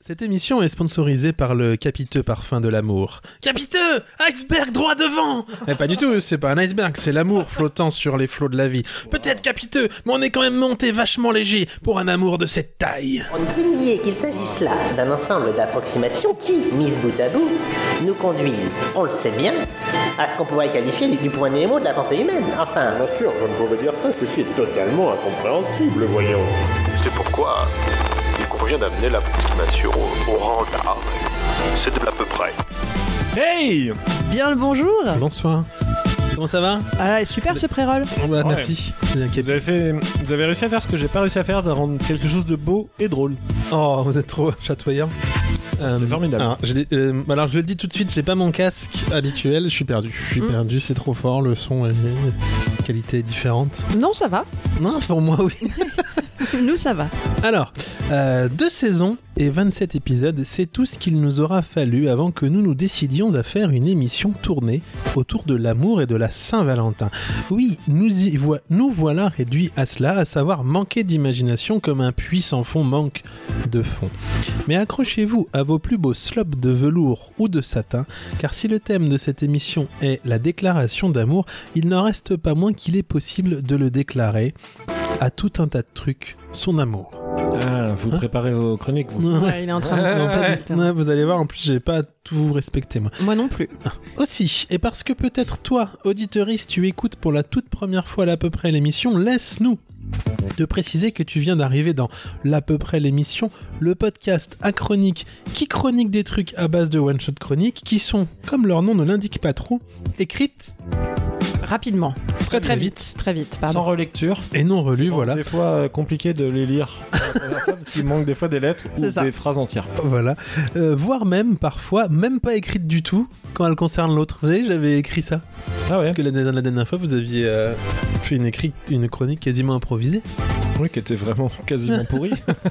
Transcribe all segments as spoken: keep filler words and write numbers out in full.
Cette émission est sponsorisée par le capiteux parfum de l'amour. Capiteux, iceberg droit devant. Mais pas du tout, c'est pas un iceberg, c'est l'amour flottant sur les flots de la vie. Peut-être capiteux, mais on est quand même monté vachement léger pour un amour de cette taille. On ne peut nier qu'il s'agisse là d'un ensemble d'approximations qui, mises bout à bout, nous conduisent, on le sait bien, à ce qu'on pourrait qualifier du, du point Nemo de la pensée humaine. Enfin... Bien sûr, je ne pourrais dire ça, ceci est totalement incompréhensible, voyons. C'est pourquoi il convient d'amener l'approximation au, au rang d'art. C'est de l'à peu près. Hey! Bien le bonjour. Bonsoir. Comment ça va? Ah, super ce pré-roll. Oh bah, Ouais. merci. Bien, Vous avez, fait, vous avez réussi à faire ce que j'ai pas réussi à faire, de rendre quelque chose de beau et drôle. Oh, vous êtes trop chatoyant. C'était formidable. Alors, j'ai des- euh, alors, je le dis tout de suite, j'ai pas mon casque habituel, je suis perdu. Je suis Mm. perdu, c'est trop fort, le son est est qualité est différente. Non, ça va. Non, pour moi, oui. Nous, ça va. Alors, euh, deux saisons et vingt-sept épisodes, c'est tout ce qu'il nous aura fallu avant que nous nous décidions à faire une émission tournée autour de l'amour et de la Saint-Valentin. Oui, nous, y vo- nous voilà réduits à cela, à savoir manquer d'imagination comme un puits sans fond manque de fond. Mais accrochez-vous à vos plus beaux slops de velours ou de satin, car si le thème de cette émission est la déclaration d'amour, il n'en reste pas moins qu'il est possible de le déclarer à tout un tas de trucs, son amour. Ah, vous Hein préparez vos chroniques, vous. Ouais, il est en train de... Non, pas Ouais. du- ouais, vous allez voir, en plus, j'ai pas tout respecté, moi. Moi non plus. Aussi, et parce que peut-être toi, auditeuriste, tu écoutes pour la toute première fois l'à peu près l'émission, laisse-nous de préciser que tu viens d'arriver dans l'à peu près l'émission, le podcast à chronique qui chronique des trucs à base de one-shot chronique qui sont, comme leur nom ne l'indique pas trop, écrites Rapidement. très Très vite. Très vite, Sans pardon. relecture. et non relues, voilà. Des fois euh, compliqué de les lire. pour la première fois, parce qu'il manque des fois des lettres ou C'est ça. des phrases entières. Voilà. Euh, voire même, parfois, même pas écrites du tout quand elles concernent l'autre. Vous savez, j'avais écrit ça. Ah ouais. Parce que la, la dernière fois, vous aviez euh, fait une, écrit, une chronique quasiment improvisée. Oui, qui était vraiment quasiment pourri.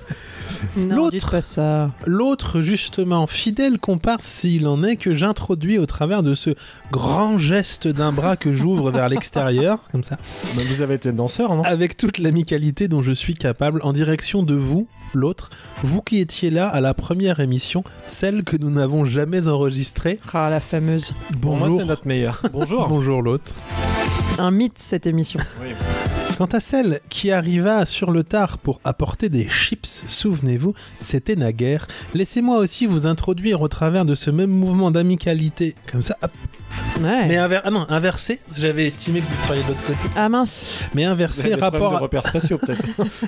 Non, L'autre. dites pas ça. L'autre, justement, fidèle comparse s'il en est, que j'introduis au travers de ce grand geste d'un bras que j'ouvre vers l'extérieur, comme ça, Bah, vous avez été danseur, non? avec toute l'amicalité dont je suis capable, en direction de vous, l'autre, vous qui étiez là à la première émission, celle que nous n'avons jamais enregistrée. Ah, la fameuse. Pour moi, Bonjour. c'est notre meilleur. Bonjour. Bonjour l'autre. Un mythe, cette émission. Oui. Quant à celle qui arriva sur le tard pour apporter des chips, souvenez-vous, c'était naguère. Laissez-moi aussi vous introduire au travers de ce même mouvement d'amicalité, comme ça, hop. Ouais. Mais inver- ah non, inversé, j'avais estimé que vous seriez de l'autre côté. Ah mince. Mais Vous avez inversé, des problèmes rapport, de à, repères spatiaux, peut-être.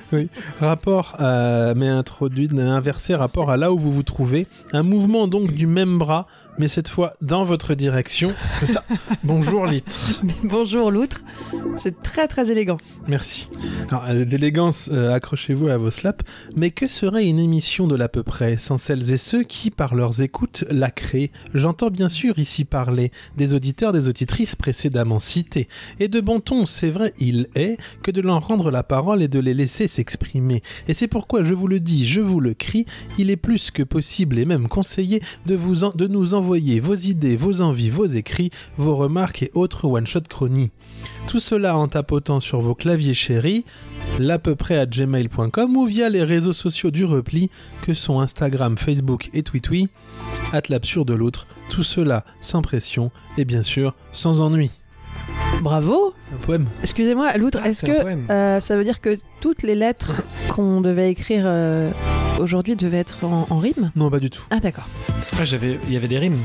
rapport à, mais introduit, mais inversé, rapport à là où vous vous trouvez. Un mouvement donc du même bras, mais cette fois dans votre direction. Comme ça. Bonjour Litre. Bonjour l'outre. C'est très très élégant. Merci. Alors, euh, d'élégance, euh, accrochez-vous à vos slaps. Mais que serait une émission de l'à peu près sans celles et ceux qui, par leurs écoutes, la créent? J'entends bien sûr ici parler des auditeurs, des auditrices précédemment cités. Et de bon ton, c'est vrai, il est, que de leur rendre la parole et de les laisser s'exprimer. Et c'est pourquoi je vous le dis, je vous le crie, il est plus que possible et même conseillé de, vous en- de nous envoyer vos idées, vos envies, vos écrits, vos remarques et autres one-shot chroniques. Tout cela en tapotant sur vos claviers chéris, l'à peu près à gmail point com ou via les réseaux sociaux du repli que sont Instagram, Facebook et Twitwi, at l'absurde de l'autre, tout cela sans pression et bien sûr sans ennui. Bravo. C'est un poème. Excusez-moi, l'outre, Ah, est-ce c'est un que poème. euh, ça veut dire que toutes les lettres qu'on devait écrire euh, aujourd'hui devaient être en, en rime? Non, pas du tout. Ah d'accord. Ah, j'avais... Il y avait des rimes.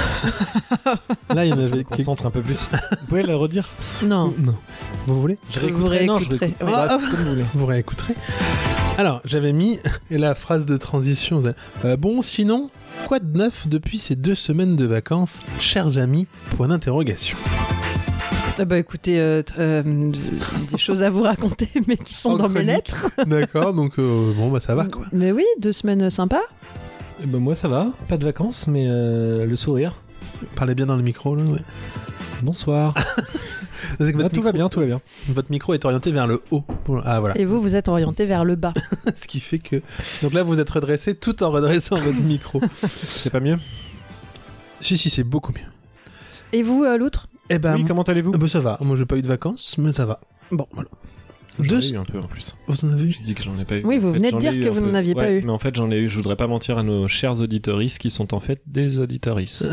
Là, il y en Je me avait... concentre un peu plus. Vous pouvez le redire? Non. Non. Vous voulez? Je Vous réécouterai. Non, je réécouterez. réécouterai. Oui. Bah, Ah, c'est comme vous voulez. Vous réécouterez. Alors, j'avais mis et la phrase de transition. c'est, euh, bon, sinon, quoi de neuf depuis ces deux semaines de vacances, chers amis? Point d'interrogation. Ah bah écoutez, euh, t- euh, des choses à vous raconter, mais qui sont En dans mes chronique. lettres. D'accord, donc euh, bon, bah ça va quoi. Mais oui, deux semaines sympas. Eh ben, moi, ça va. Pas de vacances, mais euh, le sourire. Parlez bien dans le micro là. Ouais. Bonsoir. C'est que Ah, votre tout va micro- bien, tout va bien. Votre micro est orienté vers le haut. Pour- Ah voilà. Et vous, vous êtes orienté vers le bas. Ce qui fait que. Donc là, vous êtes redressé tout en redressant votre micro. C'est pas mieux? Si, si, c'est beaucoup mieux. Et vous, euh, l'outre? Eh ben, Oui, comment allez-vous? euh, bah, ça va. Moi, j'ai pas eu de vacances, mais ça va. Bon, voilà. J'en Deux... ai eu un peu en plus. Vous en avez eu? J'ai dit que j'en ai pas eu. Oui, vous En fait, venez de j'en ai dire eu que un vous peu. n'en aviez pas Ouais, eu. Mais en fait, j'en ai eu. Je voudrais pas mentir à nos chers auditoristes qui sont en fait des auditoristes.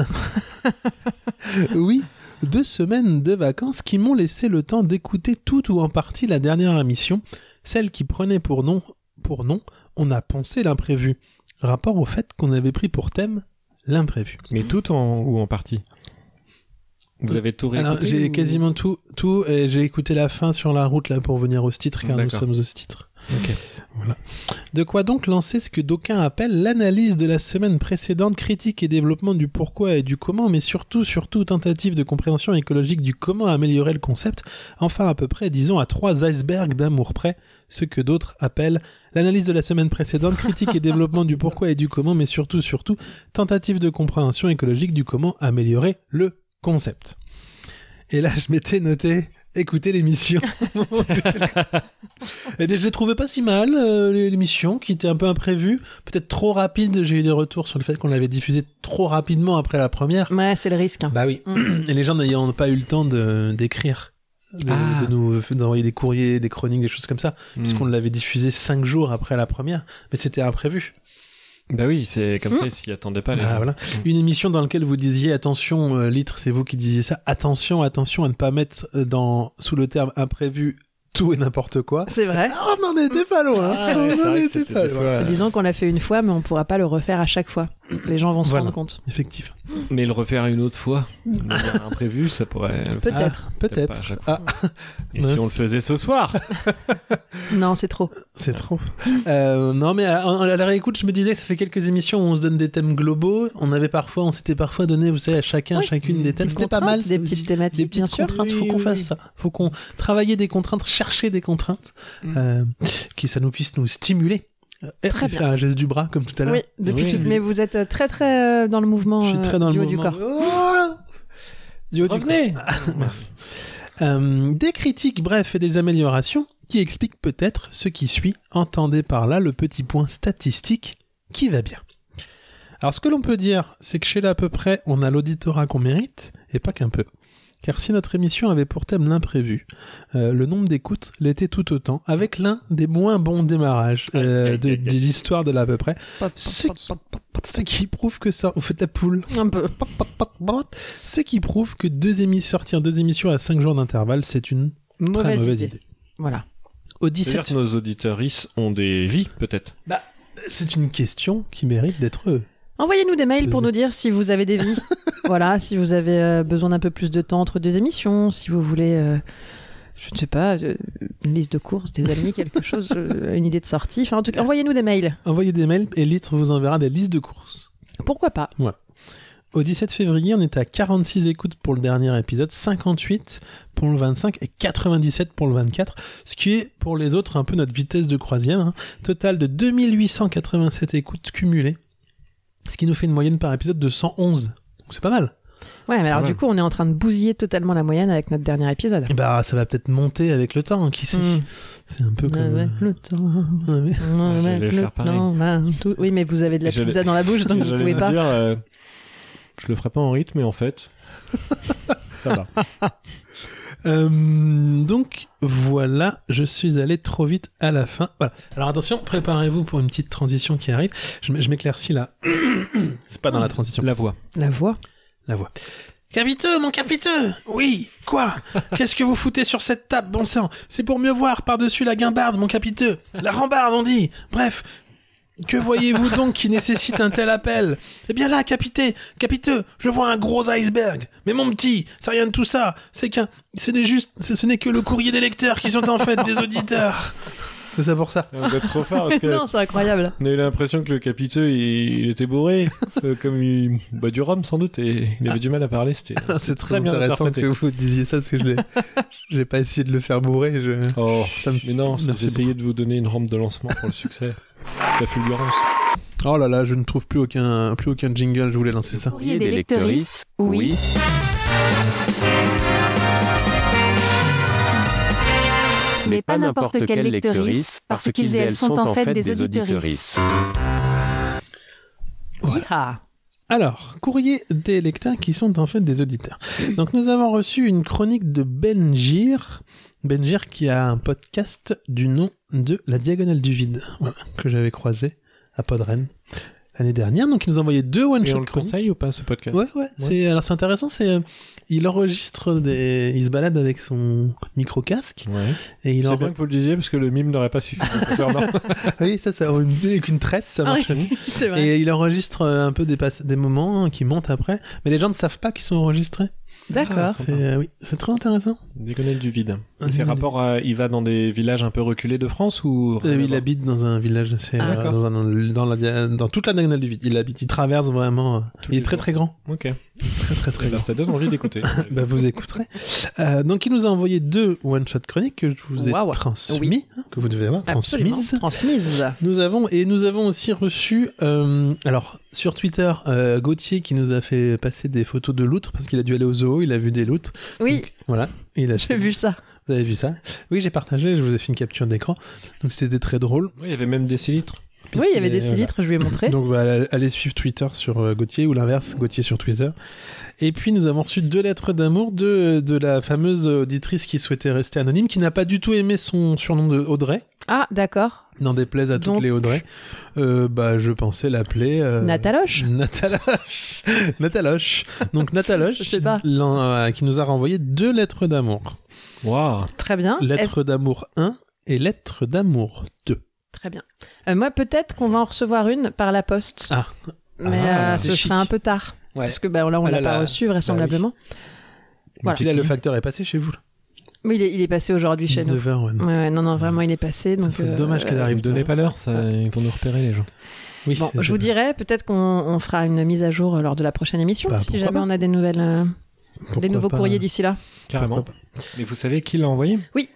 Oui, deux semaines de vacances qui m'ont laissé le temps d'écouter tout ou en partie la dernière émission, celle qui prenait pour nom, pour nom, on a pensé l'imprévu. Rapport au fait qu'on avait pris pour thème l'imprévu. Mais tout en ou en partie. Vous avez tout réécouté? Alors, j'ai ou- quasiment tout, tout, et j'ai écouté la fin sur la route là pour venir au titre, car nous D'accord. sommes au titre. Ok. Voilà. De quoi donc lancer ce que d'aucuns appellent l'analyse de la semaine précédente, critique et développement du pourquoi et du comment, mais surtout, surtout tentative de compréhension écologique du comment améliorer le concept, enfin à peu près, disons, à trois icebergs d'amour près, ce que d'autres appellent l'analyse de la semaine précédente, critique et développement du pourquoi et du comment, mais surtout, surtout, tentative de compréhension écologique du comment améliorer le concept. Et là, je m'étais noté... Écoutez l'émission. Eh bien, je l'ai trouvé pas si mal, euh, l'émission, qui était un peu imprévue, peut-être trop rapide. J'ai eu des retours sur le fait qu'on l'avait diffusée trop rapidement après la première. Ouais, c'est le risque. hein. Bah oui. Et les gens n'ayant pas eu le temps de d'écrire, de, Ah. de nous d'envoyer des courriers, des chroniques, des choses comme ça, Hmm. puisqu'on l'avait diffusée cinq jours après la première. Mais c'était imprévu. Bah oui, c'est comme ça, ils s'y attendaient pas les Ah, gens. voilà. Une émission dans laquelle vous disiez attention, euh, Litre, c'est vous qui disiez ça. Attention, attention à ne pas mettre euh, dans sous le terme imprévu tout et n'importe quoi. C'est vrai. Ah, on n'en était pas loin. Ah, ouais, on c'est n'en vrai que était c'était pas des loin. fois- Disons qu'on l'a fait une fois, mais on pourra pas le refaire à chaque fois. Les gens vont se Voilà. rendre compte. Effectivement. Mais le refaire une autre fois, de manière imprévue, ça pourrait. Peut-être. Ah, peut-être. pas à chaque Ah, Et mince. si on le faisait ce soir? Non, c'est trop. c'est trop. Euh, non, mais à, à la réécoute, je me disais que ça fait quelques émissions où on se donne des thèmes globaux. On avait parfois, on s'était parfois donné, vous savez, à chacun, Oui. chacune des thèmes. Petites C'était pas mal. contraintes, des ça petites aussi. thématiques, Des petites bien sûr. contraintes. Faut Oui, qu'on oui, fasse oui. ça. Faut qu'on travaille des contraintes, chercher des contraintes, Mm. euh, qui ça nous puisse nous stimuler. Euh, Très j'ai fait bien. un geste du bras comme tout à l'heure. Oui, depuis- Oui. mais vous êtes euh, très très euh, dans le mouvement Je suis très euh, dans du le haut du mouvement. corps. Oh du haut du Revenez! corps. Merci. Euh, des critiques, bref, et des améliorations qui expliquent peut-être ce qui suit. Entendez par là le petit point statistique qui va bien. Alors, ce que l'on peut dire, c'est que chez l'à peu près, on a l'auditorat qu'on mérite, et pas qu'un peu. Car si notre émission avait pour thème l'imprévu, euh, le nombre d'écoutes l'était tout autant, avec l'un des moins bons démarrages euh, de, de l'histoire de l'à peu près. Ce qui, ce qui prouve que ça... Vous faites la poule. Un peu. Ce qui prouve que deux émis- sortir deux émissions à cinq jours d'intervalle, c'est une très Mauvaise, mauvaise idée. idée. Voilà. Au C'est-à-dire dix-sept... que nos auditeuristes ont des vies, peut-être. Bah, c'est une question qui mérite d'être... euh, Envoyez-nous des mails pour Vas-y. nous dire si vous avez des vies. Voilà, si vous avez euh, besoin d'un peu plus de temps entre deux émissions, si vous voulez, euh, je ne sais pas, euh, une liste de courses, des amis, quelque chose, euh, une idée de sortie. Enfin, en tout cas, envoyez-nous des mails. Envoyez des mails et Litre vous enverra des listes de courses. Pourquoi pas? Au dix-sept février, on était à quarante-six écoutes pour le dernier épisode, cinquante-huit pour le vingt-cinq et quatre-vingt-dix-sept pour le vingt-quatre, ce qui est pour les autres un peu notre vitesse de croisière. Hein. Total de deux mille huit cent quatre-vingt-sept écoutes cumulées, ce qui nous fait une moyenne par épisode de cent onze. Donc c'est pas mal. Ouais, mais C'est alors vrai. du coup, on est en train de bousiller totalement la moyenne avec notre dernier épisode. Et bah ça va peut-être monter avec le temps, qui sait. Mm. C'est un peu comme... Avec euh, le temps. ouais, mais- je vais Avec faire le pareil. temps, là, tout- Oui, mais vous avez de la J'allais- pizza dans la bouche, donc vous J'allais pouvez vous pas. dire, euh, je le ferai pas en rythme, mais en fait, ça va. Euh, donc voilà, je suis allé trop vite à la fin. Voilà. Alors attention, préparez-vous pour une petite transition qui arrive. Je, m- je m'éclaircis là. C'est pas dans la transition. La voix. La voix. La voix. Capiteux, mon capiteux. Oui. Quoi? Qu'est-ce que vous foutez sur cette table, bon sang? C'est pour mieux voir par-dessus la guimbarde, mon capiteux. La rambarde, on dit. Bref. Que voyez-vous donc qui nécessite un tel appel? Eh bien là, capité, capiteux, je vois un gros iceberg. Mais mon petit, c'est rien de tout ça. C'est qu'un, ce n'est juste, ce, ce n'est que le courrier des lecteurs qui sont en fait des auditeurs. Tout ça pour ça. Vous êtes trop fort parce que Non, c'est incroyable. on a eu l'impression que le capiteux il, il était bourré, euh, comme il boit du rhum sans doute, et il avait du mal à parler. C'était C'est très très bien intéressant interprété. que vous disiez ça parce que je l'ai, j'ai pas essayé de le faire bourrer. Je... Oh, Ça me- mais non, c'est Merci d'essayer de vous donner une rampe de lancement pour le succès. La fulgurance. Oh là là, je ne trouve plus aucun, plus aucun jingle. Je voulais lancer ça. Courrier des lectrices, oui. Mais pas n'importe quelle lectrice, parce qu'ils et elles sont en fait des auditrices. Ah. Alors, courrier des lecteurs qui sont en fait des auditeurs. Donc nous avons reçu une chronique de Benjir Benjir qui a un podcast du nom de La Diagonale du Vide, voilà, que j'avais croisé à Podren l'année dernière. Donc il nous a envoyé deux one Et shot on le chroniques. conseille ou pas ce podcast? Ouais, ouais. C'est, alors c'est intéressant, c'est euh, il enregistre des, il se balade avec son micro casque Ouais. et il C'est en... bien que vous le disiez parce que le mime n'aurait pas suffi. concernant. oui, ça, ça une, avec une tresse, ça Ah marche. oui, c'est vrai. Et il enregistre euh, un peu des, pass- des moments hein, qui montent après, mais les gens ne savent pas qu'ils sont enregistrés. D'accord. C'est, euh, oui, c'est très intéressant. Diagonale du vide. Ah, C'est c'est rapport à, il va dans des villages un peu reculés de France ou Euh, il habite dans un village assez, Ah, euh, d'accord. dans, un, dans, la, dia- dans toute la diagonale du vide. Il habite, il traverse vraiment. euh, Tous il est les très jours. très grand, Ok. très très très Eh ben, grand. ça donne envie d'écouter. Bah, vous écouterez. Euh, donc il nous a envoyé deux one shot chroniques que je vous ai Waouh. transmis, Oui. hein, que vous devez avoir Absolument. transmises. Transmise. Nous avons et nous avons aussi reçu euh, alors sur Twitter euh, Gauthier qui nous a fait passer des photos de loutres parce qu'il a dû aller au zoo, il a vu des loutres. Oui, Donc, voilà, il a j'ai vu ça. Vous avez vu ça? Oui, j'ai partagé, je vous ai fait une capture d'écran. Donc c'était très drôle. Oui, il y avait même des litres. Oui, il y avait des Puisqu'il est- litres, je lui ai montré. Donc bah, allez suivre Twitter sur euh, Gauthier ou l'inverse, Gauthier sur Twitter. Et puis nous avons reçu deux lettres d'amour de, de la fameuse auditrice qui souhaitait rester anonyme, qui n'a pas du tout aimé son surnom de Audrey. Ah, d'accord. N'en déplaise à toutes Donc- les Audrey. Euh, bah, je pensais l'appeler... Euh... Nataloche. Nataloche. Nataloche. Donc Nataloche, Je sais pas. l'en- euh, qui nous a renvoyé deux lettres d'amour. Waouh. Très bien. Est-ce- Lettre d'amour un et lettre d'amour deux. Très bien. Euh, moi, peut-être qu'on va en recevoir une par la poste. Ah. Mais Ah, euh, c'est ce chic. sera un peu tard. Ouais. Parce que bah, là, on Ah l'a là pas là. reçu, vraisemblablement. Voilà. Si là, le facteur est passé chez vous. là. Oui, il est, il est passé aujourd'hui chez nous. dix-neuf heures, ouais. non. Ouais, ouais, non, non, vraiment, il est passé. Ça Donc, serait euh, dommage qu'elle Ne arrive. me donnez pas l'heure, ça, ils vont nous repérer les gens. Oui, Bon, c'est- je vous dirai, peut-être qu'on on fera une mise à jour lors de la prochaine émission, Bah, si pourquoi jamais pas. on a des nouvelles, euh, Pourquoi des nouveaux pas. courriers d'ici là. Carrément. Pourquoi Mais vous savez qui l'a envoyé? Oui.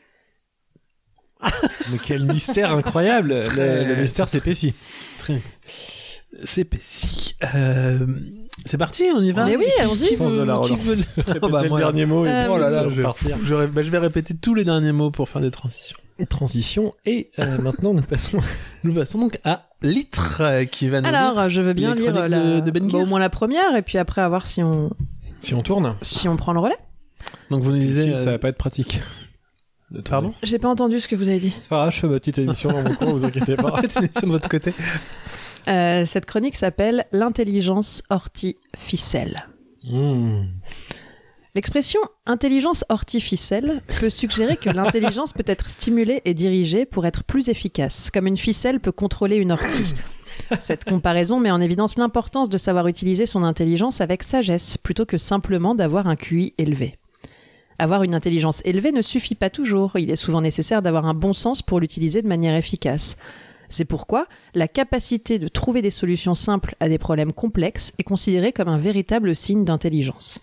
Mais quel mystère incroyable. Très- Le, le mystère s'épaissit. Très... C'est pessi. Euh... C'est parti, on y va. Mais oui, allons-y. Qui Sens veut- de la qui relance. veut- Répétez Oh, bah, le moi, dernier mot et Euh, Oh là ça là, va je, repartir. je, ré- bah, je vais répéter tous les derniers mots pour faire des transitions. Transition. Et euh, maintenant, nous passons. Nous passons donc à Litre euh, qui va nous Alors, lire je veux bien les lire chroniques la... de- de Ben bah, Guir. au moins la première, et puis après, à voir si on, Si on tourne, si on prend le relais. Donc vous nous disiez... ça euh, va pas être pratique. de tourner. Pardon J'ai pas entendu ce que vous avez dit. C'est pas grave, je fais ma petite émission dans mon coin, vous inquiétez pas. Sur de votre côté. Euh, cette chronique s'appelle L'intelligence horti-ficelle. Mmh. L'expression intelligence horti-ficelle peut suggérer que l'intelligence peut être stimulée et dirigée pour être plus efficace, comme une ficelle peut contrôler une ortie. Cette comparaison met en évidence l'importance de savoir utiliser son intelligence avec sagesse, plutôt que simplement d'avoir un Q I élevé. Avoir une intelligence élevée ne suffit pas toujours, il est souvent nécessaire d'avoir un bon sens pour l'utiliser de manière efficace. C'est pourquoi la capacité de trouver des solutions simples à des problèmes complexes est considérée comme un véritable signe d'intelligence.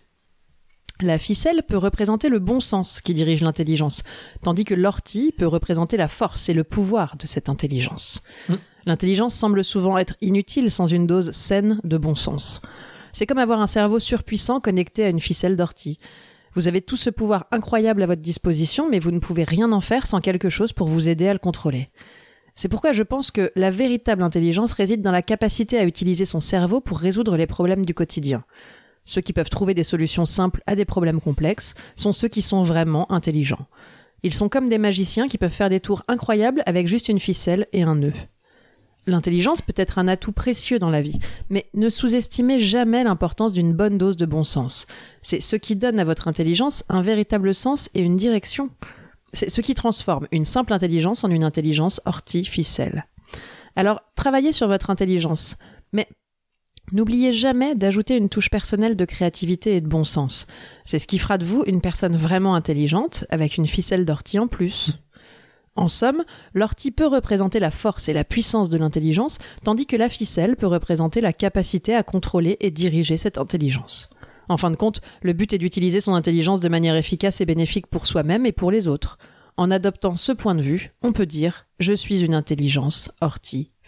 La ficelle peut représenter le bon sens qui dirige l'intelligence, tandis que l'ortie peut représenter la force et le pouvoir de cette intelligence. Mmh. L'intelligence semble souvent être inutile sans une dose saine de bon sens. C'est comme avoir un cerveau surpuissant connecté à une ficelle d'ortie. Vous avez tout ce pouvoir incroyable à votre disposition, mais vous ne pouvez rien en faire sans quelque chose pour vous aider à le contrôler. C'est pourquoi je pense que la véritable intelligence réside dans la capacité à utiliser son cerveau pour résoudre les problèmes du quotidien. Ceux qui peuvent trouver des solutions simples à des problèmes complexes sont ceux qui sont vraiment intelligents. Ils sont comme des magiciens qui peuvent faire des tours incroyables avec juste une ficelle et un nœud. L'intelligence peut être un atout précieux dans la vie, mais ne sous-estimez jamais l'importance d'une bonne dose de bon sens. C'est ce qui donne à votre intelligence un véritable sens et une direction. C'est ce qui transforme une simple intelligence en une intelligence horti-ficelle. Alors, travaillez sur votre intelligence, mais n'oubliez jamais d'ajouter une touche personnelle de créativité et de bon sens. C'est ce qui fera de vous une personne vraiment intelligente, avec une ficelle d'ortie en plus. En somme, l'ortie peut représenter la force et la puissance de l'intelligence, tandis que la ficelle peut représenter la capacité à contrôler et diriger cette intelligence. En fin de compte, le but est d'utiliser son intelligence de manière efficace et bénéfique pour soi-même et pour les autres. En adoptant ce point de vue, on peut dire « Je suis une intelligence horti-ficelle ».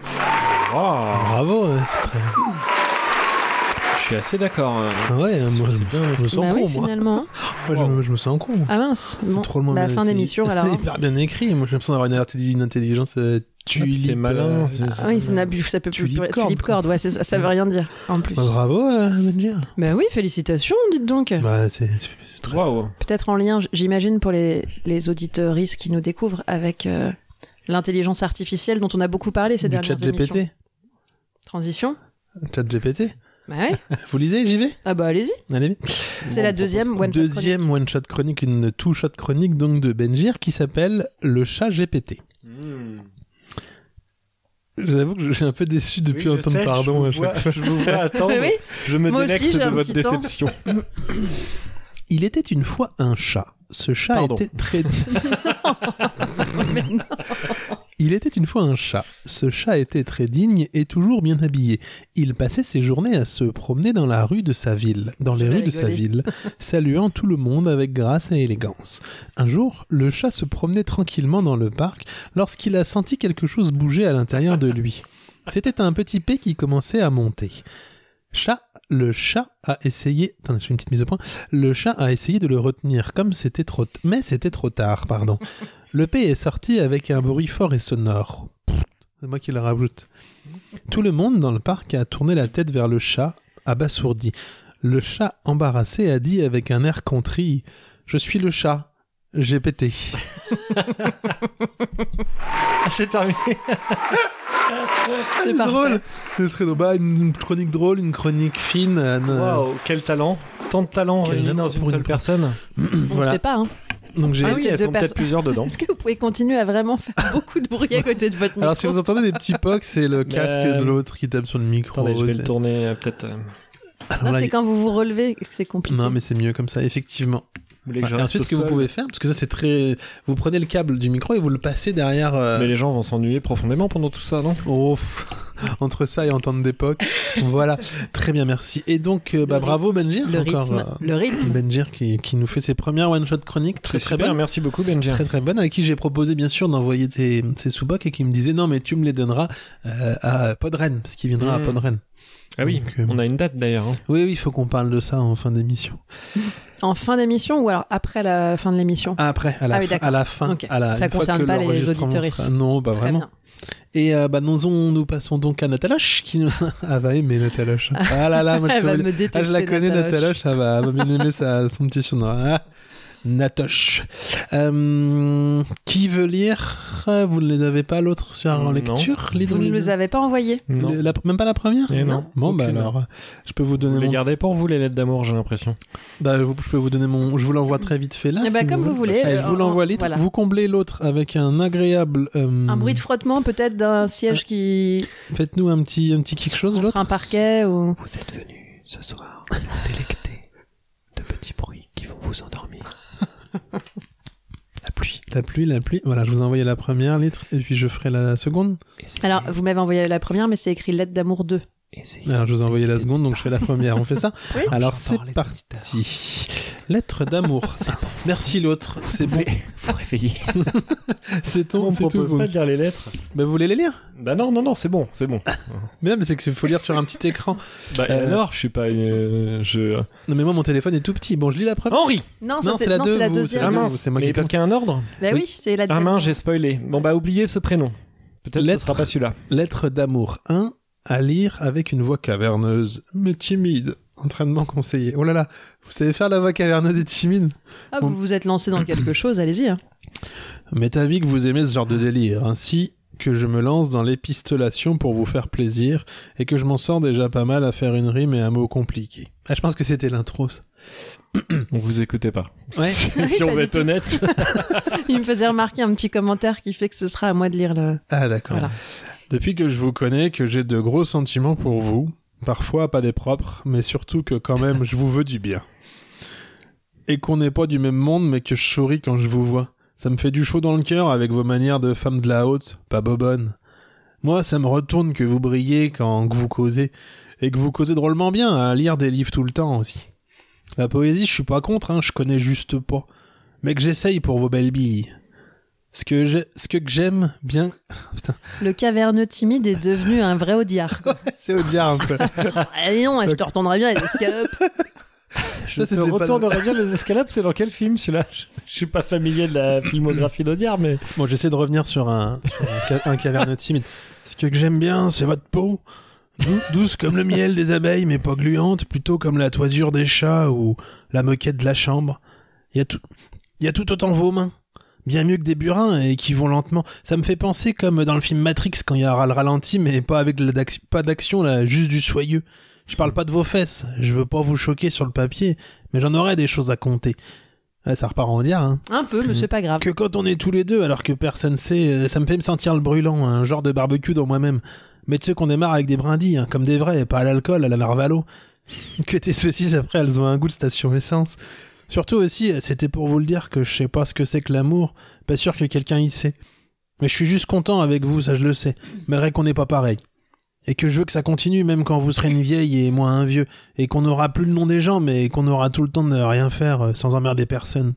Wow. Bravo, euh, c'est très... Je suis assez d'accord. hein. Ah ouais, C'est moi, bien. je me sens Bah con, oui, moi. finalement. Moi, je, me- je me sens con. moi. Ah mince. C'est Bon, trop le bah, moment. fin c'est- d'émission alors. C'est hyper bien écrit. Moi, j'ai l'impression d'avoir une, intelli- une intelligence euh, tulipe. c'est malin, euh, c'est- Ah oui, ça, n'a plus- ça peut plus. Tulip Tulip cord. cord, ouais, c'est ça, ça veut rien dire en plus. bah, bravo, euh, Benjir. Bah oui, félicitations, dites donc. Bah, c'est c'est- c'est très... Waouh. Peut-être en lien, j- j'imagine, pour les, les auditeuristes qui nous découvrent avec euh, l'intelligence artificielle dont on a beaucoup parlé ces Du dernières chat émissions. G P T. Transition. Chat G P T. Bah ouais. Vous lisez, j'y vais. Ah bah allez-y. Allez. C'est la deuxième one shot Deuxième one shot chronique, une two shot chronique donc de Benjir qui s'appelle le chat G P T. Mmh. Je vous avoue que je suis un peu déçu depuis Oui, je entendre sais, pardon je à vous vois- chaque fois. Je vous vois attendre. Oui. Je me Moi aussi, délecte j'ai de un votre petit temps. déception. Il était une fois un chat. Ce chat Pardon. était très... Mais non. Il était une fois un chat. Ce chat était très digne et toujours bien habillé. Il passait ses journées à se promener dans la rue de sa ville, dans les Je vais rues de sa rigoler. ville, saluant tout le monde avec grâce et élégance. Un jour, le chat se promenait tranquillement dans le parc lorsqu'il a senti quelque chose bouger à l'intérieur de lui. C'était un petit P qui commençait à monter. Chat, le chat a essayé. Attends, je fais une petite mise au point. Le chat a essayé de le retenir, comme c'était trop, t- mais c'était trop tard, pardon. Le P est sorti avec un bruit fort et sonore. C'est moi qui le rajoute. Tout le monde dans le parc a tourné la tête vers le chat, abasourdi. Le chat, embarrassé, a dit avec un air contrit : « Je suis le chat. J'ai pété. Ah, c'est terminé. » C'est parfait. drôle. C'est très drôle. Bah, une chronique drôle, une chronique fine. un, euh, Waouh, quel talent. Tant de talent Quel réunis talent dans une pour seule une- personne. On Voilà. sait pas, hein. Donc j'ai. Ah Peut-être oui, qu'il y a elles deux sont peut-être personnes. plusieurs dedans. Est-ce que vous pouvez continuer à vraiment faire beaucoup de bruit à côté de votre micro? Alors si vous entendez des petits pocs, c'est le casque Euh, de l'autre qui tape sur le micro. Attendez, je vais C'est- le tourner euh, peut-être. euh, Alors Non, là, c'est il- quand vous vous relevez que c'est compliqué. Non, mais c'est mieux comme ça, effectivement. Vous voulez que je Et reste ensuite, ce que vous seul pouvez faire, parce que ça c'est très... Vous prenez le câble du micro et vous le passez derrière... euh, Mais les gens vont s'ennuyer profondément pendant tout ça, non? Oh, pff, entre ça et entendre des pocs. Voilà, très bien, merci. Et donc, euh, bah, Le bravo Benjir. Le encore, rythme, euh, le rythme. Benjir qui, qui nous fait ses premières one-shot chroniques, très C'est très super, bonnes. merci beaucoup Benjir. Très très bonne, à qui j'ai proposé bien sûr d'envoyer tes, ses sous-bocs et qui me disait non mais tu me les donneras euh, à Podren, parce qu'il viendra Mmh. à Podren. Ah oui, Donc, euh, on a une date d'ailleurs. hein. Oui, oui, il faut qu'on parle de ça en fin d'émission. En fin d'émission ou alors après la fin de l'émission? Ah, après, à la, Ah oui, fin, d'accord. à la fin. Ok. à la, Ça une fois concerne que pas les l'enregistrement auditeuristes. sera- Non, pas Très vraiment. bien. Et euh, bah, nous, on- nous passons donc à Nataloche, qui nous... Ah, va aimer Nataloche. Ah là là, moi je Elle peux va vous me dire- détester. Ah, je la connais, Nataloche. Nataloche, elle va, elle va bien aimer sa, son petit surnom. Ah, Natoche. Euh, qui veut lire? Vous ne les avez pas l'autre sur en Non. lecture? Vous ne nous avez pas envoyé? Non. Le- la- même pas la première? Eh non. Bon, bah Aucune. alors, je peux vous Vous donner les mon... gardez pour vous les lettres d'amour, j'ai l'impression. Bah, je je peux vous donner mon... Je vous l'envoie très vite fait là. Eh bah, si comme vous voulez. Allez, je Euh, vous l'envoie litre. voilà. Vous comblez l'autre avec un agréable... euh, Un bruit de frottement peut-être d'un siège qui... Faites-nous un petit, un petit quelque chose, contre l'autre. un parquet ou... Vous êtes venus ce soir vous délecter de petits bruits qui vont vous endormir. La pluie. La pluie, la pluie. Voilà, je vous ai envoyé la première litre et puis je ferai la seconde. Essayez, Alors, vous m'avez envoyé la première, mais c'est écrit lettre d'amour deux. essayez. Alors, je vous ai envoyé la seconde, donc je fais la première. On fait ça? Oui. Alors, J'en c'est parle les parti. Lettre d'amour. Merci l'autre. C'est bon. Faut réveiller. C'est ton, On c'est tout. propose pas de lire les lettres. Bah, vous voulez les lire? Bah non, non, non, c'est bon, c'est bon. Mais non, mais c'est qu'il faut lire sur un petit écran. Bah Euh, alors, je suis pas... euh, je... Non, mais moi, mon téléphone est tout petit. Bon, je lis la première. Henri. Non, ça, Non, c'est c'est la non, deux, c'est la vous, deuxième. c'est Ah deux, mince, c'est moi qui mais parce compte. qu'il y a un ordre. Bah oui, Oui. c'est la Ah mince, j'ai spoilé. Bon bah oubliez ce prénom. Peut-être que ce Lettre. sera pas celui-là. Lettre d'amour un, à lire avec une voix caverneuse, mais timide. Entraînement conseillé. Oh là là, vous savez faire la voix caverneuse et timide? Ah, Bon. vous vous êtes lancé dans quelque chose, allez-y. hein. M'est avis que vous aimez ce genre de délire, ainsi que je me lance dans l'épistolation pour vous faire plaisir, et que je m'en sors déjà pas mal à faire une rime et un mot compliqué. Ah, je pense que c'était l'intro, ça. On vous écoutait pas. Ouais. si on Pas veut du être tout. honnête. Il me faisait remarquer un petit commentaire qui fait que ce sera à moi de lire le... Ah, d'accord. Voilà. Depuis que je vous connais, que j'ai de gros sentiments pour vous, parfois pas des propres, mais surtout que quand même je vous veux du bien. Et qu'on n'est pas du même monde, mais que je souris quand je vous vois. Ça me fait du chaud dans le cœur avec vos manières de femme de la haute, pas bobonne. Moi, ça me retourne que vous brillez quand que vous causez, et que vous causez drôlement bien à lire des livres tout le temps aussi. La poésie, je suis pas contre, hein, je connais juste pas. Mais que j'essaye pour vos belles billes. Ce que, j'ai, ce que j'aime bien... Putain, Le caverneux timide est devenu un vrai Audiard. quoi. c'est Audiard un peu. Allez non, je te retournerai bien les escalopes. Je Ça, te c'était pas retournerai bien les escalopes, c'est dans quel film celui-là? je, je suis pas familier de la filmographie d'Audiard, mais... Bon, j'essaie de revenir sur un, sur un, ca- un caverneux timide. Ce que j'aime bien, c'est votre peau. Dou- douce comme le miel des abeilles, mais pas gluante, plutôt comme la toisure des chats ou la moquette de la chambre. Il y a tout, il y a tout autant vos mains. Bien mieux que des burins et qui vont lentement. Ça me fait penser comme dans le film Matrix quand il y aura le ralenti, mais pas avec de la d'ac- pas d'action, là, juste du soyeux. Je parle pas de vos fesses. Je veux pas vous choquer sur le papier, mais j'en aurais des choses à compter. Ouais, ça repart en dire, hein. Un peu, mais c'est pas grave. Que quand on est tous les deux, alors que personne sait, euh, ça me fait me sentir le brûlant, un genre de barbecue dans moi-même. Mais tu sais qu'on démarre avec des brindilles, hein, comme des vrais, pas à l'alcool, à la narvalo. Que tes saucisses, après, elles ont un goût de station essence. Surtout aussi, c'était pour vous le dire que je sais pas ce que c'est que l'amour, pas sûr que quelqu'un y sait. Mais je suis juste content avec vous, ça je le sais, malgré qu'on n'est pas pareil. Et que je veux que ça continue même quand vous serez une vieille et moi un vieux, et qu'on n'aura plus le nom des gens, mais qu'on aura tout le temps de rien faire euh, sans emmerder personne.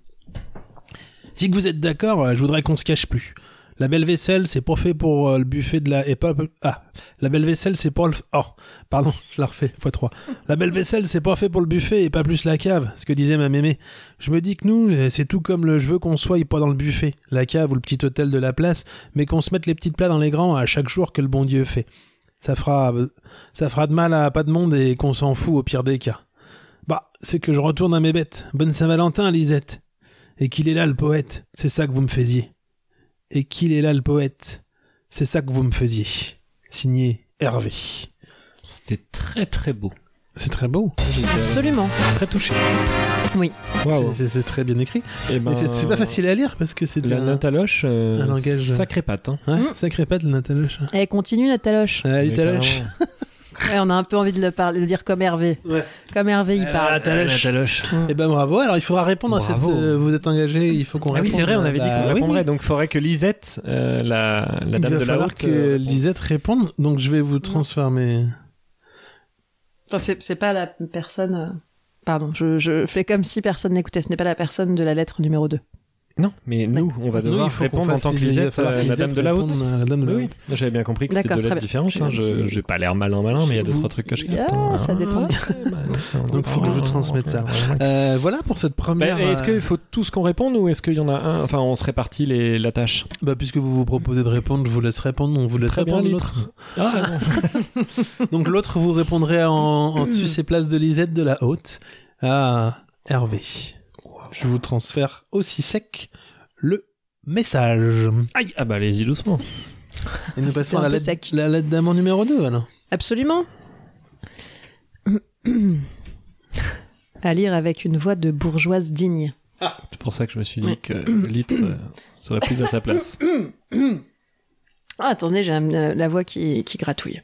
Si que vous êtes d'accord, euh, je voudrais qu'on se cache plus. La belle vaisselle, c'est pas fait pour euh, le buffet de la... Et pas... Ah, la belle vaisselle, c'est pour le... Oh, pardon, je la refais, fois trois. La belle vaisselle, c'est pas fait pour le buffet et pas plus la cave, ce que disait ma mémé. Je me dis que nous, euh, c'est tout comme le je veux qu'on soit pas dans le buffet, la cave ou le petit hôtel de la place, mais qu'on se mette les petits plats dans les grands à chaque jour que le bon Dieu fait. Ça fera... Ça fera de mal à pas de monde et qu'on s'en fout au pire des cas. Bah, c'est que je retourne à mes bêtes. Bonne Saint-Valentin, Lisette. Et qu'il est là, le poète. C'est ça que vous me faisiez. Et qu'il est là le poète, c'est ça que vous me faisiez. Signé Hervé. C'était très très beau. C'est très beau. Absolument. Très touché. Oui. Waouh. C'est, c'est, c'est très bien écrit. Et ben, Mais c'est, c'est pas facile à lire parce que c'est La un, Nataloche, euh, un langage- sacré patte. Hein. ouais, Mm. sacré patte, le Nataloche. Et continue Nataloche. Ah, Mais Nataloche. carrément. Ouais, on a un peu envie de le parler, de dire comme Hervé. Ouais. Comme Hervé, il Euh, parle. Nataloche. Nataloche. Eh ben bravo. Alors il faudra répondre Bravo. à cette. euh, vous êtes engagé, il faut qu'on Ah réponde. oui, c'est vrai, on avait dit Bah, qu'on oui, répondrait. oui. Donc il faudrait que Lisette, euh, la, la Il dame va de la falloir haute, que euh, réponde. Lisette réponde. Donc je vais vous transformer. Enfin, c'est, c'est pas la personne. euh, Pardon, je, je fais comme si personne n'écoutait. Ce n'est pas la personne de la lettre numéro deux. Non, mais nous, on va Nous, devoir il faut qu'on répondre en fasse tant que les- il va Lisette, falloir que euh, la Lisette dame de la haute. réponde à la dame de la Oui, haute. oui. J'avais bien compris que c'était D'accord, deux lettres très bien. différentes. Hein. J'ai un Je petit- j'ai pas l'air malin malin, mais il y a deux Vous- trois trucs que je Ah, capte. ça dépend. Donc, faut que je vous transmette ça. Euh, voilà pour cette Bah, première. est-ce euh, qu'il faut tous qu'on réponde ou est-ce qu'il y en a un? Enfin, on se répartit les, la tâche. Bah, puisque vous vous proposez de répondre, je vous laisse répondre. On vous laisse Très bien, répondre Litre. l'autre. Ah, non. Donc l'autre, vous répondrez en, en sus et place de Lisette de la Haute à Hervé. Je vous transfère aussi sec le message. Aïe, ah bah allez-y doucement. Et nous C'était passons un à la peu lettre, sec. la lettre d'amour numéro deux alors. Absolument. À lire avec une voix de bourgeoise digne. C'est pour ça que je me suis dit que Litre euh, serait plus à sa place. Ah, attendez, j'ai un- euh, la voix qui, qui gratouille.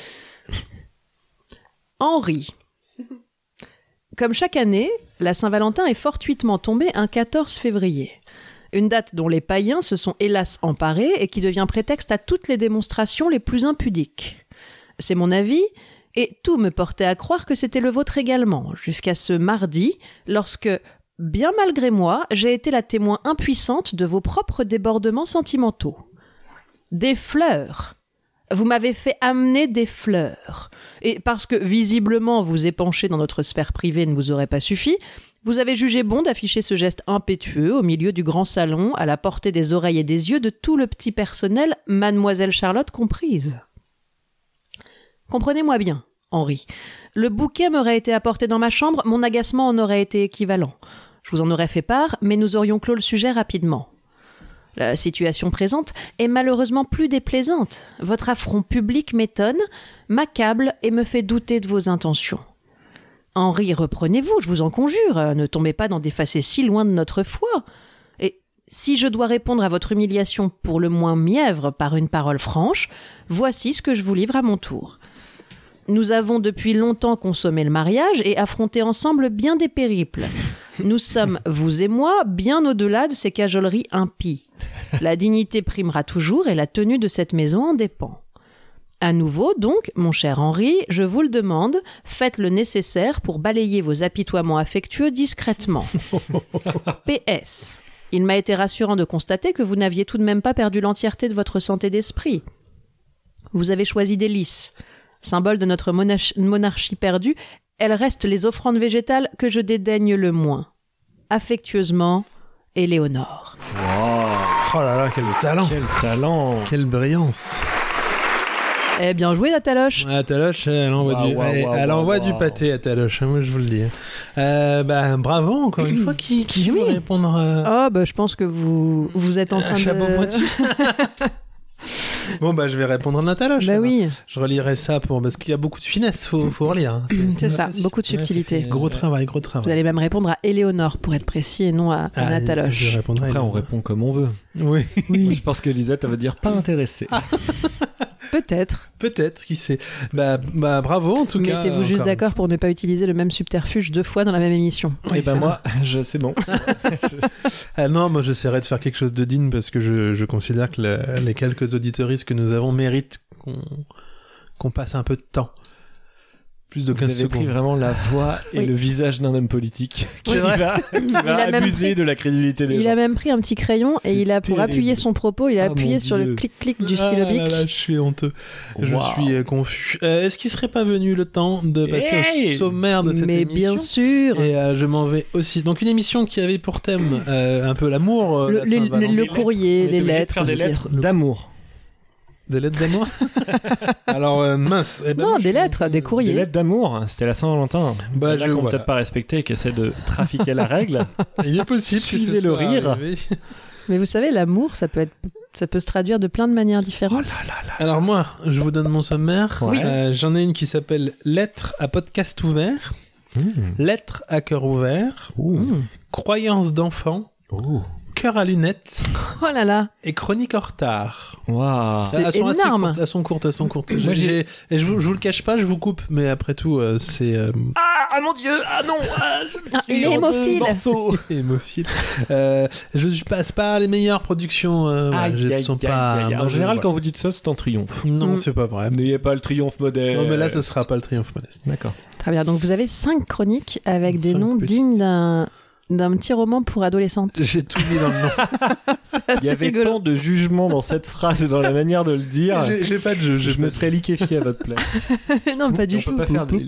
Henri. Comme chaque année, la Saint-Valentin est fortuitement tombée un quatorze février. Une date dont les païens se sont hélas emparés et qui devient prétexte à toutes les démonstrations les plus impudiques. C'est mon avis, et tout me portait à croire que c'était le vôtre également, jusqu'à ce mardi, lorsque, bien malgré moi, j'ai été la témoin impuissante de vos propres débordements sentimentaux. Des fleurs. Vous m'avez fait amener des fleurs. Et parce que, visiblement, vous épancher dans notre sphère privée ne vous aurait pas suffi, vous avez jugé bon d'afficher ce geste impétueux au milieu du grand salon, à la portée des oreilles et des yeux de tout le petit personnel, mademoiselle Charlotte comprise. Comprenez-moi bien, Henri. Le bouquet m'aurait été apporté dans ma chambre, mon agacement en aurait été équivalent. Je vous en aurais fait part, mais nous aurions clos le sujet rapidement. La situation présente est malheureusement plus déplaisante. Votre affront public m'étonne, m'accable et me fait douter de vos intentions. Henri, reprenez-vous, je vous en conjure, ne tombez pas dans des facéties loin de notre foi. Et si je dois répondre à votre humiliation pour le moins mièvre par une parole franche, voici ce que je vous livre à mon tour. Nous avons depuis longtemps consommé le mariage et affronté ensemble bien des périples. Nous sommes, vous et moi, bien au-delà de ces cajoleries impies. La dignité primera toujours et la tenue de cette maison en dépend. À nouveau, donc, mon cher Henri, je vous le demande, faites le nécessaire pour balayer vos apitoiements affectueux discrètement. P S. Il m'a été rassurant de constater que vous n'aviez tout de même pas perdu l'entièreté de votre santé d'esprit. Vous avez choisi des lys. Symbole de notre monarch- monarchie perdue, elles restent les offrandes végétales que je dédaigne le moins. Affectueusement, Éléonore. Oh là là, quel talent. Quel talent. Quelle brillance. Eh bien joué, la taloche. Ah, Taloche, elle envoie, Waouh, du, waouh, elle, waouh, elle waouh, envoie waouh. du pâté à Taloche, hein, moi je vous le dis. Euh, bah, bravo encore une fois. Qui, qui Oui. veut répondre à, Oh, bah, je pense que vous, vous êtes en train à chapeau de... pointu? Bon, bah, je vais répondre à Taloche. Bah alors. oui, Je relirai ça pour... parce qu'il y a beaucoup de finesse, faut, faut relire. Hein. c'est ça, pas facile. beaucoup de subtilité. c'était- Gros travail, gros travail. Vous allez même répondre à Éléonore, pour être précis, et non à, à Ah, Nataloche. je répondrai à Après, on Éléonore. répond comme on veut. Oui, Je pense que Lisette, elle va dire pas intéressée. Peut-être. peut-être, qui sait. Bah, bah, bravo en tout cas. Mettez-vous juste encore. d'accord pour ne pas utiliser le même subterfuge deux fois dans la même émission. Oui, Et ben c'est moi, je c'est bon. Ah non, moi j'essaierai de faire quelque chose de digne parce que je, je considère que le- les quelques auditeuristes que nous avons méritent qu'on qu'on passe un peu de temps. Plus de Vous quinze avez pris secondes. vraiment la voix et Oui. le visage d'un homme politique qui C'est vrai. va, qui va a même abuser pris- de la crédibilité des Il gens. a même pris un petit crayon et C'est il a, pour terrible. appuyer son propos, il a Ah, appuyé mon sur le Dieu. clic-clic du Ah stylo là bic. là, je suis honteux. Je Wow. suis euh, confus. Euh, Est-ce qu'il serait pas venu le temps de passer Hey au sommaire de cette Mais émission bien sûr. Et euh, je m'en vais aussi. Donc une émission qui avait pour thème euh, un peu l'amour, euh, Le, la le- le- Saint-Valentin. le courrier, On était les obligé de lettres faire des aussi. lettres d'amour. Des lettres d'amour. Alors euh, mince. Eh ben, Non, moi, je des suis- lettres, des courriers. Des lettres d'amour, c'était la Saint-Valentin. Bah, Il y en a je qui ont voilà. peut-être pas respecté et qui essaient de trafiquer la règle. Il est possible. que ce Suivez le soit rire. arrivé. Mais vous savez, l'amour, ça peut être, ça peut se traduire de plein de manières différentes. Alors moi, je vous donne mon sommaire. Oui. Euh, J'en ai une qui s'appelle Lettres à podcast ouvert, Lettres à cœur ouvert, Mmh. Croyances d'enfant, Cœur à lunettes Oh là là. et Chronique en retard. Waouh. C'est Elles sont assez énorme. courtes, elles sont courtes, elles sont courtes. Moi, J'ai- j'ai- j'ai- Et je vous, je vous le cache pas, je vous coupe, mais après tout, euh, c'est euh, Ah, ah, mon Dieu, ah non, ah, je Ah, suis il est en deux hémophile. morceaux. hémophile. Euh, je ne passe pas les meilleures productions. Euh, voilà, Aïe, je aïe, sont aïe, pas. aïe, aïe. moi, En je- général, voilà. quand vous dites ça, c'est en triomphe. Non, Mm. c'est pas vrai. N'ayez pas le triomphe modèle. Non, mais là, ce sera pas le triomphe modeste. D'accord. Très bien. Donc vous avez cinq chroniques avec des Cinq noms petites. dignes d'un d'un petit roman pour adolescentes. J'ai tout mis dans le nom. C'est Il y assez avait rigolo. tant de jugement dans cette phrase et dans la manière de le dire. J'ai j'ai pas de jeu. j'ai Je pas me de serais liquéfié à votre place. non, pas du on tout. peut pas faire des...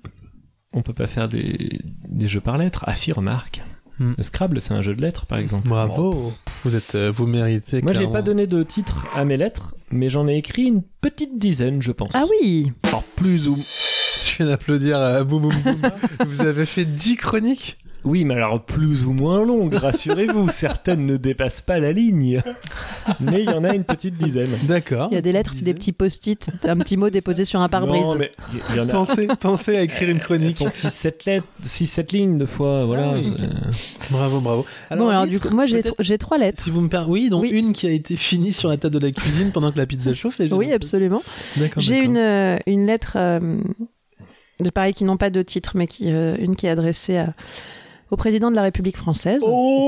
On peut pas faire des... des jeux par lettres. Ah si, remarque. Hmm. Le Scrabble, c'est un jeu de lettres, par exemple. Bravo. Vous êtes, euh, vous méritez. Moi, j'ai clairement. pas donné de titre à mes lettres, mais j'en ai écrit une petite dizaine, je pense. Ah oui. Alors, plus ou... Je viens d'applaudir à boum boum boum. Vous avez fait dix chroniques. Oui, mais alors plus ou moins longue, rassurez-vous. Certaines ne dépassent pas la ligne. Mais il y en a une petite dizaine. D'accord. Il y a des lettres, c'est des petits post-it, un petit mot déposé sur un pare-brise. Non, mais il y en a... Pensez, pensez à écrire une chronique. six sept lettres, six sept lignes de fois, voilà. Ah oui, c'est- ok. Bravo, bravo. bon, alors vite, du coup, moi j'ai peut-être, tr- j'ai trois lettres. Si vous me permettez, oui, donc Oui. une qui a été finie sur la table de la cuisine pendant que la pizza chauffe. et j'ai- Oui, absolument. D'accord. J'ai d'accord. une, euh, une lettre, euh, de pareil, qui n'ont pas de titre, mais qui, euh, une qui est adressée à- au président de la République française.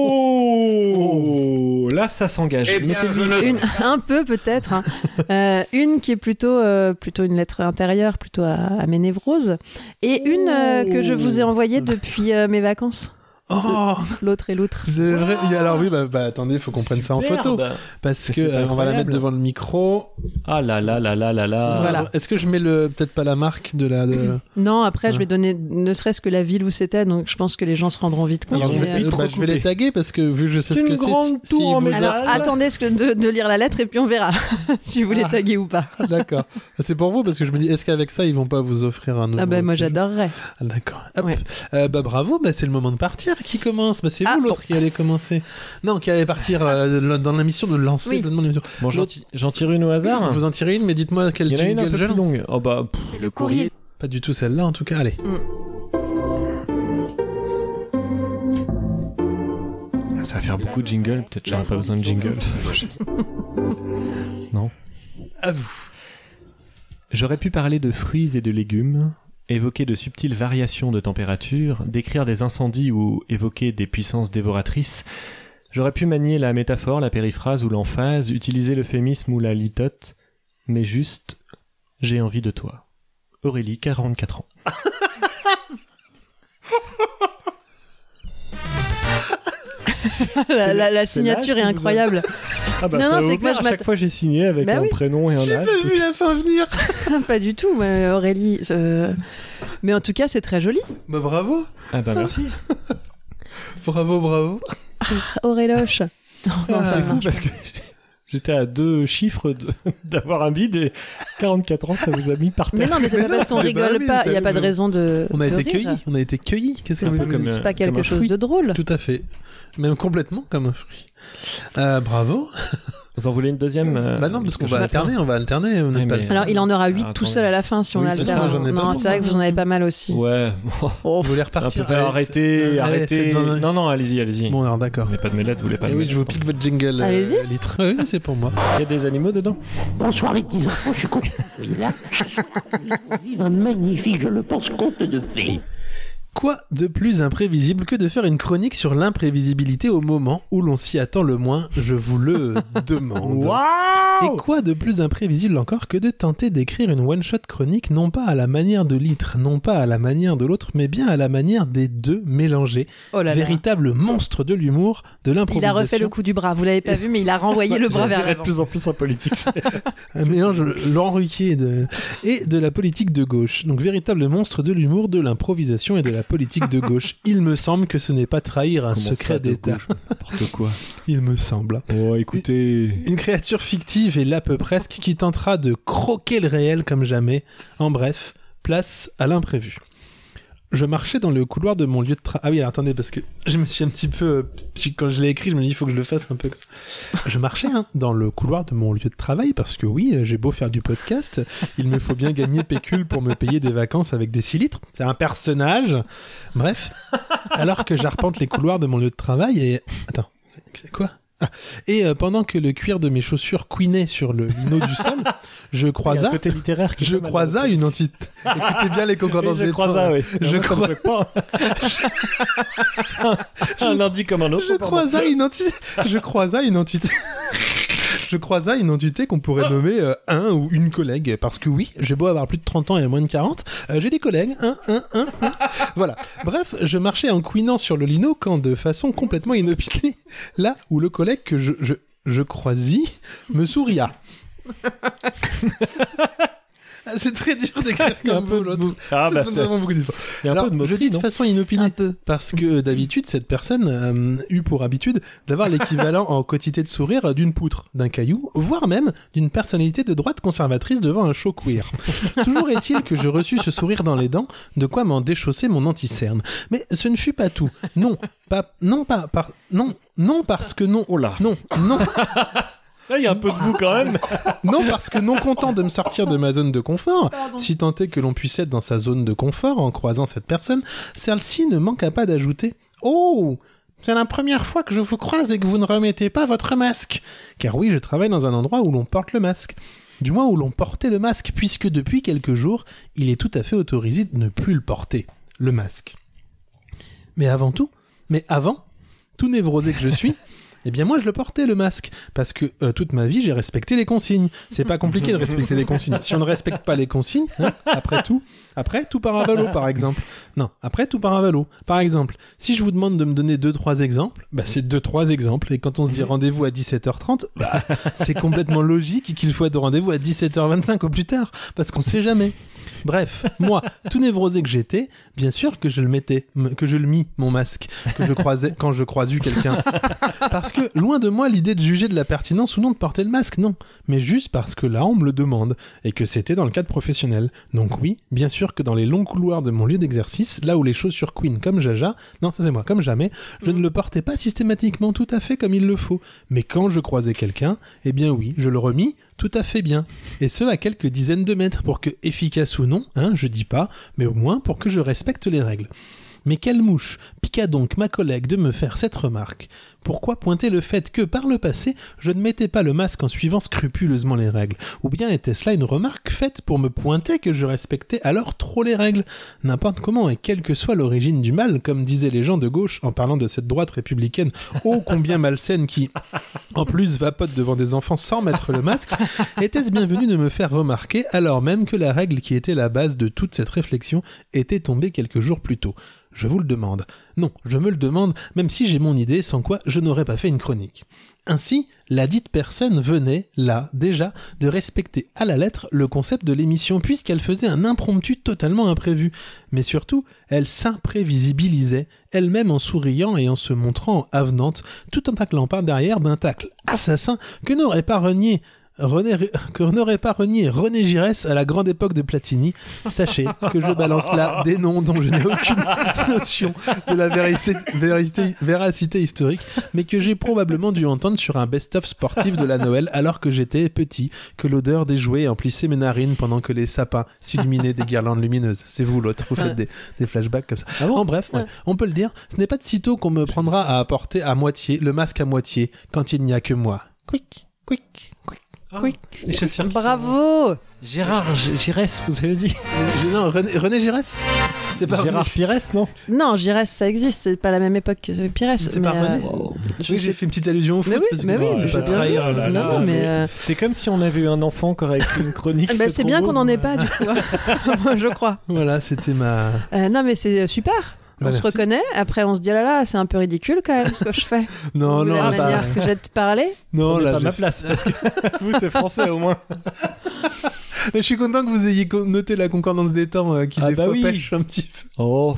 Oh, là, ça s'engage. Mettez le micro. Une, un peu peut-être. hein. Euh, une qui est plutôt, euh, plutôt une lettre intérieure, plutôt à, à mes névroses. Et une euh, que je vous ai envoyée depuis euh, mes vacances. Oh, L'autre et l'autre. vous avez vrai. Alors oui, bah, bah, attendez, il faut qu'on prenne ça en photo. Superbe. Parce Mais que c'est euh, on va la incroyable. mettre devant le micro. Ah là là là là là là. Voilà. Est-ce que je mets le peut-être pas la marque de la de... Non, après, je Ouais. vais donner ne serait-ce que la ville où c'était, donc je pense que les gens se rendront vite compte. Alors, je mais, vais, euh, bah, je vais les taguer parce que vu que je sais C'est ce que une c'est. grande si- tour si en vous- métal. Alors, attendez ce que de, de lire la lettre et puis on verra si vous les Ah. taguez ou pas. Ah, d'accord. C'est pour vous parce que je me dis est-ce qu'avec ça ils vont pas vous offrir un nouveau. Ah ben moi séjour j'adorerais. Ah, d'accord. Hop. Ouais. Euh, bah bravo, bah, c'est le moment de partir. Qui commence bah, c'est Ah, vous l'autre qui allait commencer. Non, qui allait partir euh, dans l'émission de lancer Oui. le nom de l'émission. Bon, j'en ti- j'en tire une au hasard. Vous en tirez une, mais dites-moi quel Il y en a une un jingle peu je plus lance. longue. Oh bah, pff, Le courrier. Pas du tout celle-là en tout cas. Allez. ça va faire beaucoup de jingle. Peut-être j'aurais pas besoin de jingle. Non. À vous. J'aurais pu parler de fruits et de légumes, évoquer de subtiles variations de température, décrire des incendies ou évoquer des puissances dévoratrices. J'aurais pu manier la métaphore, la périphrase ou l'emphase, utiliser l'euphémisme ou la litote, mais juste, j'ai envie de toi. Aurélie, quarante-quatre ans. la, la, la signature est incroyable. Ah bah, non, ça non, c'est que moi, à je chaque m'attends. fois j'ai signé avec bah un oui. prénom et un J'ai âge. pas vu la fin venir. Pas du tout, mais Aurélie. euh, Mais en tout cas, c'est très joli. Bah bravo, Ah bah merci. bravo, bravo. Auréloche. Non, non, Ah, ça C'est marche fou pas. parce que j'étais à deux chiffres de- d'avoir un bide et quarante-quatre ans ça vous a mis par Mais terre. non, mais c'est Mais pas non, parce qu'on c'est- bah rigole oui, pas. ça Il n'y a nous- pas de raison de. On a de été rire. cueillis, on a été cueillis. Qu'est-ce que C'est ça ça. veut comme, dire C'est euh, pas quelque comme un chose fruit. de drôle. Tout à fait. Même complètement comme un fruit. Euh, bravo. Vous en voulez une deuxième euh, bah non, parce qu'on que va je- alterner, on va alterner. On Ouais, n'a pas mais- le- Alors, il en aura huit Ah, tout attends. seul à la fin si on Oui, a c'est le ça, temps. j'en ai pas Non, pour c'est vrai ça. que vous en avez pas mal aussi. Ouais, bon, Oh, Vous voulez c'est un repartir peu Allez, arrêtez, allez, arrêtez. faites un- Non, non, allez-y, allez-y. Bon, alors d'accord. Mais pas de mêlette, vous voulez pas Eh de oui, mêlette, je vous pense. pique votre jingle. euh, Allez-y. litre. Oui, c'est pour moi. Il y a des animaux dedans. Bonsoir les petits enfants, je suis content de vous là. Ce soir, nous allons vivre un magnifique, je le pense, conte de fées. Quoi de plus imprévisible que de faire une chronique sur l'imprévisibilité au moment où l'on s'y attend le moins, je vous le demande. Et quoi de plus imprévisible encore que de tenter d'écrire une one-shot chronique non pas à la manière de Litre, non pas à la manière de l'autre, mais bien à la manière des deux mélangés. Oh là là. Véritable monstre de l'humour, de Il l'improvisation. a refait le coup du bras. Vous l'avez pas vu, mais il a renvoyé le bras Je vers dirais de l'avant. plus en plus en politique. Un mélange Laurent Ruquier et de, et de la politique de gauche. Donc véritable monstre de l'humour, de l'improvisation et de la politique de gauche. Il me semble que ce n'est pas trahir un Comment secret ça, de d'État. gauche N'importe quoi. Il me semble. Oh, écoutez. Une créature fictive et là peu presque qui tentera de croquer le réel comme jamais. En bref, place à l'imprévu. Je marchais dans le couloir de mon lieu de travail. Ah oui, alors, attendez, parce que je me suis un petit peu... euh, petit- Quand je l'ai écrit, je me dis, il faut que je le fasse un peu comme ça. Je marchais hein, dans le couloir de mon lieu de travail, parce que oui, j'ai beau faire du podcast, il me faut bien gagner pécule pour me payer des vacances avec des six litres. C'est un personnage. Bref, alors que j'arpente les couloirs de mon lieu de travail et... Attends, c'est c'est quoi ah. Et euh, pendant que le cuir de mes chaussures couinait sur le lino du sol, je Il y a croisa... un côté littéraire qui est Je pas mal. croisa une entité. Écoutez bien les concordances Oui, je des croisa, temps. oui. Je Moi, ça me crois- fait pas. Un lundi comme un autre. Je pardon. croisa une entité. Je croisa une entité. Je croisa une entité qu'on pourrait nommer euh, un ou une collègue. Parce que oui, j'ai beau avoir plus de trente ans et moins de quarante, euh, j'ai des collègues. Un, un, un, un. Voilà. Bref, je marchais en couinant sur le lino quand, de façon complètement inopinée, là où le collègue que je, je, je croisis me souria. Ah, c'est très dur d'écrire Il y a un comme peu vous, de l'autre. mots. Ah, bah, C'est c'est- vraiment beaucoup d'efforts. il y a un Alors, peu de je moquerie, dis de non façon inopinée. Un peu. Parce que euh, d'habitude, cette personne euh, eut pour habitude d'avoir l'équivalent en quantité de sourire d'une poutre, d'un caillou, voire même d'une personnalité de droite conservatrice devant un show queer. Toujours est-il que je reçus ce sourire dans les dents, de quoi m'en déchausser mon anti-cerne. Mais ce ne fut pas tout. Non, pas, non, pas, par, non, non parce que non, Oh là. non, non. Là, il y a un peu de vous quand même. Non, parce que non content de me sortir de ma zone de confort, si tant est que l'on puisse être dans sa zone de confort en croisant cette personne, celle-ci ne manqua pas d'ajouter « Oh, c'est la première fois que je vous croise et que vous ne remettez pas votre masque. » Car oui, je travaille dans un endroit où l'on porte le masque. Du moins où l'on portait le masque, puisque depuis quelques jours, il est tout à fait autorisé de ne plus le porter, le masque. Mais avant tout, mais avant, tout névrosé que je suis... Eh bien moi je le portais le masque, parce que euh, toute ma vie j'ai respecté les consignes. C'est pas compliqué de respecter les consignes. Si on ne respecte pas les consignes, hein, après tout, après tout par un valo par exemple. Non, après tout par un valo. Par exemple, si je vous demande de me donner deux trois exemples, bah c'est deux trois exemples. Et quand on se dit rendez-vous à dix-sept heures trente, bah c'est complètement logique qu'il faut être au rendez-vous à dix-sept heures vingt-cinq au plus tard, parce qu'on sait jamais. Bref, moi, tout névrosé que j'étais, bien sûr que je le mettais, m- que je le mis, mon masque, que je croisais quand je croisais quelqu'un. Parce que, loin de moi, l'idée de juger de la pertinence ou non de porter le masque, non. Mais juste parce que là, on me le demande, et que c'était dans le cadre professionnel. Donc oui, bien sûr que dans les longs couloirs de mon lieu d'exercice, là où les chaussures queen comme Jaja, non, ça c'est moi, comme jamais, je ne le portais pas systématiquement tout à fait comme il le faut. Mais quand je croisais quelqu'un, eh bien oui, je le remis tout à fait bien. Et ce, à quelques dizaines de mètres, pour que, efficace ou non, hein, je dis pas, mais au moins pour que je respecte les règles. Mais quelle mouche piqua donc ma collègue de me faire cette remarque? Pourquoi pointer le fait que, par le passé, je ne mettais pas le masque en suivant scrupuleusement les règles? Ou bien était-ce là une remarque faite pour me pointer que je respectais alors trop les règles? N'importe comment, et quelle que soit l'origine du mal, comme disaient les gens de gauche en parlant de cette droite républicaine ô combien malsaine qui, en plus, vapote devant des enfants sans mettre le masque, était-ce bienvenu de me faire remarquer alors même que la règle qui était la base de toute cette réflexion était tombée quelques jours plus tôt? Je vous le demande. Non, je me le demande, même si j'ai mon idée, sans quoi je n'aurais pas fait une chronique. Ainsi, la dite personne venait, là, déjà, de respecter à la lettre le concept de l'émission, puisqu'elle faisait un impromptu totalement imprévu. Mais surtout, elle s'imprévisibilisait, elle-même en souriant et en se montrant avenante, tout en taclant par derrière d'un tacle assassin que n'aurait pas renié René, que n'aurait pas renié René Giresse à la grande époque de Platini. Sachez que je balance là des noms dont je n'ai aucune notion de la véracité, véracité, véracité historique, mais que j'ai probablement dû entendre sur un best-of sportif de la Noël alors que j'étais petit, que l'odeur des jouets emplissait mes narines pendant que les sapins s'illuminaient des guirlandes lumineuses. C'est vous l'autre, vous faites des, des flashbacks comme ça. Ah bon en bref, ouais, on peut le dire, ce n'est pas de sitôt qu'on me prendra à apporter à moitié le masque à moitié quand il n'y a que moi. Quick, quick, quick. Oui, les chaussures. Bravo. Gérard G- Giresse, vous avez dit euh, Non, René, René Giresse. C'est pas Gérard Pires, non Non, Giresse, ça existe, c'est pas la même époque que Pires. C'est mais pas René. euh... Oh. Je sais que j'ai fait une petite allusion au foot. Mais oui, parce mais que oui, bon, c'est j'ai pas bien trahir. vu. Là, non, là, mais, mais euh... c'est comme si on avait eu un enfant qui aurait écrit une chronique. bah, c'est bien beau. Qu'on n'en ait pas, du coup. Je crois. Voilà, c'était ma. Euh, non, mais c'est super. On bah, se merci. reconnaît, après on se dit oh là là, c'est un peu ridicule quand même ce que je fais. Non, non, la ah, manière bah... que j'ai de parler. Non, là, pas j'ai... ma place, parce que vous c'est français au moins. Mais je suis content que vous ayez noté la concordance des temps euh, qui ah des bah fois oui. pêche un petit peu. Oh.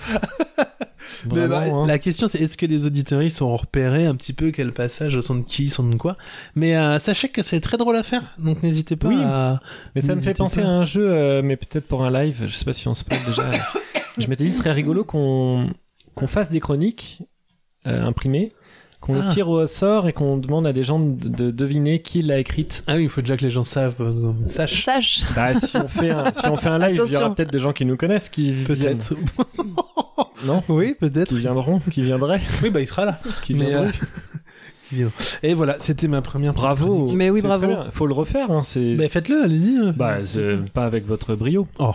Mais bah, hein. La question c'est est-ce que les auditeurs sont repérés un petit peu quels passages sont de qui, sont de quoi. Mais euh, sachez que c'est très drôle à faire, donc n'hésitez pas oui. à... Mais ça n'hésitez me fait penser pas. à un jeu, euh, mais peut-être pour un live, je sais pas si on se parle déjà. Je m'étais dit ce serait rigolo qu'on, qu'on fasse des chroniques euh, imprimées, qu'on ah. les tire au sort et qu'on demande à des gens de, de deviner qui l'a écrite. Ah oui, il faut déjà que les gens savent, euh, sachent. Sache. Bah, si on fait un, si on fait un live, il y aura peut-être des gens qui nous connaissent qui peut-être. Non ? Oui, peut-être. Qui viendront, qui viendraient. Oui, bah il sera là. Qui Mais viendront. Euh... Et voilà, c'était ma première. Bravo. Chronique. Mais oui, bravo. Faut le refaire. Hein, c'est... Bah faites-le, allez-y. Bah, c'est pas avec votre brio. Oh.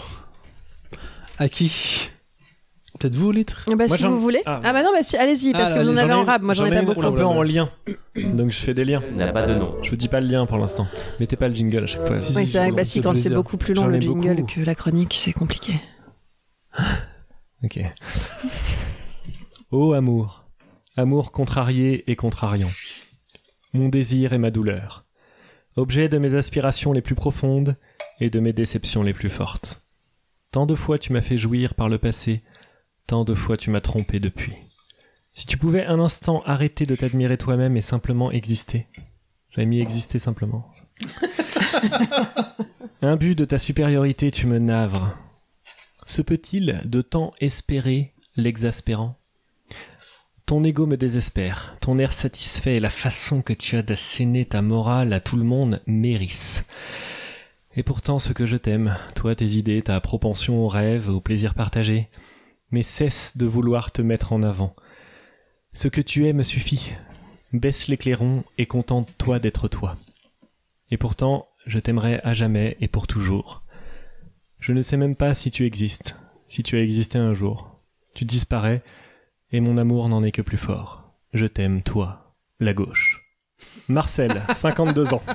À qui ? Peut-être vous, litre bah, Moi, si j'en... vous voulez. Ah, ah bah non, mais si... allez-y, parce ah, que vous en avez en rab. Moi, j'en, j'en ai pas beaucoup. Un peu en lien. Donc, je fais des liens. Il n'a pas de nom. Je vous dis pas le lien pour l'instant. Mettez pas le jingle à chaque fois. Oui, c'est vrai. Bah, si, quand c'est beaucoup plus long, le jingle, beaucoup. Que la chronique, c'est compliqué. Ok. Ô amour. Amour contrarié et contrariant. Mon désir et ma douleur. Objet de mes aspirations les plus profondes et de mes déceptions les plus fortes. Tant de fois tu m'as fait jouir par le passé, tant de fois tu m'as trompé depuis. Si tu pouvais un instant arrêter de t'admirer toi-même et simplement exister. J'avais mis exister simplement. Imbu de ta supériorité, tu me navres. Se peut-il de tant espérer l'exaspérant ? Ton ego me désespère, ton air satisfait et la façon que tu as d'asséner ta morale à tout le monde m'hérissent. Et pourtant ce que je t'aime, toi tes idées, ta propension au rêve, au plaisir partagé, mais cesse de vouloir te mettre en avant. Ce que tu es me suffit, baisse l'éclairon et contente-toi d'être toi. Et pourtant, je t'aimerai à jamais et pour toujours. Je ne sais même pas si tu existes, si tu as existé un jour. Tu disparais, et mon amour n'en est que plus fort. Je t'aime, toi, la gauche. Marcel, cinquante-deux ans.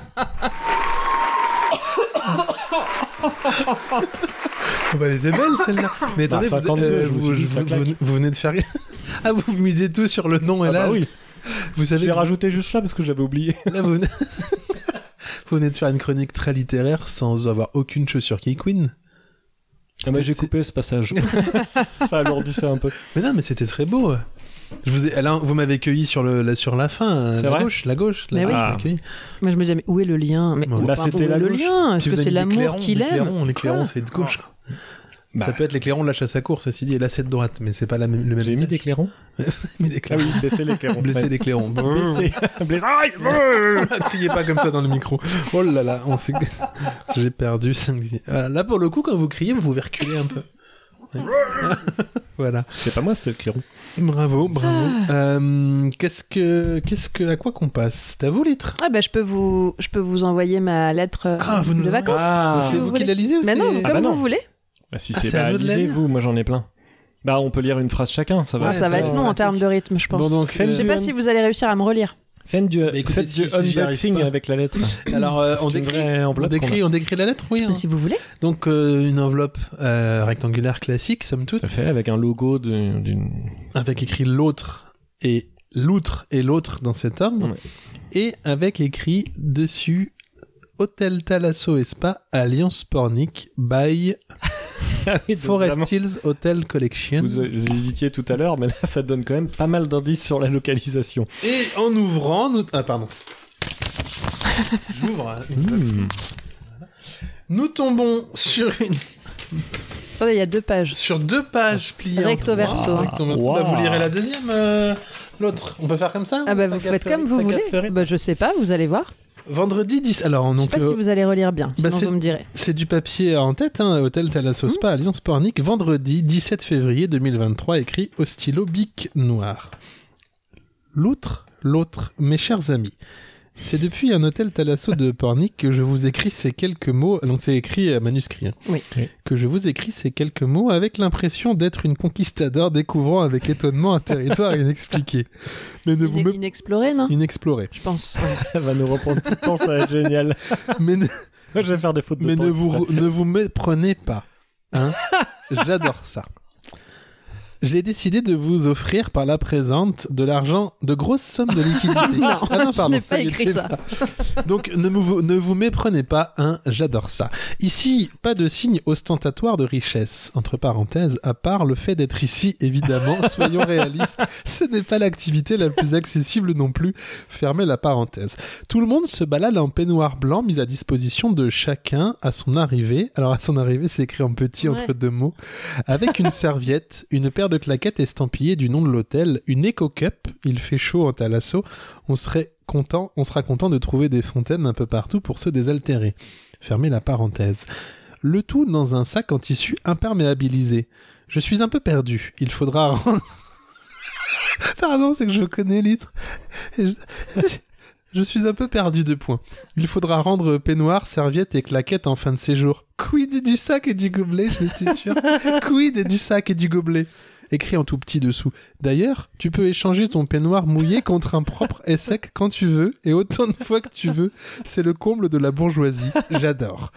Oh bah, elle était belle celle-là. Mais attendez, bah, cinquante-deux, euh, vous, vous, vous, vous, vous venez de faire. Ah, vous misez tout sur le nom et ah là. Bah oui. Vous savez. Je l'ai rajouté juste là parce que j'avais oublié. Là, vous venez... vous venez de faire une chronique très littéraire sans avoir aucune chaussure qui Queen. Ah bah, j'ai coupé ce passage. Ça alourdissait un peu. Mais non, mais c'était très beau. Je vous, ai, alors, vous m'avez cueilli sur, le, la, sur la fin, c'est la vrai gauche, la gauche. La mais gauche oui. Moi je me disais, mais où est le lien mais bon, là, enfin, c'était la le gauche. lien Est-ce que c'est l'amour qu'il aime L'éclairon, l'éclairon c'est de gauche. Quoi. Bah. Ça peut être l'éclairon de la chasse à course, ceci dit, et là c'est de droite, mais c'est pas la même, le même. J'ai mis des clairons. mis des clairons. Ah oui, baisser les clairons. Blesser les clairons. Blesser. Criez pas comme ça dans le micro. Oh là là, on s'est... j'ai perdu cinq ah, là pour le coup, quand vous criez, vous pouvez reculer un peu. Voilà. C'est pas moi, c'était le clairon. Bravo, bravo. Ah. Euh, qu'est-ce que, qu'est-ce que, à quoi qu'on passe ? C'est à vous, Litre ? Ah bah je peux vous, je peux vous envoyer ma lettre ah, vous de vacances. Ah, si c'est vous, vous qui la lisez ou mais c'est... non, comme ah bah non. vous voulez. Bah si ah, c'est, c'est pas lisez-vous, moi j'en ai plein. Bah on peut lire une phrase chacun, ça va. Ah, ça, ça va être long en termes de rythme, je pense. Bon, donc, je sais pas si vous allez réussir à me relire. Faites du, Bah, écoutez, faites si- du si j'y arrive unboxing pas. avec la lettre. Alors, euh, Parce que on, c'est une décrit, vraie on, enveloppe décrit, on décrit la lettre, oui. hein. Si vous voulez. Donc, euh, une enveloppe euh, rectangulaire classique, somme toute, Tout à fait, avec un logo de- d'une... avec écrit l'autre et l'outre et l'autre dans cet ordre, Ouais. et avec écrit dessus Hôtel Thalasso et Spa Alliance Pornic by Ah oui, donc Forest vraiment, Hills Hotel Collection. Vous, vous hésitiez tout à l'heure, mais là, ça donne quand même pas mal d'indices sur la localisation. Et en ouvrant, nous... ah pardon. J'ouvre. hein, une fois. Mmh. Nous tombons sur une, Attendez, il y a deux pages. sur deux pages pliées. en Recto trois. verso. Recto verso. Wow. Bah, vous lirez la deuxième, euh, l'autre. On peut faire comme ça Ah bah Ça vous casse faites le comme rythme, vous ça voulez. casse le rythme. Bah je sais pas, vous allez voir. Vendredi dix. Alors, Je sais donc, pas euh, si vous allez relire bien, bah, sinon c'est- vous me direz. c'est du papier en tête, hein, Hôtel Thalasso Spa Alliance Pornic, vendredi dix-sept février deux mille vingt-trois, écrit au stylo bic noir. L'outre, l'autre, mes chers amis. C'est depuis un hôtel Thalasso de Pornic que je vous écris ces quelques mots, donc c'est écrit à manuscrit, hein, Oui. Oui. que je vous écris ces quelques mots avec l'impression d'être une conquistador découvrant avec étonnement un territoire inexpliqué. Mais ne vous Ine- me... Inexploré, non Inexploré. Je pense. Elle va nous reprendre tout le temps, ça va être génial. Mais ne... Moi, je vais faire des fautes de Mais temps ne exprès. vous, ne vous méprenez pas. Hein. J'adore ça. J'ai décidé de vous offrir par la présente de l'argent, de grosses sommes de liquidité. Non, Ah non, je pardon, n'ai pas ça y écrit était ça. pas. Donc ne, vous- ne vous méprenez pas, hein, j'adore ça. Ici, pas de signe ostentatoire de richesse, entre parenthèses, à part le fait d'être ici, évidemment, soyons réalistes, ce n'est pas l'activité la plus accessible non plus, fermez la parenthèse. Tout le monde se balade en peignoir blanc mis à disposition de chacun à son arrivée. Alors à son arrivée, c'est écrit en petit entre Ouais. deux mots, avec une serviette, une paire de claquettes estampillées du nom de l'hôtel, une éco-cup, il fait chaud en Thalasso, on serait content, on sera content de trouver des fontaines un peu partout pour se désaltérer. Fermez la parenthèse. Le tout dans un sac en tissu imperméabilisé. Je suis un peu perdu, il faudra rendre... Pardon, c'est que je connais litre. Et Je... je suis un peu perdu de points. Il faudra rendre peignoir, serviette et claquettes en fin de séjour. Quid du sac et du gobelet, je l'étais sûr. Quid du sac et du gobelet. Écrit en tout petit dessous. D'ailleurs, tu peux échanger ton peignoir mouillé contre un propre et sec quand tu veux et autant de fois que tu veux. C'est le comble de la bourgeoisie. J'adore.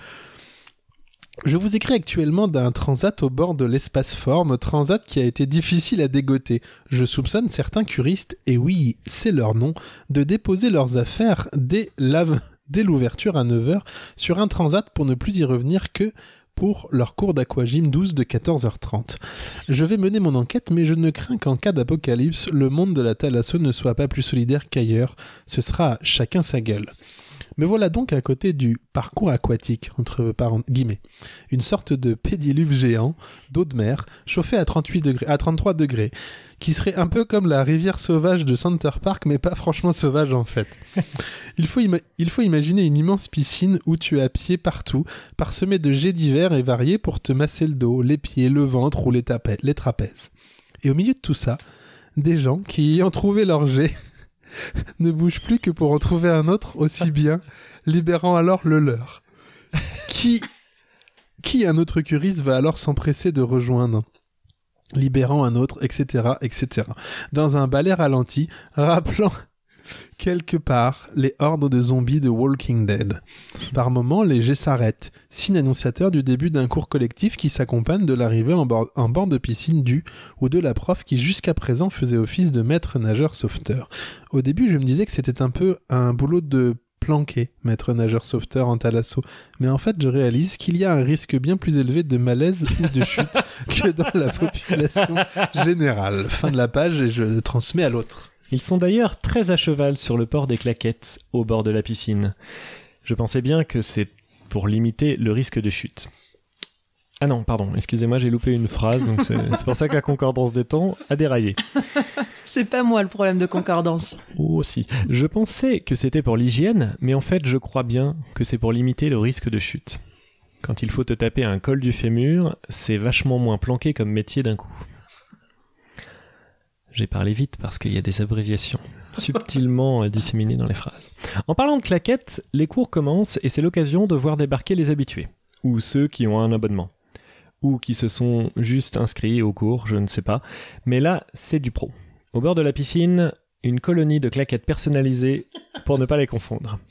Je vous écris actuellement d'un transat au bord de l'espace forme, transat qui a été difficile à dégoter. Je soupçonne certains curistes, et oui, c'est leur nom, de déposer leurs affaires dès, la... dès l'ouverture à neuf heures sur un transat pour ne plus y revenir que pour leur cours d'aquagym douze de quatorze heures trente. Je vais mener mon enquête, mais je ne crains qu'en cas d'apocalypse, le monde de la Thalasso ne soit pas plus solidaire qu'ailleurs. Ce sera chacun sa gueule. Me voilà donc à côté du parcours aquatique, entre parent- guillemets. Une sorte de pédiluve géant, d'eau de mer, chauffé à, trente-huit degrés, à trente-trois degrés, qui serait un peu comme la rivière sauvage de Center Park, mais pas franchement sauvage en fait. Il faut, ima- il faut imaginer une immense piscine où tu es à pied partout, parsemée de jets divers et variés pour te masser le dos, les pieds, le ventre ou les, tapè- les trapèzes. Et au milieu de tout ça, des gens qui, ayant trouvé leur jet, ne bougent plus que pour en trouver un autre aussi bien, libérant alors le leur. Qui, qui un autre curiste va alors s'empresser de rejoindre, libérant un autre, et cetera, et cetera. Dans un balai ralenti, rappelant quelque part les hordes de zombies de Walking Dead. Par moments, les jets s'arrêtent, signe annonciateur du début d'un cours collectif qui s'accompagne de l'arrivée en bord, en bord de piscine du ou de la prof qui jusqu'à présent faisait office de maître nageur sauveteur. Au début, je me disais que c'était un peu un boulot de planqué, maître nageur sauveteur en Thalasso, mais en fait, je réalise qu'il y a un risque bien plus élevé de malaise ou de chute que dans la population générale. Fin de la page et je transmets à l'autre. Ils sont d'ailleurs très à cheval sur le port des claquettes au bord de la piscine. Je pensais bien que c'est pour limiter le risque de chute. Ah non, pardon, excusez-moi, j'ai loupé une phrase, donc c'est, c'est pour ça que la concordance des temps a déraillé. C'est pas moi le problème de concordance. Oh si. Je pensais que c'était pour l'hygiène, mais en fait je crois bien que c'est pour limiter le risque de chute. Quand il faut te taper un col du fémur, c'est vachement moins planqué comme métier d'un coup. J'ai parlé vite parce qu'il y a des abréviations subtilement disséminées dans les phrases. En parlant de claquettes, les cours commencent et c'est l'occasion de voir débarquer les habitués, ou ceux qui ont un abonnement, ou qui se sont juste inscrits au cours, je ne sais pas. Mais là, c'est du pro. Au bord de la piscine, une colonie de claquettes personnalisées pour ne pas les confondre.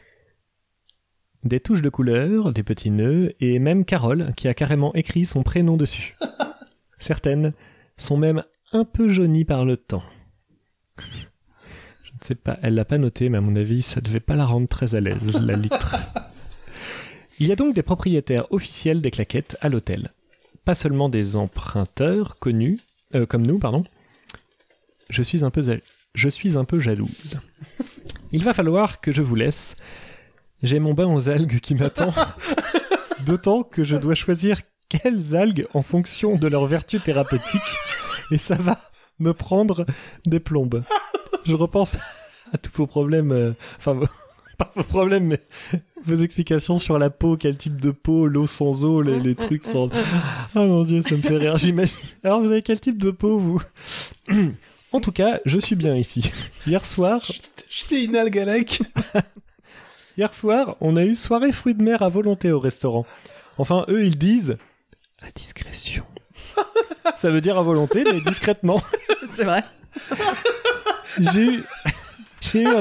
Des touches de couleur, des petits nœuds, et même Carole qui a carrément écrit son prénom dessus. Certaines sont même un peu jaunies par le temps. Je ne sais pas, elle l'a pas noté, mais à mon avis, ça devait pas la rendre très à l'aise, la litre. Il y a donc des propriétaires officiels des claquettes à l'hôtel. Pas seulement des emprunteurs connus, euh, comme nous, pardon. Je suis un peu, za- je suis un peu jalouse. Il va falloir que je vous laisse. J'ai mon bain aux algues qui m'attend. D'autant que je dois choisir quelles algues en fonction de leur vertu thérapeutique. Et ça va me prendre des plombes. Je repense à tous vos problèmes... Euh, enfin, vos, pas vos problèmes, mais vos explications sur la peau, quel type de peau, l'eau sans eau, les, les trucs sans... Oh mon Dieu, ça me fait rire, j'imagine. Alors, vous avez quel type de peau, vous? En tout cas, je suis bien ici. Hier soir... J'étais une algue à lac. Hier soir, on a eu soirée fruits de mer à volonté au restaurant. Enfin, eux, ils disent... à discrétion. Ça veut dire à volonté, mais discrètement. C'est vrai. J'ai eu... J'ai eu un...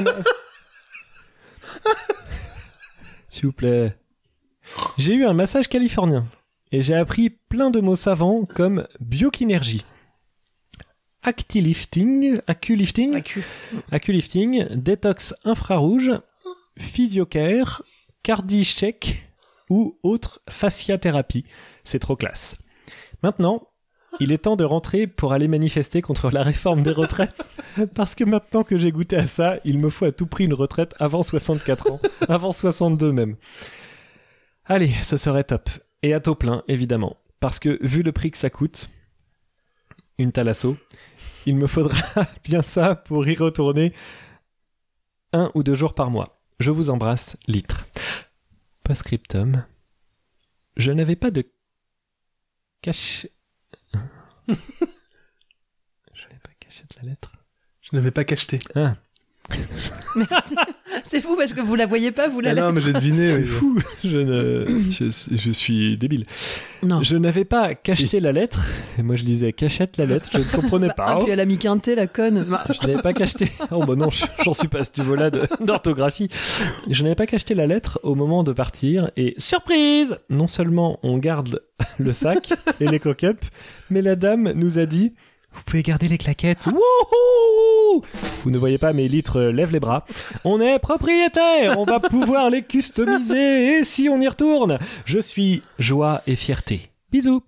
S'il vous plaît. J'ai eu un massage californien. Et j'ai appris plein de mots savants comme biokinergie, actilifting, aculifting, Acu. aculifting, détox infrarouge, physiocare, cardicheck ou autre fasciathérapie. C'est trop classe. Maintenant, il est temps de rentrer pour aller manifester contre la réforme des retraites. Parce que maintenant que j'ai goûté à ça, il me faut à tout prix une retraite avant soixante-quatre ans. Avant soixante-deux même. Allez, ce serait top. Et à taux plein, évidemment. Parce que, vu le prix que ça coûte, une thalasso, il me faudra bien ça pour y retourner un ou deux jours par mois. Je vous embrasse, litre. Post-scriptum. Je n'avais pas de cache... Je n'avais pas caché la lettre. Je n'avais pas cacheté. Ah. Merci. C'est fou parce que vous la voyez pas, vous la Ah non, mais j'ai deviné. C'est oui. fou. Je, ne... je, je suis débile. Non. Je n'avais pas cacheté la lettre. Et moi, je disais cachette la lettre. Je ne comprenais pas. Ah, puis elle a mis quinté, la conne. Je n'avais pas cacheté. Oh bah non, j'en suis pas à ce niveau-là de- d'orthographie. Je n'avais pas cacheté la lettre au moment de partir. Et surprise! Non seulement on garde le sac et les cock-up, mais la dame nous a dit... Vous pouvez garder les claquettes. Wouhou! Vous ne voyez pas, mais Litre lève les bras. On est propriétaire, on va pouvoir les customiser. Et si on y retourne, je suis joie et fierté. Bisous.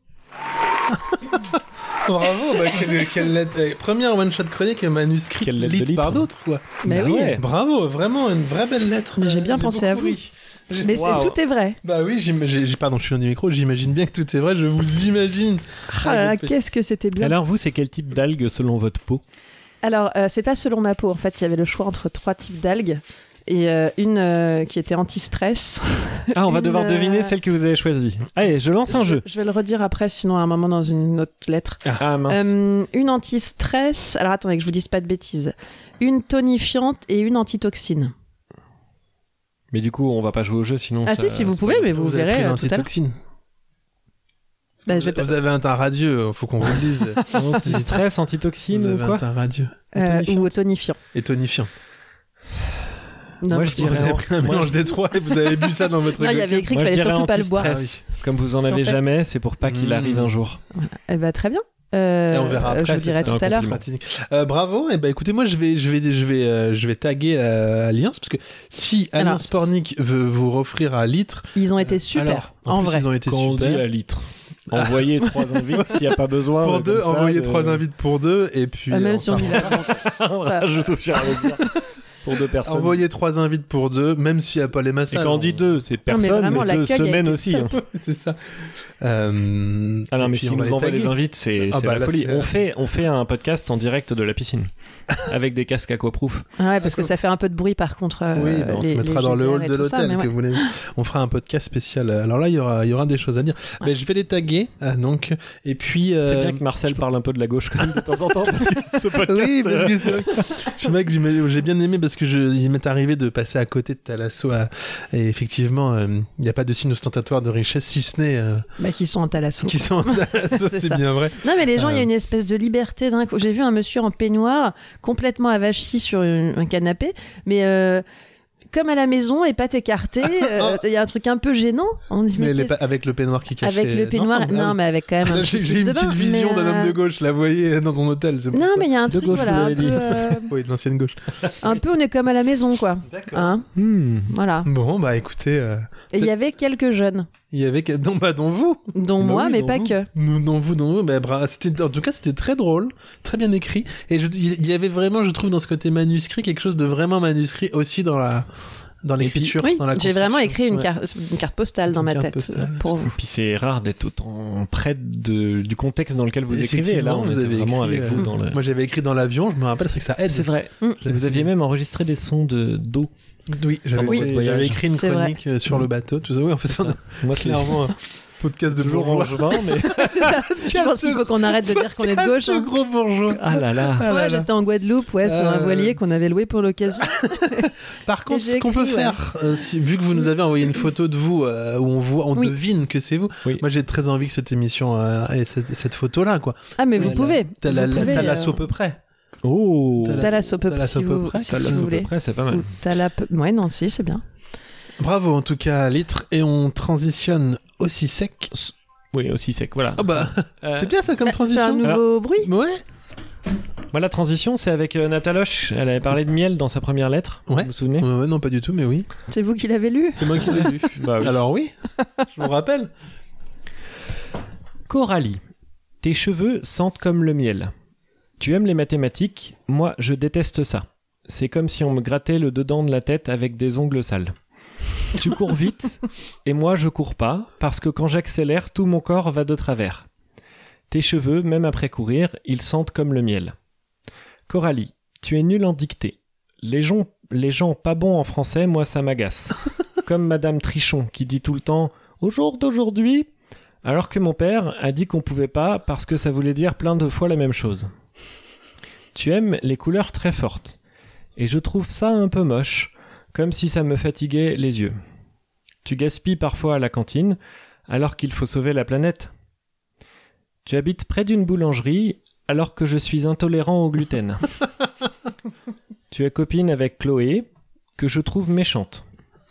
Bravo, bah, quelle, quelle lettre. eh, Première one-shot chronique manuscrite Quelle lettre de lite par litre. d'autres, quoi. Mais Bah oui. ouais. Bravo, vraiment une vraie belle lettre. Mais j'ai Euh, bien pensé à beaucoup vous. ri. J'ai- Mais c'est- Waouh. tout est vrai. Bah oui, j'im- j'ai, j'ai- pardon, je suis loin du micro, j'imagine bien que tout est vrai, je vous imagine. Ah là là, qu'est-ce que c'était bien. Alors vous, c'est quel type d'algue selon votre peau? Alors, euh, c'est pas selon ma peau. En fait, il y avait le choix entre trois types d'algues. Et euh, une euh, qui était anti-stress. Ah, on va Une, devoir euh, deviner celle que vous avez choisie. Allez, je lance un jeu. Je vais le redire après, sinon à un moment dans une autre lettre. Ah mince. Euh, une anti-stress. Alors attendez que je vous dise pas de bêtises. Une tonifiante et une antitoxine. Mais du coup, on va pas jouer au jeu, sinon Ah ça- si, si vous ça- pouvez, mais vous, avez verrez pris euh, tout à l'heure. l'antitoxine. Bah, vous, je vais pas- vous avez un teint radieux, faut qu'on vous le dise. Anti-stress, Vous antitoxine ou avez un quoi? teint radieux Euh, Tonifiante. ou tonifiant. et tonifiant. Non, Moi, parce je Vous dirais avez en- pris un moi, mélange je- des trois et vous avez bu ça dans votre Non, il y avait écrit Moi, qu'il je fallait dirais surtout pas le boire. anti-stress. Comme vous en Parce avez qu'en fait- jamais, c'est pour pas qu'il Mmh. arrive un jour. Eh ben, très bien. Euh, Et on verra après, je vous c'est dirai ça, tout un à l'heure. compliment. Euh, bravo. Et ben écoutez, moi je vais, je vais, je vais, euh, je vais taguer euh, Alliance parce que si Alors, Alliance Pornic veut vous offrir à litre, Ils ont été super, alors, en, en plus, vrai. ils ont été Quand on super. dit à litre, envoyez trois invites s'il n'y a pas besoin. Pour euh, deux, comme ça, envoyez de- trois invites pour deux et puis Euh, même euh, si on enfin, y va. On Ça. rajoute au fur et à mesure. Pour deux personnes. envoyez trois invites pour deux, même s'il n'y a pas les Et massages. quand on dit deux, c'est Non, mais personne, vraiment, mais deux l'accueil a semaines été aussi. hein. c'est ça. Euh, Ah non, et mais puis si on on va nous envoie taguer. les invites, c'est Ah c'est bah la là, folie. c'est- On fait, on fait un podcast en direct de la piscine. Avec des casques aquaproof. Ah ouais, parce que ça fait un peu de bruit par contre. euh, Oui, bah, on les- se mettra les dans le geysers hall et de tout ça, l'hôtel mais que ouais. vous voulez. On fera un podcast spécial. Alors là, il y aura, il y aura des choses à dire. Mais je vais les taguer. euh, donc, et puis. C'est euh, bien que Marcel parle un peu de la gauche quand même de temps en temps parce que ce podcast. Oui, euh, parce que c'est vrai. C'est vrai que j'imagine- j'ai bien aimé parce parce que je, il m'est arrivé de passer à côté de Thalasso à- et effectivement, euh, il n'y a pas de signe ostentatoire de richesse si ce n'est euh, Bah, qui sont en Thalasso. qui sont en Thalasso, C'est c'est ça. bien vrai. Non, mais les gens, il y Euh. a une espèce de liberté d'un coup. J'ai vu un monsieur en peignoir, complètement avachi sur une- un canapé, mais euh, comme à la maison, les pattes écartées. euh, Il y a un truc un peu gênant. On dit, mais Mais les qu'est-ce- pa- avec le peignoir qui cache. avec le peignoir, non, ça- ah oui. mais avec quand même un Là, petit j'ai slip j'ai une de petite bain, vision mais, d'un homme de euh, gauche, la voyez dans ton hôtel. c'est pour Non, ça. mais il y a un De truc, gauche, voilà, vous un avez peu, dit. euh, Oui, de l'ancienne gauche. un peu, on est comme à la maison, quoi. D'accord. Hein, Hmm. voilà. Bon, bah écoutez, euh, Et il y avait quelques jeunes, il y avait que- dont, bah, dont vous, dont Bah moi, oui, mais dont pas vous. que. Nous, dont vous, dont vous. Bah, bra- c'était, en tout cas, c'était très drôle, très bien écrit. Et je- il y avait vraiment, je trouve, dans ce côté manuscrit, quelque chose de vraiment manuscrit aussi dans la, dans l'écriture, Oui, dans la j'ai vraiment construction. écrit une, Ouais. carte, une carte postale C'est dans une ma carte tête postale. pour vous. Et puis c'est rare d'être autant près de, du contexte dans lequel vous écrivez. Et là, on Effectivement, vous était avez vraiment écrit, avec euh, vous dans le. Moi, j'avais écrit dans l'avion, je me rappelle, c'est que ça aide. C'est vrai. Mm. Et vous aviez même enregistré des sons de d'eau. Oui, j'avais, Pendant votre j'avais voyage. écrit une C'est vrai. chronique euh, sur le bateau, tout ça. Oui, en fait, C'est on a ça. Moi, c'est clairement un podcast de toujours en bourgeois. juin, mais. Je pense qu'il faut qu'on arrête de dire qu'on est de gauche. Ce hein. gros bourgeois. Ah là là. Ah là Ouais, là. j'étais en Guadeloupe, ouais, sur un Euh, voilier qu'on avait loué pour l'occasion. Par contre, j'ai ce qu'on peut écrit, ouais. faire, euh, si- vu que vous nous avez envoyé une photo de vous euh, où on voit, on Oui. devine que c'est vous. Oui. Moi, j'ai très envie que cette émission euh, ait cette, cette photo-là, quoi. Ah, mais vous T'as pouvez. la- T'as la, vous la- pouvez, t'as la euh, sauce peu près. Oh. T'as la- T'as la sauce peu t'as la si sauce vous, peu près, si t'as Ça, la vous à peu voulez. près, c'est pas mal. Ou t'as la peu- Ouais, non, si, c'est bien. Bravo, en tout cas, Litre. Et on transitionne aussi sec. Oui, aussi sec, voilà. Ah bah, Euh, c'est bien ça comme Bah, C'est un transition. nouveau bruit. Ouais. Moi, la transition, c'est avec euh, Nataloche. Elle avait parlé de miel dans sa première lettre. Ouais. Vous vous souvenez Ouais, ouais, non, pas du tout, mais oui. C'est vous qui l'avez lu. C'est moi qui l'ai lu. Bah oui. Alors oui, je vous rappelle. Coralie, tes cheveux sentent comme le miel. Tu aimes les mathématiques, moi je déteste ça. C'est comme si on me grattait le dedans de la tête avec des ongles sales. Tu cours vite, et moi je cours pas, parce que quand j'accélère, tout mon corps va de travers. Tes cheveux, même après courir, ils sentent comme le miel. Coralie, tu es nulle en dictée. Les gens, les gens pas bons en français, moi ça m'agace. Comme Madame Trichon qui dit tout le temps « Au jour d'aujourd'hui », alors que mon père a dit qu'on pouvait pas parce que ça voulait dire plein de fois la même chose. Tu aimes les couleurs très fortes. Et je trouve ça un peu moche, comme si ça me fatiguait les yeux. Tu gaspilles parfois à la cantine, alors qu'il faut sauver la planète. Tu habites près d'une boulangerie, alors que je suis intolérant au gluten. Tu es copine avec Chloé, que je trouve méchante.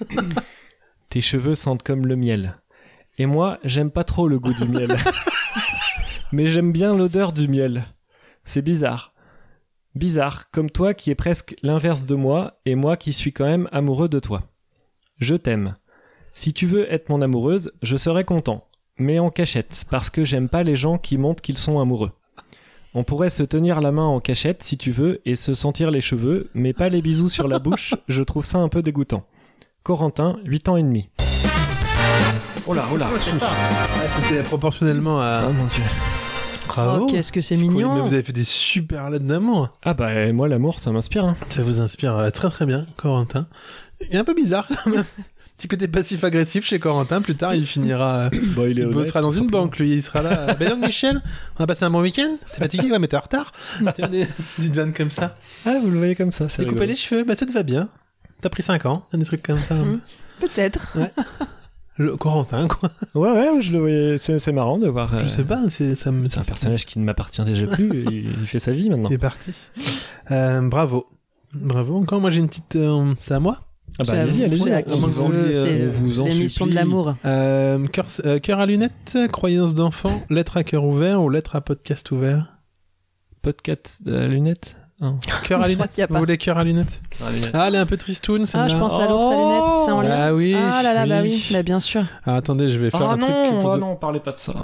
Tes cheveux sentent comme le miel. Et moi, j'aime pas trop le goût du miel. Mais j'aime bien l'odeur du miel. C'est bizarre. Bizarre, comme toi qui es presque l'inverse de moi, et moi qui suis quand même amoureux de toi. Je t'aime. Si tu veux être mon amoureuse, je serai content. Mais en cachette, parce que j'aime pas les gens qui montrent qu'ils sont amoureux. On pourrait se tenir la main en cachette si tu veux et se sentir les cheveux, mais pas les bisous sur la bouche, je trouve ça un peu dégoûtant. Corentin, huit ans et demi. Oh là, oh là. C'était proportionnellement à. Oh mon dieu. Bravo. Oh, qu'est-ce que c'est cool. mignon. Mais vous avez fait des super lettres d'amour. Ah bah moi l'amour ça m'inspire. Hein. Ça vous inspire euh, très très bien, Corentin. Il est un peu bizarre quand même. Petit côté passif-agressif chez Corentin. Plus tard, il finira. euh, Bah il est il honnête, bossera dans tout une simplement. banque, lui. Il sera là. Ben donc, Michel, on a passé un bon week-end. T'es fatigué? Ouais, mais t'es en retard. Tiens, des petites vannes comme ça. Ah vous le voyez comme ça, c'est T'as coupé rigolo. les cheveux? Bah, ça te va bien. T'as pris cinq ans. Des trucs comme ça. Mhm. Peut-être. Je- Corentin, quoi. Ouais ouais, je le voyais, c'est, c'est marrant de voir. euh, Je sais pas. C'est, ça me, C'est un personnage qui ne m'appartient déjà plus, il, il fait sa vie maintenant. Il est parti. Euh, bravo. Bravo. Encore, moi, j'ai une petite. euh, c'est à moi? Ah bah C'est à allez-y, vous, allez-y. c'est à on qui vous vous en- veut, veut, c'est on vous en l'émission de supplie. l'amour. Euh, cœur, euh, cœur à lunettes, croyance d'enfant, lettre à cœur ouvert ou lettre à podcast ouvert? Podcast à lunettes. Non. Cœur à Je crois lunettes? qu'il y a Vous pas. voulez cœur à lunettes? Ah, elle est un peu tristoun, Ah, celle-là. je pense à l'ours à lunettes, c'est en lien. Ah oui. Ah là là, bah oui. oui, bah bien sûr. Ah, attendez, je vais faire Ah un truc. que non, vous- ah non, parlez pas de ça.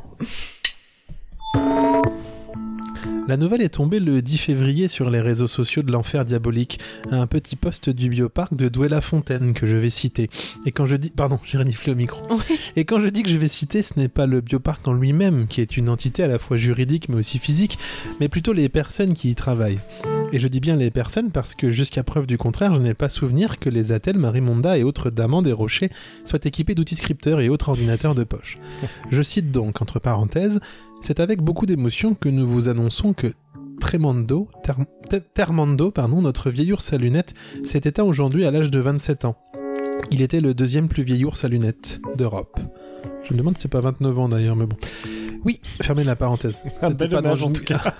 La nouvelle est tombée le dix février sur les réseaux sociaux de l'enfer diabolique, un petit post du bioparc de Douai-la-Fontaine que je vais citer. Et quand je dis... Pardon, j'ai reniflé au micro. Oui. Et quand je dis que je vais citer, ce n'est pas le bioparc en lui-même, qui est une entité à la fois juridique mais aussi physique, mais plutôt les personnes qui y travaillent. Et je dis bien les personnes parce que jusqu'à preuve du contraire, je n'ai pas souvenir que les attelles Marimonda et autres damans des rochers soient équipés d'outils scripteurs et autres ordinateurs de poche. Je cite donc, entre parenthèses, c'est avec beaucoup d'émotion que nous vous annonçons que Tremando, Ter- Ter- Termando, pardon, notre vieil ours à lunettes, s'est éteint aujourd'hui à l'âge de vingt-sept ans. Il était le deuxième plus vieil ours à lunettes d'Europe. Je me demande si c'est pas vingt-neuf ans d'ailleurs, mais bon. Oui, fermez la parenthèse. Un C'était bel pas hommage dans en une- tout cas.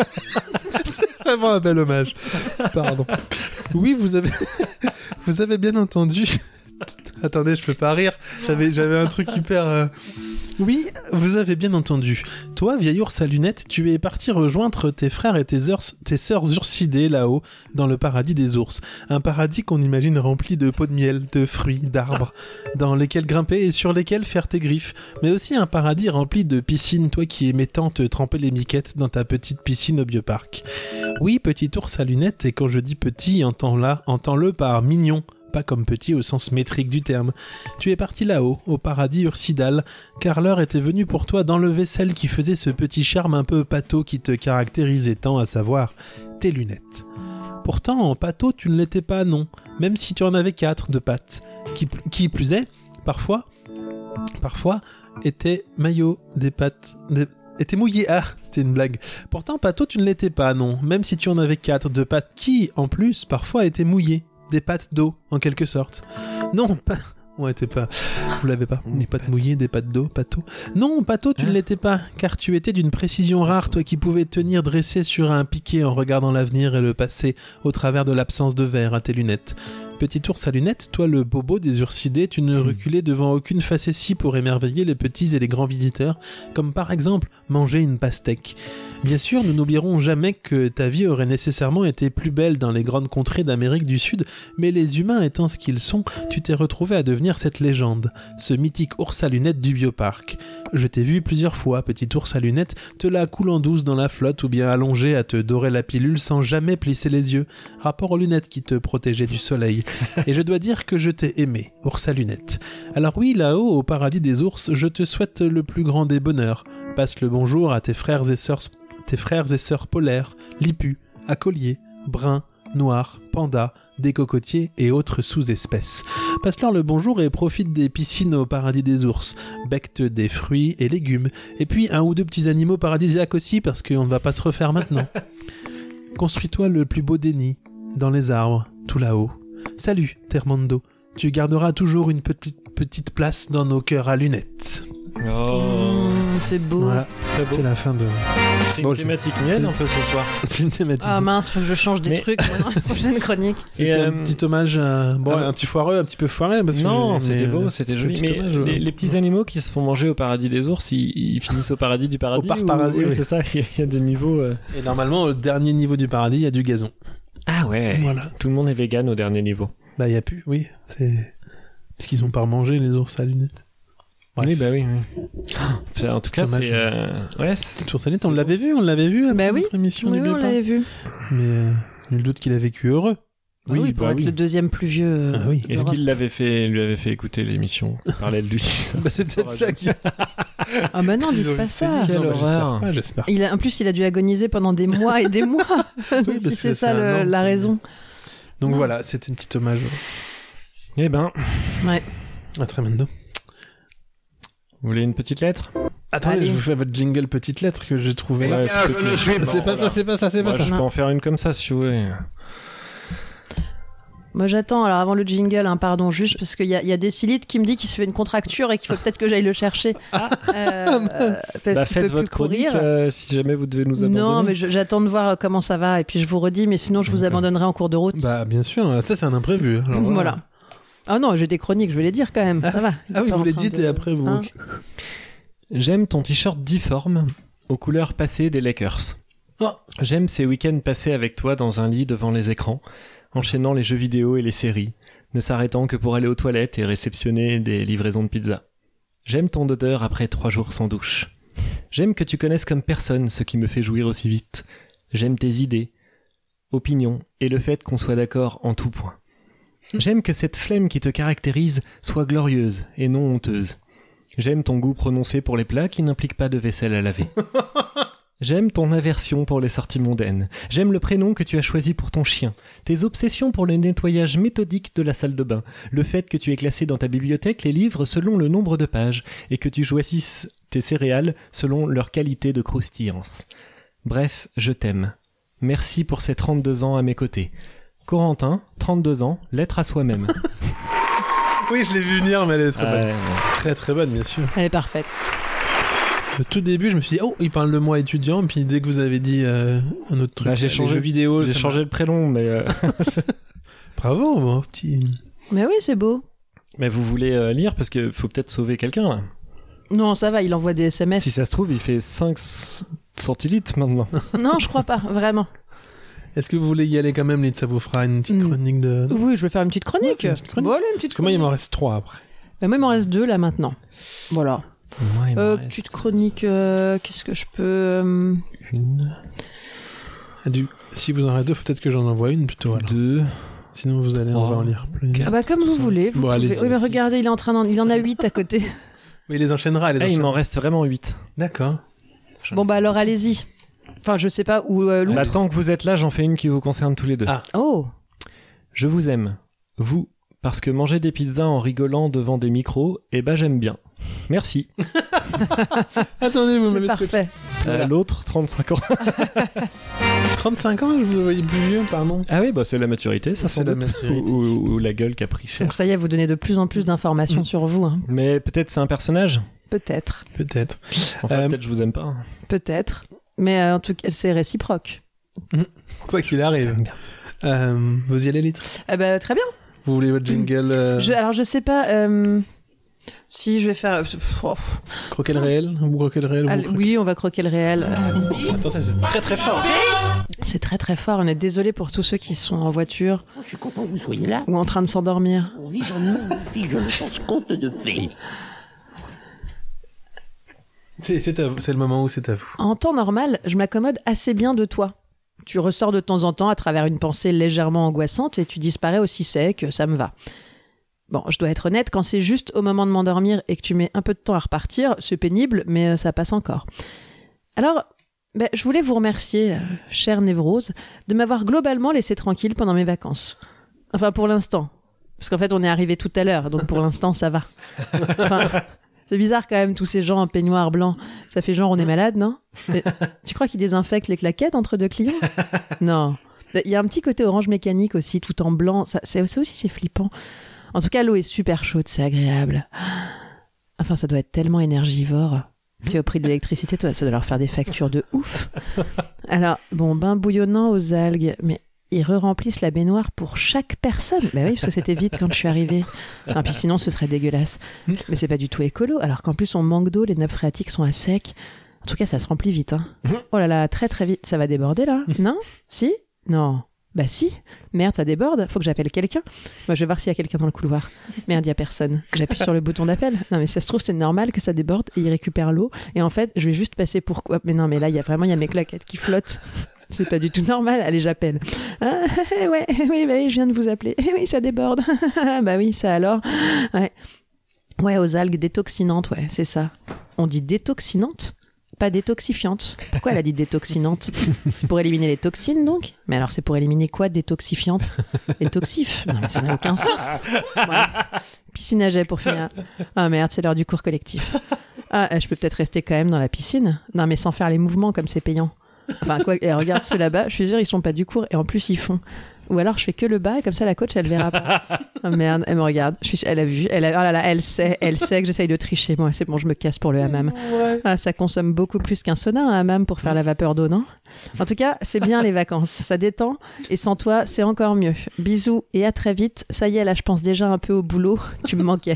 C'est vraiment un bel hommage. Pardon. Oui, vous avez, vous avez bien entendu. Attendez, je peux pas rire. J'avais, j'avais un truc hyper. euh, Oui, vous avez bien entendu. Toi, vieil ours à lunettes, tu es parti rejoindre tes frères et tes, urs- tes sœurs ursidées là-haut, dans le paradis des ours. Un paradis qu'on imagine rempli de pots de miel, de fruits, d'arbres, dans lesquels grimper et sur lesquels faire tes griffes. Mais aussi un paradis rempli de piscines, toi qui aimais tant te tremper les miquettes dans ta petite piscine au bioparc. Oui, petit ours à lunettes, et quand je dis petit, entends-la, entends-le par mignon. Pas comme petit au sens métrique du terme. Tu es parti là-haut, au paradis ursidal, car l'heure était venue pour toi d'enlever celle qui faisait ce petit charme un peu pâteau qui te caractérisait tant, à savoir tes lunettes. Pourtant, en pâteau, tu ne l'étais pas, non, même si tu en avais quatre de pattes. Qui, qui plus est, parfois, parfois, étaient maillot des pattes... Des... était mouillé. Ah, c'était une blague. Pourtant, pâteau, tu ne l'étais pas, non, même si tu en avais quatre de pattes qui, en plus, parfois étaient mouillées. Des pattes d'eau, en quelque sorte. Non, pas... Ouais, t'es pas... Vous l'avez pas. Des pattes mouillées, des pattes d'eau, pâteau. Non, pâteau, tu ne l'étais pas, car tu étais d'une précision rare, toi qui pouvais tenir dressé sur un piquet en regardant l'avenir et le passé au travers de l'absence de verre à tes lunettes. Petit ours à lunettes, toi le bobo des ursidés, tu ne reculais devant aucune facétie pour émerveiller les petits et les grands visiteurs, comme par exemple manger une pastèque. Bien sûr, nous n'oublierons jamais que ta vie aurait nécessairement été plus belle dans les grandes contrées d'Amérique du Sud, mais les humains étant ce qu'ils sont, tu t'es retrouvé à devenir cette légende, ce mythique ours à lunettes du bioparc. Je t'ai vu plusieurs fois, petit ours à lunettes, te la coulant douce dans la flotte ou bien allongé à te dorer la pilule sans jamais plisser les yeux, rapport aux lunettes qui te protégeaient du soleil. Et je dois dire que je t'ai aimé, ours à lunettes. Alors oui, là-haut, au paradis des ours, je te souhaite le plus grand des bonheurs. Passe le bonjour à tes frères et sœurs, tes frères et sœurs polaires, lipus, acoliers, bruns, noirs, pandas, des cocotiers et autres sous-espèces. Passe-leur le bonjour et profite des piscines au paradis des ours. Becte des fruits et légumes. Et puis un ou deux petits animaux paradisiaques aussi, parce qu'on ne va pas se refaire maintenant. Construis-toi le plus beau des nids, dans les arbres, tout là-haut. Salut, Termando. Tu garderas toujours une petite, petite place dans nos cœurs à lunettes. Oh, Mmh, c'est beau. Voilà, très beau. c'est la fin de... C'est Bon, une je- thématique mienne un peu ce soir. C'est une thématique. Ah mince, faut que je change des Mais- trucs moi, dans la prochaine chronique. C'était Et, un euh, petit hommage à... Bon, ah, un petit foireux, un petit peu foiré. Parce que Non, j'ai- c'était mais, beau, euh, c'était un joli. petit Mais hommage, ouais. les, les petits animaux qui se font manger au paradis des ours, ils, ils finissent au paradis du paradis. Au par ou- paradis, oui, oui. c'est ça. Il y, a- il y a des niveaux. euh. Et normalement, au dernier niveau du paradis, il y a du gazon. Ah ouais. Voilà. Tout le monde est vegan au dernier niveau. Bah, il n'y a plus, oui. C'est... Parce qu'ils ont pas remangé les ours à lunettes. Bref. Oui, bah oui. oui. C'est- En tout cas, dommage. c'est. euh, Ouais, c'est. Petit ours à lunettes, on l'avait vu, on l'avait vu à Bah oui. notre émission Oui, du on Bioparc. l'avait vu. Mais euh, nul doute qu'il a vécu heureux. Ah oui, pour bah être oui. le deuxième plus vieux. euh, Ah oui. Est-ce d'Europe. qu'il l'avait fait, lui avait fait écouter l'émission Il parlait de lui. Bah, c'est peut-être ça qui... Ah bah non, Ils dites ont pas eu ça. Quelle Non, bah, j'espère horreur. pas, j'espère. Il a, en plus, il a dû agoniser pendant des mois et des mois. Oui, si bah, c'est ça un le- an. la raison. Donc Non. voilà, c'était un petit hommage Eh ben, à Tremendo. vous voulez une petite lettre Attendez, Allez. je vous fais votre jingle petite lettre que j'ai trouvé. Ouais, je peut-être ne que- suis pas. C'est pas ça, c'est pas ça, c'est pas Moi, ça. je peux en faire une comme ça si vous voulez. Moi j'attends, alors avant le jingle, hein, pardon, juste parce qu'il y a, il y a Décilite qui me dit qu'il se fait une contracture et qu'il faut peut-être que j'aille le chercher. Euh, parce Bah, qu'il faites peut votre plus chronique courir. euh, si jamais vous devez nous abandonner. Non, mais je- j'attends de voir comment ça va et puis je vous redis, mais sinon je vous D'accord. abandonnerai en cours de route. Bah bien sûr, ça c'est un imprévu. Alors, voilà. Ah non, j'ai des chroniques, je vais les dire quand même, ça va. Ah oui, Pas vous en les train dites de- et après vous... Hein. J'aime ton t-shirt difforme aux couleurs passées des Lakers. Oh. J'aime ces week-ends passés avec toi dans un lit devant les écrans, enchaînant les jeux vidéo et les séries, ne s'arrêtant que pour aller aux toilettes et réceptionner des livraisons de pizza. J'aime ton odeur après trois jours sans douche. J'aime que tu connaisses comme personne ce qui me fait jouir aussi vite. J'aime tes idées, opinions et le fait qu'on soit d'accord en tout point. J'aime que cette flemme qui te caractérise soit glorieuse et non honteuse. J'aime ton goût prononcé pour les plats qui n'impliquent pas de vaisselle à laver. J'aime ton aversion pour les sorties mondaines. J'aime le prénom que tu as choisi pour ton chien. Tes obsessions pour le nettoyage méthodique de la salle de bain. Le fait que tu aies classé dans ta bibliothèque les livres selon le nombre de pages et que tu choisisses tes céréales selon leur qualité de croustillance. Bref, je t'aime. Merci pour ces trente-deux ans à mes côtés. Corentin, trente-deux ans, lettre à soi-même. Oui, je l'ai vu venir, mais elle est très Ah, bonne. ouais, ouais. Très très bonne, bien sûr. Elle est parfaite. Au tout début, je me suis dit, oh, il parle de moi étudiant, puis dès que vous avez dit euh, un autre truc, Bah, j'ai les changé- jeux vidéo, J'ai ça changé m'a- le prénom, mais... euh, Bravo, mon petit... Mais oui, c'est beau. mais vous voulez euh, lire parce qu'il faut peut-être sauver quelqu'un, là. Non, ça va, il envoie des S M S. Si ça se trouve, il fait cinq c- centilitres maintenant. Non, je crois pas, vraiment. Est-ce que vous voulez y aller quand même, Lyd? Ça vous fera une petite Mm. chronique de... Oui, je vais faire une petite chronique. Ouais, une petite chronique. Voilà, une petite Parce que moi, il chronique. m'en reste trois après. Bah, moi, il m'en reste deux là maintenant. Voilà. Moi, il m'en Euh, reste petite chronique, euh, qu'est-ce que je peux... euh, une, Ah, du... Si vous en reste deux, faut peut-être que j'en envoie une plutôt. Alors. deux... Sinon, vous allez, on va en lire plus. quatre. Ah bah comme vous voulez. Vous Bon, pouvez... allez-y. Oui, mais regardez, il est en train d'en... il en a huit à côté. Mais il les enchaînera. Elle les Ah, il enchaînera. m'en reste vraiment huit. D'accord. Bon bah alors allez-y. Enfin, je sais pas où euh, l'autre. Bah, tant que vous êtes là, j'en fais une qui vous concerne tous les deux. Ah. Oh. Je vous aime. Vous, parce que manger des pizzas en rigolant devant des micros, eh ben j'aime bien. Merci. Attendez, vous C'est m'avez parfait. Euh, L'autre, trente-cinq ans. trente-cinq ans, je vous voyais plus vieux, pardon. Ah oui, bah c'est la maturité, ça C'est sans la doute. maturité. Ou, ou- ou la gueule qui a pris cher. Donc ça y est, vous donnez de plus en plus d'informations Mm. sur vous. Hein. Mais peut-être c'est un personnage. Peut-être. Peut-être. Enfin, Euh, peut-être je vous aime pas. Peut-être. Mais euh, en tout cas, c'est réciproque. Quoi qu'il arrive. Euh, vous y allez, Lyd? Ah bah très bien. Vous voulez votre jingle euh, Je, alors je sais pas... euh, Si je vais faire... Pff, oh, pff. croquer le réel? Vous croquez le réel? vous Allez, croquez- oui, on va croquer le réel. Euh, Attends, ça c'est très très fort. C'est très très fort. On est désolé pour tous ceux qui sont en voiture Je suis content que vous soyez là. ou en train de s'endormir. On vit un magnifique, je le pense, conte de fées. C'est, c'est, à vous, c'est le moment où c'est à vous. En temps normal, je m'accommode assez bien de toi. Tu ressors de temps en temps à travers une pensée légèrement angoissante et tu disparais aussi sec, ça me va. Bon, je dois être honnête, quand c'est juste au moment de m'endormir et que tu mets un peu de temps à repartir, c'est pénible, mais euh, ça passe encore. Alors, ben, je voulais vous remercier, euh, chère Névrose, de m'avoir globalement laissé tranquille pendant mes vacances. Enfin, pour l'instant. Parce qu'en fait, on est arrivé tout à l'heure, donc pour l'instant, ça va. Enfin, c'est bizarre quand même, tous ces gens en peignoir blanc. Ça fait genre, on est malade, non? Mais tu crois qu'ils désinfectent les claquettes entre deux clients? Non. Il y a un petit côté orange mécanique aussi, tout en blanc. Ça, c'est, ça aussi, c'est flippant. En tout cas, l'eau est super chaude, c'est agréable. Enfin, ça doit être tellement énergivore. Puis au prix de l'électricité, toi, ça doit leur faire des factures de ouf. Alors, bon, bain bouillonnant aux algues, mais ils re-remplissent la baignoire pour chaque personne. Bah oui, parce que c'était vide quand je suis arrivée. Enfin, puis sinon, ce serait dégueulasse. Mais c'est pas du tout écolo, alors qu'en plus, on manque d'eau, les nappes phréatiques sont à sec. En tout cas, ça se remplit vite. Hein. Oh là là, très très vite. Ça va déborder là? Non? Si? Non. Bah si. Merde, ça déborde. Faut que j'appelle quelqu'un. Moi, je vais voir s'il y a quelqu'un dans le couloir. Merde, il y a personne. J'appuie sur le bouton d'appel. Non, mais ça se trouve, c'est normal que ça déborde et il récupère l'eau. Et en fait, je vais juste passer pour quoi? Mais non, mais là, il y a vraiment, il y a mes claquettes qui flottent. C'est pas du tout normal. Allez, j'appelle. Ah, ouais, oui, bah, je viens de vous appeler. Eh oui, ça déborde. Bah oui, ça alors. Ouais. Ouais, aux algues détoxinantes, ouais, c'est ça. On dit détoxinante, pas détoxifiante. Pourquoi elle a dit détoxinante? Pour éliminer les toxines, donc? Mais alors, c'est pour éliminer quoi, détoxifiante? Les toxifs? Non, mais ça n'a aucun sens. Voilà. Piscine à jet pour finir. Ah merde, c'est l'heure du cours collectif. Ah, je peux peut-être rester quand même dans la piscine? Non, mais sans faire les mouvements comme c'est payant. Enfin, quoi, et regarde ceux là-bas, je suis sûre, ils sont pas du cours, et en plus, ils font. Ou alors, je fais que le bas, et comme ça, la coach, elle verra pas. Oh merde, elle me regarde. Je suis, elle a vu, elle a, oh là là, elle sait, elle sait que j'essaye de tricher. Bon, c'est bon, je me casse pour le hammam. Ouais. Ah, ça consomme beaucoup plus qu'un soda, un hammam, pour faire la vapeur d'eau, non? En tout cas, c'est bien les vacances. Ça détend, et sans toi, c'est encore mieux. Bisous, et à très vite. Ça y est, là, je pense déjà un peu au boulot. Tu me manquais.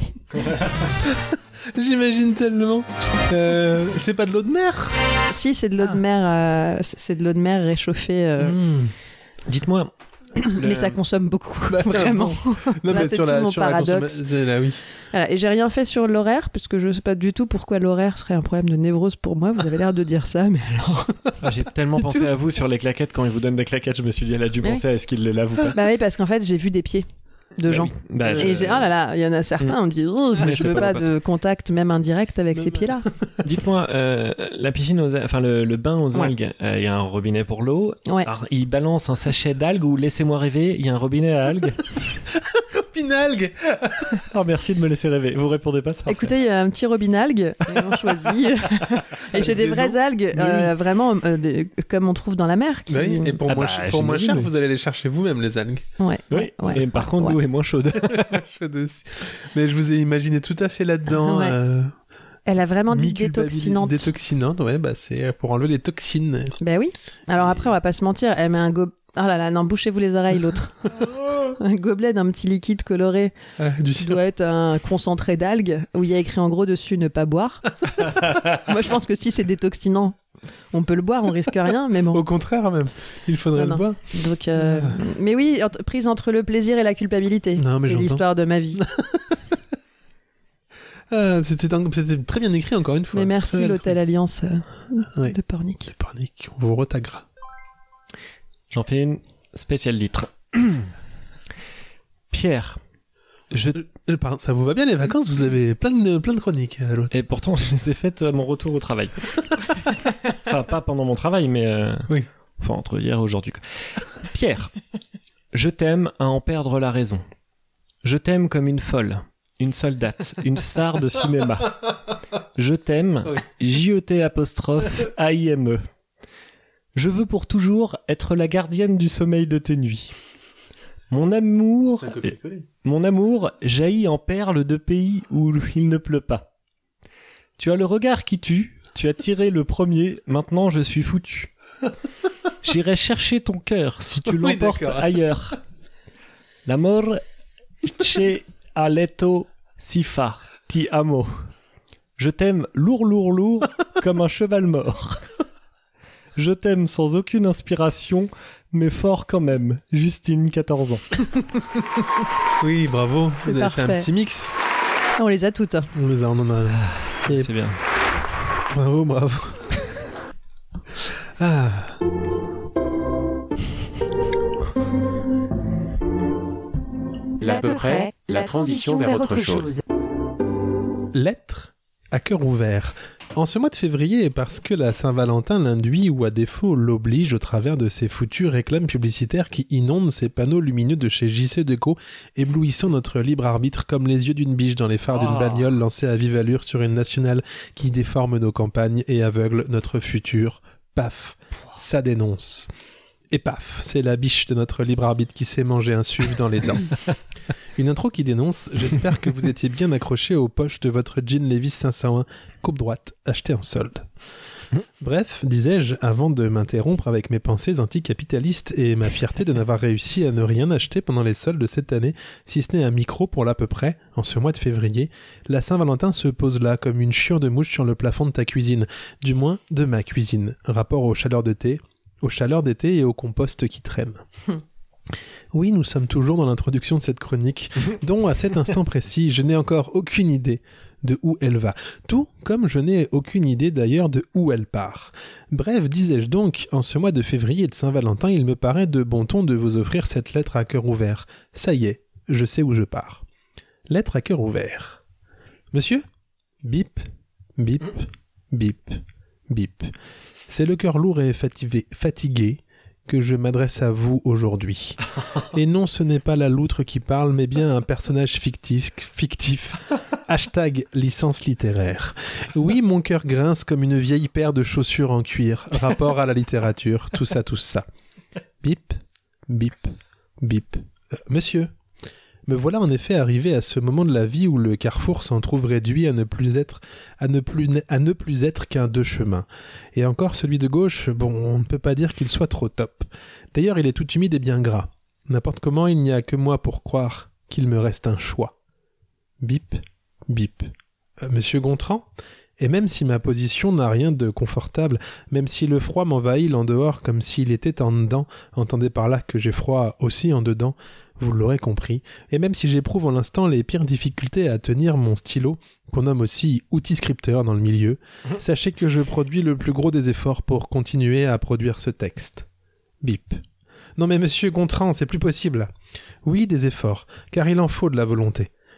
J'imagine tellement. Euh, c'est pas de l'eau de mer? Si, c'est de l'eau de mer, euh, c'est de l'eau de mer réchauffée. euh, Mmh. Dites-moi. Mais le- ça consomme beaucoup, Bah, vraiment. Non, Là, mais c'est sur tout la, mon sur la paradoxe. consommation- c'est là, oui. Voilà, et j'ai rien fait sur l'horaire, parce que je sais pas du tout pourquoi l'horaire serait un problème de névrose pour moi. Vous avez l'air de dire ça, mais alors... Ah, j'ai tellement pensé à vous sur les claquettes quand ils vous donnent des claquettes. Je me suis dit, elle a dû Ouais. penser à est-ce qu'il les lave ou pas. Bah oui, parce qu'en fait, j'ai vu des pieds de Bah gens. oui. Bah, Et je- j'ai, oh là là, il y en a certains, on me dit, oh, Mais je c'est veux pas pas mon de contact, même indirect, avec ces pieds-là. Dites-moi, euh, la piscine aux, enfin le, le bain aux Ouais. algues, il y a un robinet pour l'eau. Ouais. Alors, il balance un sachet d'algues ou laissez-moi rêver, il y a un robinet à algues. Robinet Robinalgue. Oh, merci de me laisser rêver. Vous répondez pas ça? Écoutez, il y a un petit robinalgue, et on choisit. Et c'est des vraies algues, euh, oui. vraiment euh, des, comme on trouve dans la mer. Qui... Oui, et pour ah moins, bah, pour moins cher, oui. vous allez les chercher vous-même, les algues. Ouais. Oui, ouais, ouais, et par ouais, contre, ouais. l'eau est moins chaude. Chaude aussi. Mais je vous ai imaginé tout à fait là-dedans. Ouais. Euh... Elle a vraiment dit Mi-culpabilité- détoxinante. Détoxinante, ouais, bah c'est pour enlever les toxines. Ben oui. Alors après, on va pas se mentir, elle met un gobelet. Oh là là, non, bouchez-vous les oreilles, l'autre. Un gobelet d'un petit liquide coloré. Ah, du qui doit être un concentré d'algues où il y a écrit en gros dessus ne pas boire. Moi, je pense que si c'est détoxinant, on peut le boire, on risque rien, mais bon. Au contraire, même. Il faudrait Non, le non. boire. Donc, euh, mais oui, ent- prise entre le plaisir et la culpabilité. Non, mais c'est j'entends. l'histoire de ma vie. Ah, c'était, un- c'était très bien écrit, encore une fois. Mais Très merci, belle l'Hôtel Alliance euh, Oui. de Pornic. De Pornic, on vous retaguera. J'en fais une spéciale litre. Pierre, je... Euh, pardon, ça vous va bien les vacances? Vous avez plein de, plein de chroniques à l'autre. Et pourtant, je les ai faites à mon retour au travail. Enfin, pas pendant mon travail, mais... euh, Oui. Enfin, entre hier et aujourd'hui. quoi. Pierre, je t'aime à en perdre la raison. Je t'aime comme une folle, une soldate, une star de cinéma. Je t'aime, Oui. J E T apostrophe A I M E. Je veux pour toujours être la gardienne du sommeil de tes nuits. Mon amour, mon amour jaillit en perles de pays où il ne pleut pas. Tu as le regard qui tue, tu as tiré le premier, maintenant je suis foutu. J'irai chercher ton cœur si tu Oui, l'emportes d'accord. ailleurs. L'amor che a letto si fa, ti amo. Je t'aime lourd, lourd, lourd, comme un cheval mort. Je t'aime sans aucune inspiration, mais fort quand même. Justine, quatorze ans. Oui, bravo. C'est vous avez fait un parfait. petit mix. On les a toutes. On les a, on en a. Et C'est bien. bravo, bravo. Ah. L'à peu près, la transition vers autre chose. Lettre à cœur ouvert. En ce mois de février, et parce que la Saint-Valentin l'induit ou à défaut l'oblige au travers de ces foutues réclames publicitaires qui inondent ces panneaux lumineux de chez J C Deco, éblouissant notre libre arbitre comme les yeux d'une biche dans les phares d'une Oh. bagnole lancée à vive allure sur une nationale qui déforme nos campagnes et aveugle notre futur. Paf, ça dénonce. Et paf, c'est la biche de notre libre arbitre qui s'est mangé un suif dans les dents. Une intro qui dénonce. J'espère que vous étiez bien accroché aux poches de votre jean Levi's cinq cent un coupe droite acheté en solde. Bref, disais-je, avant de m'interrompre avec mes pensées anticapitalistes et ma fierté de n'avoir réussi à ne rien acheter pendant les soldes de cette année, si ce n'est un micro pour l'à peu près, en ce mois de février, la Saint-Valentin se pose là comme une chure de mouche sur le plafond de ta cuisine, du moins de ma cuisine, rapport aux chaleurs d'été, aux chaleurs d'été et au compost qui traîne. Oui, nous sommes toujours dans l'introduction de cette chronique, dont à cet instant précis, je n'ai encore aucune idée de où elle va. Tout comme je n'ai aucune idée d'ailleurs de où elle part. Bref, disais-je donc, en ce mois de février de Saint-Valentin, il me paraît de bon ton de vous offrir cette lettre à cœur ouvert. Ça y est, je sais où je pars. Lettre à cœur ouvert. Monsieur ? Bip, bip, bip, bip. C'est le cœur lourd et fatigué, fatigué que je m'adresse à vous aujourd'hui. Et non, ce n'est pas la loutre qui parle, mais bien un personnage fictif. fictif. Hashtag licence littéraire. Oui, mon cœur grince comme une vieille paire de chaussures en cuir. Rapport à la littérature, tout ça, tout ça. Bip, bip, bip. Euh, monsieur, me voilà en effet arrivé à ce moment de la vie où le carrefour s'en trouve réduit à ne plus être, à ne plus, à ne plus être qu'un deux chemins. Et encore celui de gauche, bon, on ne peut pas dire qu'il soit trop top. D'ailleurs, il est tout humide et bien gras. N'importe comment, il n'y a que moi pour croire qu'il me reste un choix. Bip, bip. Euh, Monsieur Gontran ? Et même si ma position n'a rien de confortable, même si le froid m'envahit l'en dehors comme s'il était en dedans, entendez par là que j'ai froid aussi en dedans, vous l'aurez compris, et même si j'éprouve en l'instant les pires difficultés à tenir mon stylo, qu'on nomme aussi outil scripteur dans le milieu, sachez que je produis le plus gros des efforts pour continuer à produire ce texte. Bip. Non mais monsieur Gontran, c'est plus possible. Oui, des efforts, car il en faut de la volonté.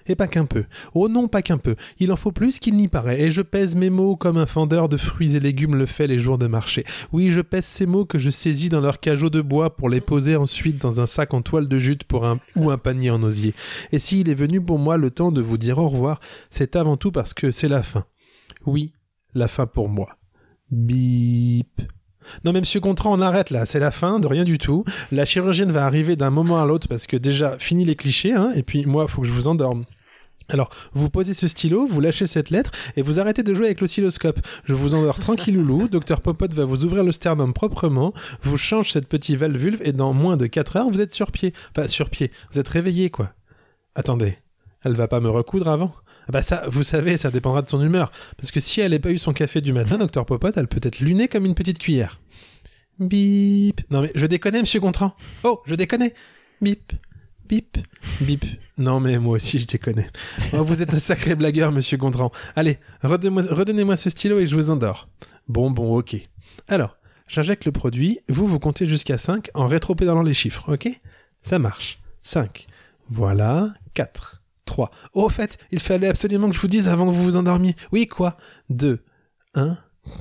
Et pas qu'un peu. Oh non, pas qu'un peu. Il en faut plus qu'il n'y paraît. Et je pèse mes mots comme un fendeur de fruits et légumes le fait les jours de marché. Oui, je pèse ces mots que je saisis dans leur cajot de bois pour les poser ensuite dans un sac en toile de jute pour un... ou un panier en osier. Et s'il est venu pour moi le temps de vous dire au revoir, c'est avant tout parce que c'est la fin. Oui, la fin pour moi. Bip. Non mais monsieur Gontran, on arrête là, c'est la fin de rien du tout. La chirurgienne va arriver d'un moment à l'autre parce que déjà, fini les clichés, hein, et puis moi, il faut que je vous endorme. Alors, vous posez ce stylo, vous lâchez cette lettre, et vous arrêtez de jouer avec l'oscilloscope. Je vous endors tranquilloulou, docteur Popote va vous ouvrir le sternum proprement, vous change cette petite valvulve, et dans moins de quatre heures, vous êtes sur pied. Enfin, sur pied, vous êtes réveillé, quoi. Attendez, elle va pas me recoudre avant ? Ah bah ça, vous savez, ça dépendra de son humeur. Parce que si elle n'a pas eu son café du matin, docteur Popote, elle peut être lunée comme une petite cuillère. Bip. Non mais je déconne, monsieur Gontran. Oh, je déconne. Bip. Bip. Bip. Non mais moi aussi je déconne. Oh, vous êtes un sacré blagueur, monsieur Gontran. Allez, redonnez-moi, redonnez-moi ce stylo et je vous endors. Bon, bon, ok. Alors, j'injecte le produit, vous, vous comptez jusqu'à cinq en rétropédalant les chiffres, ok ? Ça marche. cinq. Voilà. quatre. trois. Oh, au fait, il fallait absolument que je vous dise avant que vous vous endormiez. Oui, quoi ? deux. un.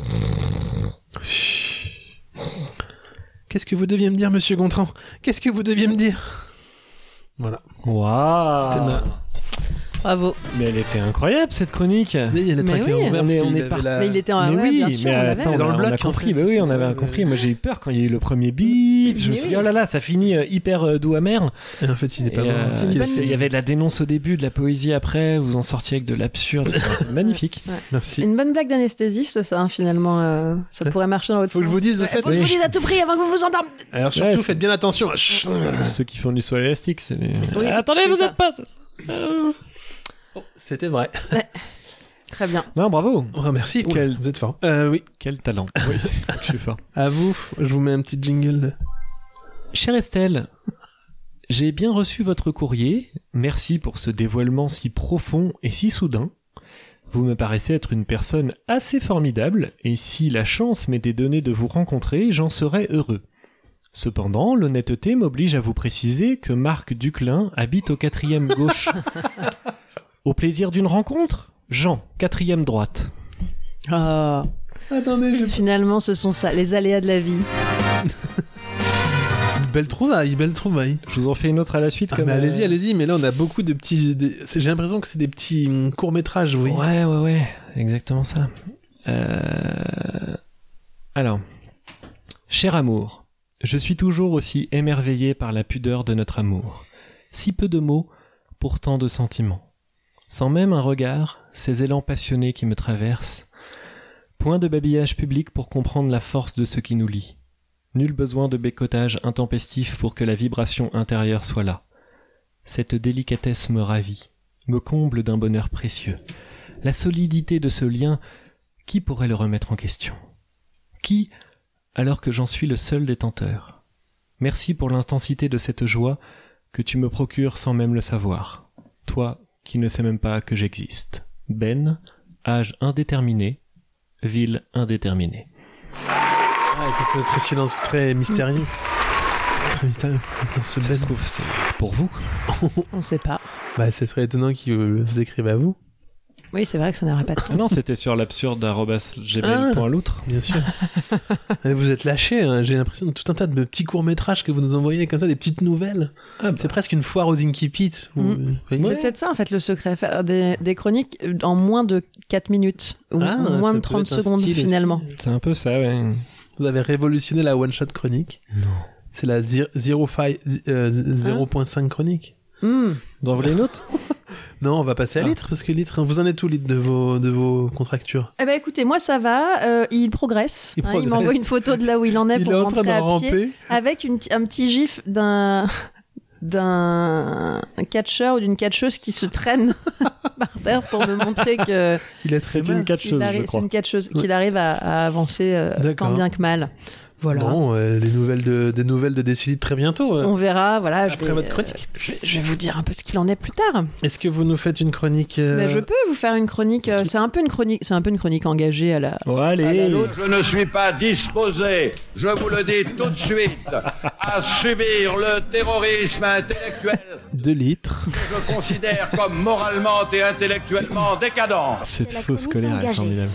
Qu'est-ce que vous deviez me dire, monsieur Gontran ? Qu'est-ce que vous deviez me dire ? Voilà. Waouh. C'était ma... Bravo. Mais elle était incroyable cette chronique. Il y a les Mais traqueurs oui. ouverts On parce est- on qu'il est avait par- la- Mais il était en mais ouais, oui, bien sûr, mais on à la l'avait. fin, C'était on, dans a, le on a bloc, en compris. fait, Mais oui, on c'est- avait compris. Moi, j'ai eu peur quand il y a eu le premier bip. Je me Mais suis oui. dit, oh là là, ça finit euh, hyper euh, doux amer. Et en fait, il est pas Et, mort. euh, Parce qu'il bonne- est- Il y avait de la dénonce au début, de la poésie après. Vous en sortiez avec de l'absurde. C'est magnifique. Merci. Une bonne blague d'anesthésiste, ça, hein, finalement. euh, ça pourrait marcher dans votre Faut que je vous dise, en fait, Faut que je oui. vous dise à tout prix avant que vous vous endormiez. Alors surtout, Ouais, faites bien attention. Chut. Ceux qui font du saut élastique, c'est les... Oui, Attendez, c'est vous ça. êtes pas... Euh, C'était vrai. Très bien. Non, bravo. Oh, merci. Oula, Quel- Vous êtes fort. Euh, oui. Quel talent. Oui, c'est- je suis fort. À vous. Je vous mets un petit jingle. De... Chère Estelle, j'ai bien reçu votre courrier. Merci pour ce dévoilement si profond et si soudain. Vous me paraissez être une personne assez formidable, et si la chance m'était donnée de vous rencontrer, j'en serais heureux. Cependant, l'honnêteté m'oblige à vous préciser que Marc Duclin habite au quatrième gauche. Au plaisir d'une rencontre, Jean, quatrième droite. Ah. Attendez, je... Finalement, ce sont ça, les aléas de la vie. Belle trouvaille, belle trouvaille. Je vous en fais une autre à la suite. Ah, comme mais euh, allez-y, allez-y. Mais là, on a beaucoup de petits. des- c'est- J'ai l'impression que c'est des petits hum, courts-métrages, oui. Ouais, ouais, ouais, exactement ça. Euh... Alors, cher amour, je suis toujours aussi émerveillé par la pudeur de notre amour. Si peu de mots, pourtant de sentiments. Sans même un regard, ces élans passionnés qui me traversent. Point de babillage public pour comprendre la force de ce qui nous lie. Nul besoin de bécotage intempestif pour que la vibration intérieure soit là. Cette délicatesse me ravit, me comble d'un bonheur précieux. La solidité de ce lien, qui pourrait le remettre en question ? Qui, alors que j'en suis le seul détenteur ? Merci pour l'intensité de cette joie que tu me procures sans même le savoir. Toi qui ne sais même pas que j'existe. Ben, âge indéterminé, ville indéterminée. Ah, écoute, très silence, très mystérieux. Très mystérieux. Dans ce Ça Ben. se trouve, c'est pour vous. On sait pas. Bah, c'est très étonnant qu'il euh, vous écrive à vous. Oui, c'est vrai que ça n'aurait pas de sens. Ah non, c'était sur l'absurde arobase gmail point loutre. Bien sûr. Et vous êtes lâchés, hein. J'ai l'impression de tout un tas de petits courts-métrages que vous nous envoyez comme ça, des petites nouvelles. Ah bah. C'est presque une foire aux Inkipit. Vous- Mm. vous voyez C'est peut-être ça, en fait, le secret. Faire des, des chroniques en moins de quatre minutes. Ou Ah, moins ça de peut trente être un secondes, style aussi. finalement. C'est un peu ça, ouais. Vous avez révolutionné la one-shot chronique. Non. C'est la zéro point cinq chronique. Hmm. Vous en voulez une autre ? Non, on va passer à Ah. litre, parce que litre, vous en êtes où, litre, de vos, de vos contractures? Eh ben écoutez, moi ça va, euh, il progresse. Il Hein, il progresse. m'envoie une photo de là où il en est Il pour est en train rentrer de à pied, ramper. avec une, un petit gif d'un d'un catcheur ou d'une catcheuse qui se traîne par terre pour me montrer que Il est très C'est une mal. catcheuse, qu'il arrive, je crois. c'est une catcheuse, Ouais. qu'il arrive à, à avancer euh, D'accord. tant bien que mal. Voilà. Bon, euh, des nouvelles de des nouvelles de Décidite très bientôt. euh. On verra, voilà. Après je vais, votre chronique. euh, je, vais, je vais vous dire un peu ce qu'il en est plus tard. Est-ce que vous nous faites une chronique euh... Ben, je peux vous faire une chronique. euh, c'est un peu une chronique, c'est un peu une chronique engagée à la. Oh, allez. à la l'autre. Je ne suis pas disposé, je vous le dis tout de suite, à subir le terrorisme intellectuel Deux litres. que je considère comme moralement et intellectuellement décadent. Cette fausse colère est formidable.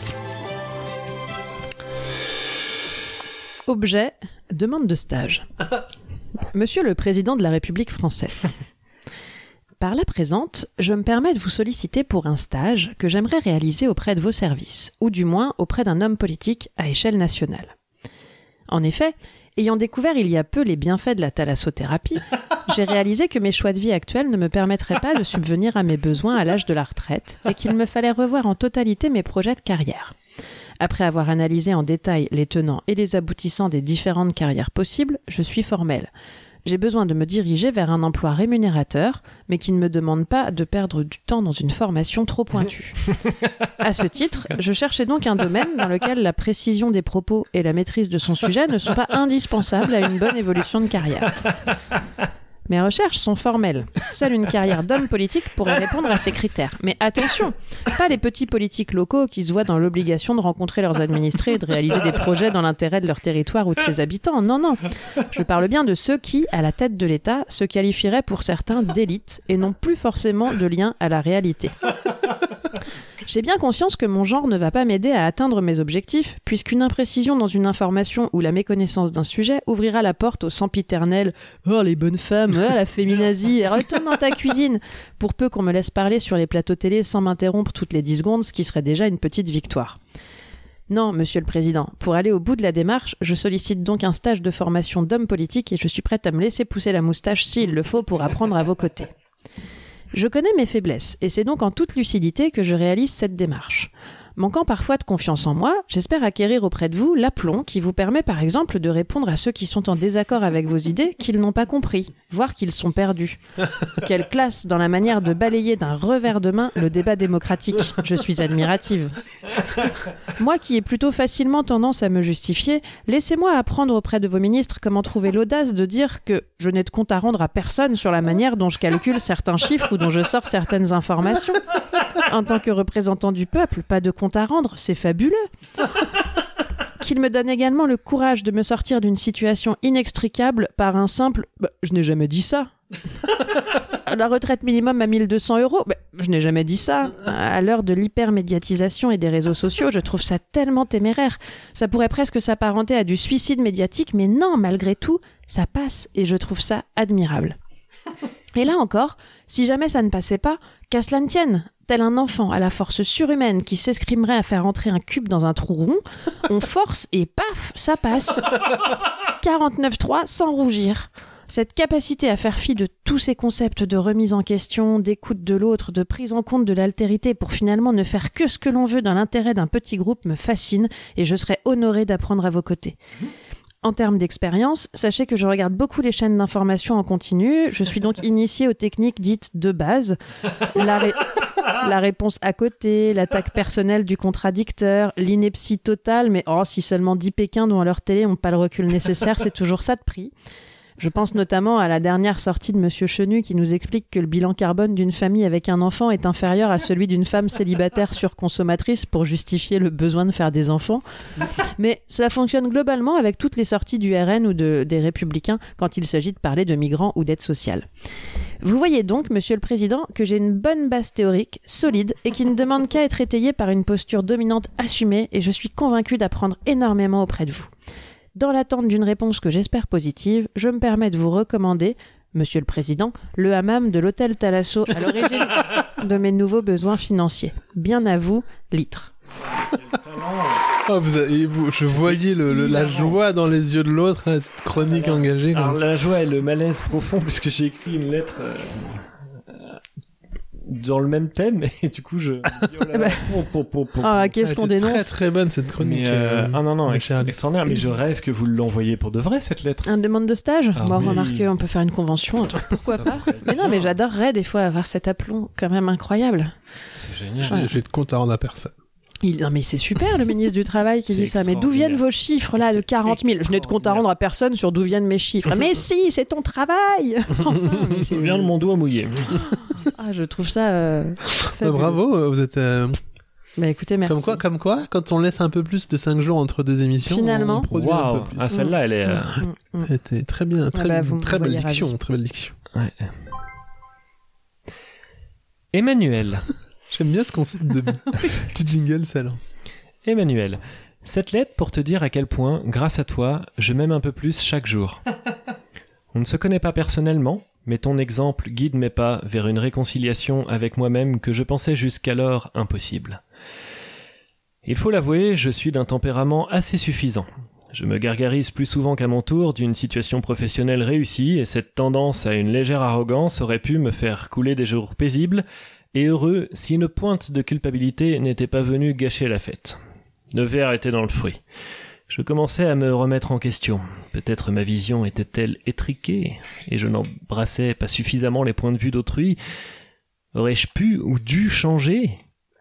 Objet, demande de stage. Monsieur le Président de la République française. Par la présente, je me permets de vous solliciter pour un stage que j'aimerais réaliser auprès de vos services, ou du moins auprès d'un homme politique à échelle nationale. En effet, ayant découvert il y a peu les bienfaits de la thalassothérapie, j'ai réalisé que mes choix de vie actuels ne me permettraient pas de subvenir à mes besoins à l'âge de la retraite et qu'il me fallait revoir en totalité mes projets de carrière. Après avoir analysé en détail les tenants et les aboutissants des différentes carrières possibles, je suis formelle. J'ai besoin de me diriger vers un emploi rémunérateur, mais qui ne me demande pas de perdre du temps dans une formation trop pointue. À ce titre, je cherchais donc un domaine dans lequel la précision des propos et la maîtrise de son sujet ne sont pas indispensables à une bonne évolution de carrière. Mes recherches sont formelles. Seule une carrière d'homme politique pourrait répondre à ces critères. Mais attention, pas les petits politiques locaux qui se voient dans l'obligation de rencontrer leurs administrés et de réaliser des projets dans l'intérêt de leur territoire ou de ses habitants. Non, non. Je parle bien de ceux qui, à la tête de l'État, se qualifieraient pour certains d'élite et n'ont plus forcément de lien à la réalité. J'ai bien conscience que mon genre ne va pas m'aider à atteindre mes objectifs, puisqu'une imprécision dans une information ou la méconnaissance d'un sujet ouvrira la porte au sempiternel « Oh, les bonnes femmes, oh, la féminazie, retourne dans ta cuisine !» pour peu qu'on me laisse parler sur les plateaux télé sans m'interrompre toutes les dix secondes, ce qui serait déjà une petite victoire. Non, Monsieur le Président, pour aller au bout de la démarche, je sollicite donc un stage de formation d'homme politique et je suis prête à me laisser pousser la moustache s'il le faut pour apprendre à vos côtés. Je connais mes faiblesses, et c'est donc en toute lucidité que je réalise cette démarche. Manquant parfois de confiance en moi, j'espère acquérir auprès de vous l'aplomb qui vous permet par exemple de répondre à ceux qui sont en désaccord avec vos idées qu'ils n'ont pas compris, voire qu'ils sont perdus. Quelle classe dans la manière de balayer d'un revers de main le débat démocratique. Je suis admirative. Moi qui ai plutôt facilement tendance à me justifier, laissez-moi apprendre auprès de vos ministres comment trouver l'audace de dire que je n'ai de compte à rendre à personne sur la manière dont je calcule certains chiffres ou dont je sors certaines informations. En tant que représentant du peuple, pas de compte à rendre, c'est fabuleux. Qu'il me donne également le courage de me sortir d'une situation inextricable par un simple bah, « je n'ai jamais dit ça ». La retraite minimum à mille deux cents euros, bah, je n'ai jamais dit ça. À l'heure de l'hypermédiatisation et des réseaux sociaux, je trouve ça tellement téméraire. Ça pourrait presque s'apparenter à du suicide médiatique, mais non, malgré tout, ça passe et je trouve ça admirable. Et là encore, si jamais ça ne passait pas, qu'à cela ne tienne, tel un enfant à la force surhumaine qui s'escrimerait à faire entrer un cube dans un trou rond, on force et paf, ça passe. quarante-neuf trois sans rougir. Cette capacité à faire fi de tous ces concepts de remise en question, d'écoute de l'autre, de prise en compte de l'altérité pour finalement ne faire que ce que l'on veut dans l'intérêt d'un petit groupe me fascine et je serais honorée d'apprendre à vos côtés. En termes d'expérience, sachez que je regarde beaucoup les chaînes d'information en continu. Je suis donc initiée aux techniques dites de base. La, ré... la réponse à côté, l'attaque personnelle du contradicteur, l'ineptie totale, mais oh, si seulement dix Pékins dont à leur télé n'ont pas le recul nécessaire, c'est toujours ça de prix. Je pense notamment à la dernière sortie de Monsieur Chenu qui nous explique que le bilan carbone d'une famille avec un enfant est inférieur à celui d'une femme célibataire surconsommatrice pour justifier le besoin de faire des enfants. Mais cela fonctionne globalement avec toutes les sorties du R N ou de, des Républicains quand il s'agit de parler de migrants ou d'aide sociale. Vous voyez donc, Monsieur le Président, que j'ai une bonne base théorique, solide, et qui ne demande qu'à être étayée par une posture dominante assumée, et je suis convaincue d'apprendre énormément auprès de vous. Dans l'attente d'une réponse que j'espère positive, je me permets de vous recommander, Monsieur le Président, le hammam de l'hôtel Thalasso à l'origine de mes nouveaux besoins financiers. Bien à vous, litre. Oh, vous avez, vous, je voyais le, le, la joie dans les yeux de l'autre, hein, cette chronique alors, engagée. Alors comme la ça. joie et le malaise profond, parce que j'ai écrit une lettre euh, dans le même thème, et du coup je... Oh là là, pom, pom, pom, pom. Ah, qu'est-ce Ah, qu'on c'est dénonce. Très très bonne cette chronique. Mais euh, euh, ah non, non, avec extra- Charles. extraordinaire, mais je rêve que vous l'envoyiez pour de vrai, cette lettre. Un demande de stage Ah Bon, oui. remarquez, on peut faire une convention, un truc, pourquoi Ça pas. pourrait être Mais non, bien. mais j'adorerais des fois avoir cet aplomb quand même incroyable. C'est génial. J'ai j'ai de compte à rendre à personne. Il... Non mais c'est super le ministre du Travail qui C'est dit ça. Mais d'où viennent vos chiffres là de C'est quarante mille? Je n'ai de compte à rendre à personne sur d'où viennent mes chiffres. Mais si, c'est ton travail. Enfin, mais c'est... Vient de mon doigt mouillé. Ah, je trouve ça. Euh, Bah, bravo, vous êtes. Euh... Bah écoutez, merci. Comme quoi, comme quoi, quand on laisse un peu plus de cinq jours entre deux émissions, Finalement. on produit Waouh. un peu plus. Ah, celle-là, elle est. euh, Mm, mm. Elle était très bien, très, Ah bah, vous me très belle voyez diction, ravi. très belle diction. Ouais. Emmanuel. J'aime bien ce concept de petit jingle, ça lance. Emmanuel. Cette lettre pour te dire à quel point, grâce à toi, je m'aime un peu plus chaque jour. On ne se connaît pas personnellement, mais ton exemple guide mes pas vers une réconciliation avec moi-même que je pensais jusqu'alors impossible. Il faut l'avouer, je suis d'un tempérament assez suffisant. Je me gargarise plus souvent qu'à mon tour d'une situation professionnelle réussie, et cette tendance à une légère arrogance aurait pu me faire couler des jours paisibles et heureux si une pointe de culpabilité n'était pas venue gâcher la fête. Le verre était dans le fruit. Je commençais à me remettre en question. Peut-être ma vision était-elle étriquée, et je n'embrassais pas suffisamment les points de vue d'autrui. Aurais-je pu ou dû changer ?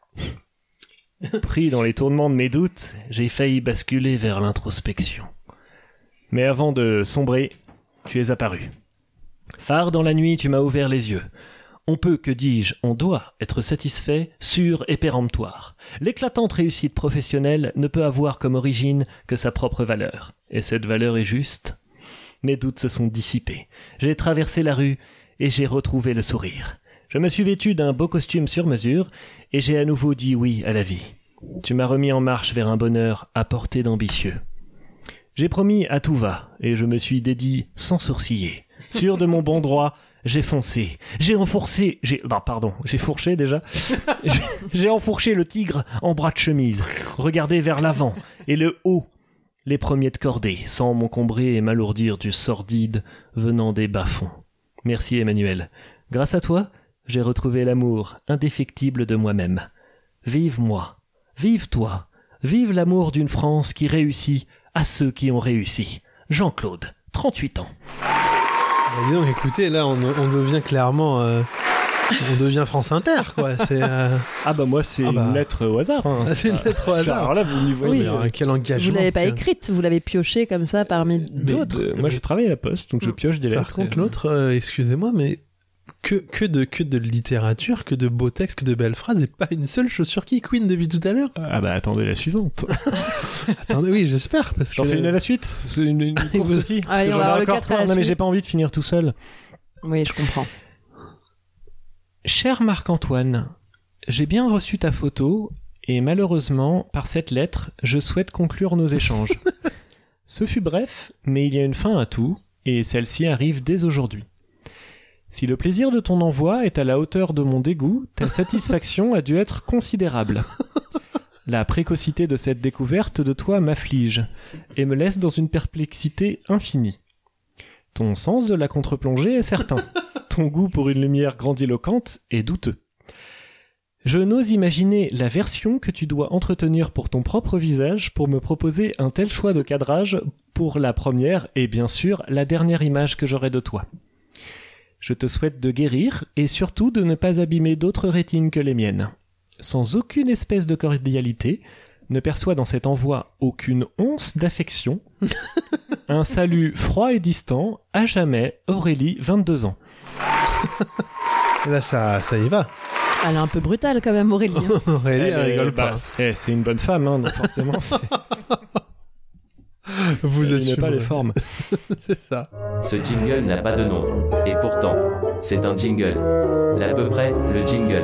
Pris dans les tourments de mes doutes, j'ai failli basculer vers l'introspection. Mais avant de sombrer, tu es apparu. Phare dans la nuit, tu m'as ouvert les yeux. On peut, que dis-je, on doit être satisfait, sûr et péremptoire. L'éclatante réussite professionnelle ne peut avoir comme origine que sa propre valeur. Et cette valeur est juste. Mes doutes se sont dissipés. J'ai traversé la rue et j'ai retrouvé le sourire. Je me suis vêtu d'un beau costume sur mesure et j'ai à nouveau dit oui à la vie. Tu m'as remis en marche vers un bonheur à portée d'ambitieux. J'ai promis à tout va et je me suis dédié sans sourciller. Sûr de mon bon droit, j'ai foncé, j'ai enfourcé, j'ai, bah pardon, j'ai fourché déjà, j'ai, j'ai enfourché le tigre en bras de chemise, regardé vers l'avant et le haut, les premiers de cordée, sans m'encombrer et m'alourdir du sordide venant des bas-fonds. Merci Emmanuel. Grâce à toi, j'ai retrouvé l'amour indéfectible de moi-même. Vive moi, vive toi, vive l'amour d'une France qui réussit à ceux qui ont réussi. Jean-Claude, trente-huit ans. Bah, dis donc, écoutez, là, on, on devient clairement... Euh, on devient France Inter, quoi. C'est, euh... Ah bah moi, c'est ah bah... une lettre au hasard. Hein. Ah, c'est une lettre au hasard. Alors là, vous n'y voyez... Oui, alors, je... quel engagement. Vous l'avez pas que... écrite, vous l'avez piochée comme ça parmi mais d'autres. De... Moi, je travaille à la poste, donc je pioche des lettres. Par contre, et... l'autre, euh, excusez-moi, mais... Que, que, de, que de littérature, que de beaux textes, que de belles phrases, et pas une seule chaussure qui queen depuis tout à l'heure. Ah bah attendez la suivante. Attendez, oui, j'espère. Parce J'en que... fais une à la suite. C'est une, une courte aussi. Parce Allez, que on j'en va ai avoir le encore quatre à plein. la Non mais suite. j'ai pas envie de finir tout seul. Oui, je comprends. Cher Marc-Antoine, j'ai bien reçu ta photo et malheureusement, par cette lettre, je souhaite conclure nos échanges. Ce fut bref, mais il y a une fin à tout, et celle-ci arrive dès aujourd'hui. Si le plaisir de ton envoi est à la hauteur de mon dégoût, ta satisfaction a dû être considérable. La précocité de cette découverte de toi m'afflige, et me laisse dans une perplexité infinie. Ton sens de la contre-plongée est certain. Ton goût pour une lumière grandiloquente est douteux. Je n'ose imaginer la version que tu dois entretenir pour ton propre visage pour me proposer un tel choix de cadrage pour la première et bien sûr la dernière image que j'aurai de toi. Je te souhaite de guérir et surtout de ne pas abîmer d'autres rétines que les miennes. Sans aucune espèce de cordialité, ne perçois dans cet envoi aucune once d'affection. Un salut froid et distant, à jamais, Aurélie, vingt-deux ans. Là, ça, ça y va. Elle est un peu brutale quand même, Aurélie. Aurélie, elle, elle rigole bah, pas. C'est, c'est une bonne femme, hein, donc forcément. C'est... Vous assumez pas les formes. C'est ça. Ce jingle n'a pas de nom. Et pourtant, c'est un jingle. L'à peu près, le jingle.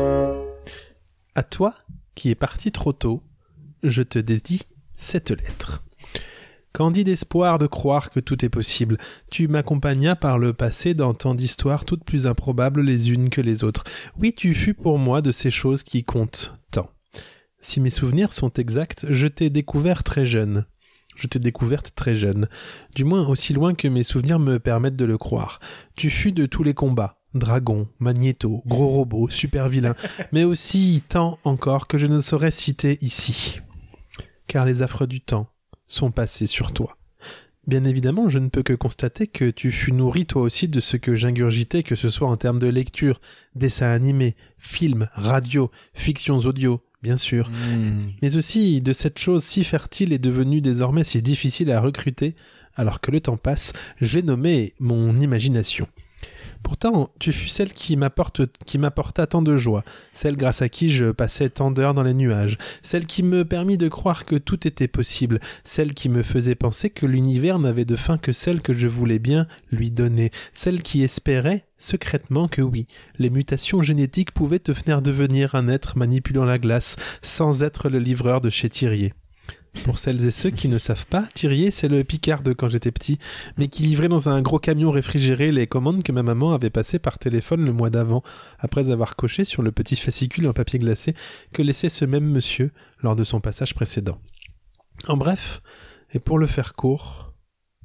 À toi, qui es parti trop tôt, je te dédie cette lettre. Candide espoir de croire que tout est possible, tu m'accompagnas par le passé dans tant d'histoires toutes plus improbables les unes que les autres. Oui, tu fus pour moi de ces choses qui comptent tant. Si mes souvenirs sont exacts, je t'ai découvert très jeune. Je t'ai découverte très jeune, du moins aussi loin que mes souvenirs me permettent de le croire. Tu fus de tous les combats, dragons, magnéto, gros robots, super vilains, mais aussi tant encore que je ne saurais citer ici. Car les affres du temps sont passés sur toi. Bien évidemment, je ne peux que constater que tu fus nourri toi aussi de ce que j'ingurgitais, que ce soit en termes de lecture, dessins animés, films, radio, fictions audio, bien sûr, Mmh. mais aussi de cette chose si fertile et devenue désormais si difficile à recruter, alors que le temps passe, j'ai nommé mon imagination. Pourtant, tu fus celle qui m'apporte, qui m'apporta tant de joie, celle grâce à qui je passais tant d'heures dans les nuages, celle qui me permit de croire que tout était possible, celle qui me faisait penser que l'univers n'avait de fin que celle que je voulais bien lui donner, celle qui espérait secrètement que oui, les mutations génétiques pouvaient te faire devenir un être manipulant la glace, sans être le livreur de chez Thirier. Pour celles et ceux qui ne savent pas, Thirier, c'est le Picard de quand j'étais petit, mais qui livrait dans un gros camion réfrigéré les commandes que ma maman avait passées par téléphone le mois d'avant, après avoir coché sur le petit fascicule en papier glacé que laissait ce même monsieur lors de son passage précédent. En bref, et pour le faire court,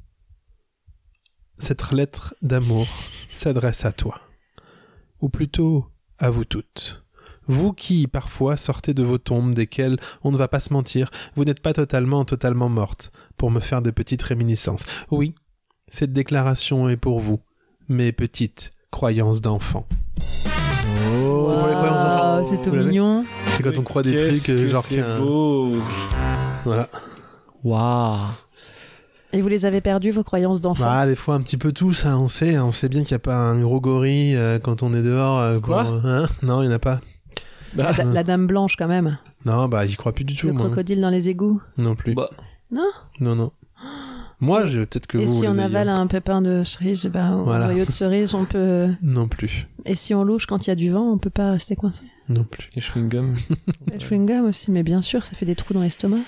cette lettre d'amour s'adresse à toi, ou plutôt à vous toutes. Vous qui, parfois, sortez de vos tombes desquelles, on ne va pas se mentir, vous n'êtes pas totalement, totalement morte, pour me faire de petites réminiscences. Oui, cette déclaration est pour vous, mes petites croyances d'enfant. Oh, c'est pour les croyances d'enfant. C'est tout mignon. C'est quand on croit des trucs, que genre c'est qu'il y a un- beau. Voilà. Waouh. Et vous les avez perdus, vos croyances d'enfant? Bah, des fois un petit peu tout, ça, on sait. On sait bien qu'il n'y a pas un gros gorille euh, quand on est dehors. euh, Quoi pour- hein Non, il n'y en a pas. La, da- la dame blanche, quand même. Non, bah, j'y crois plus du tout, Le moi. crocodile dans les égouts. Non plus. Bah, Non. Non, non. Moi, je... peut-être que Et vous, si vous on les avale ayez. un pépin de cerise, bah, au Voilà. noyau de cerise, on peut... Non plus. Et si on louche quand il y a du vent, on peut pas rester coincé. Non plus. les chewing-gums. Le chewing-gum aussi, mais bien sûr, ça fait des trous dans l'estomac.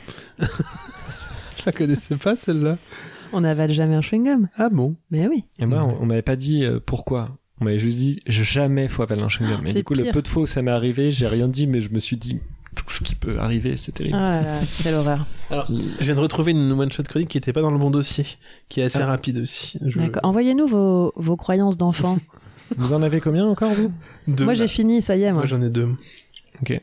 Je la connaissais pas, celle-là. On n'avale jamais un chewing-gum. Ah bon? Mais oui. Et moi, on, on m'avait pas dit euh, pourquoi. On m'avait juste dit jamais faut avaler un chewing-gum. Et C'est du coup, le pire. peu de fois où ça m'est arrivé, j'ai rien dit, mais je me suis dit tout ce qui peut arriver, c'est terrible. Ah là là, quelle horreur. Alors, je viens de retrouver une one-shot chronique qui était pas dans le bon dossier, qui est assez Ah. rapide aussi. Je- D'accord. Envoyez-nous vos, vos croyances d'enfant. Vous en avez combien encore, vous? Deux, Moi, là. j'ai fini, ça y est, moi. Moi, j'en ai deux. Ok.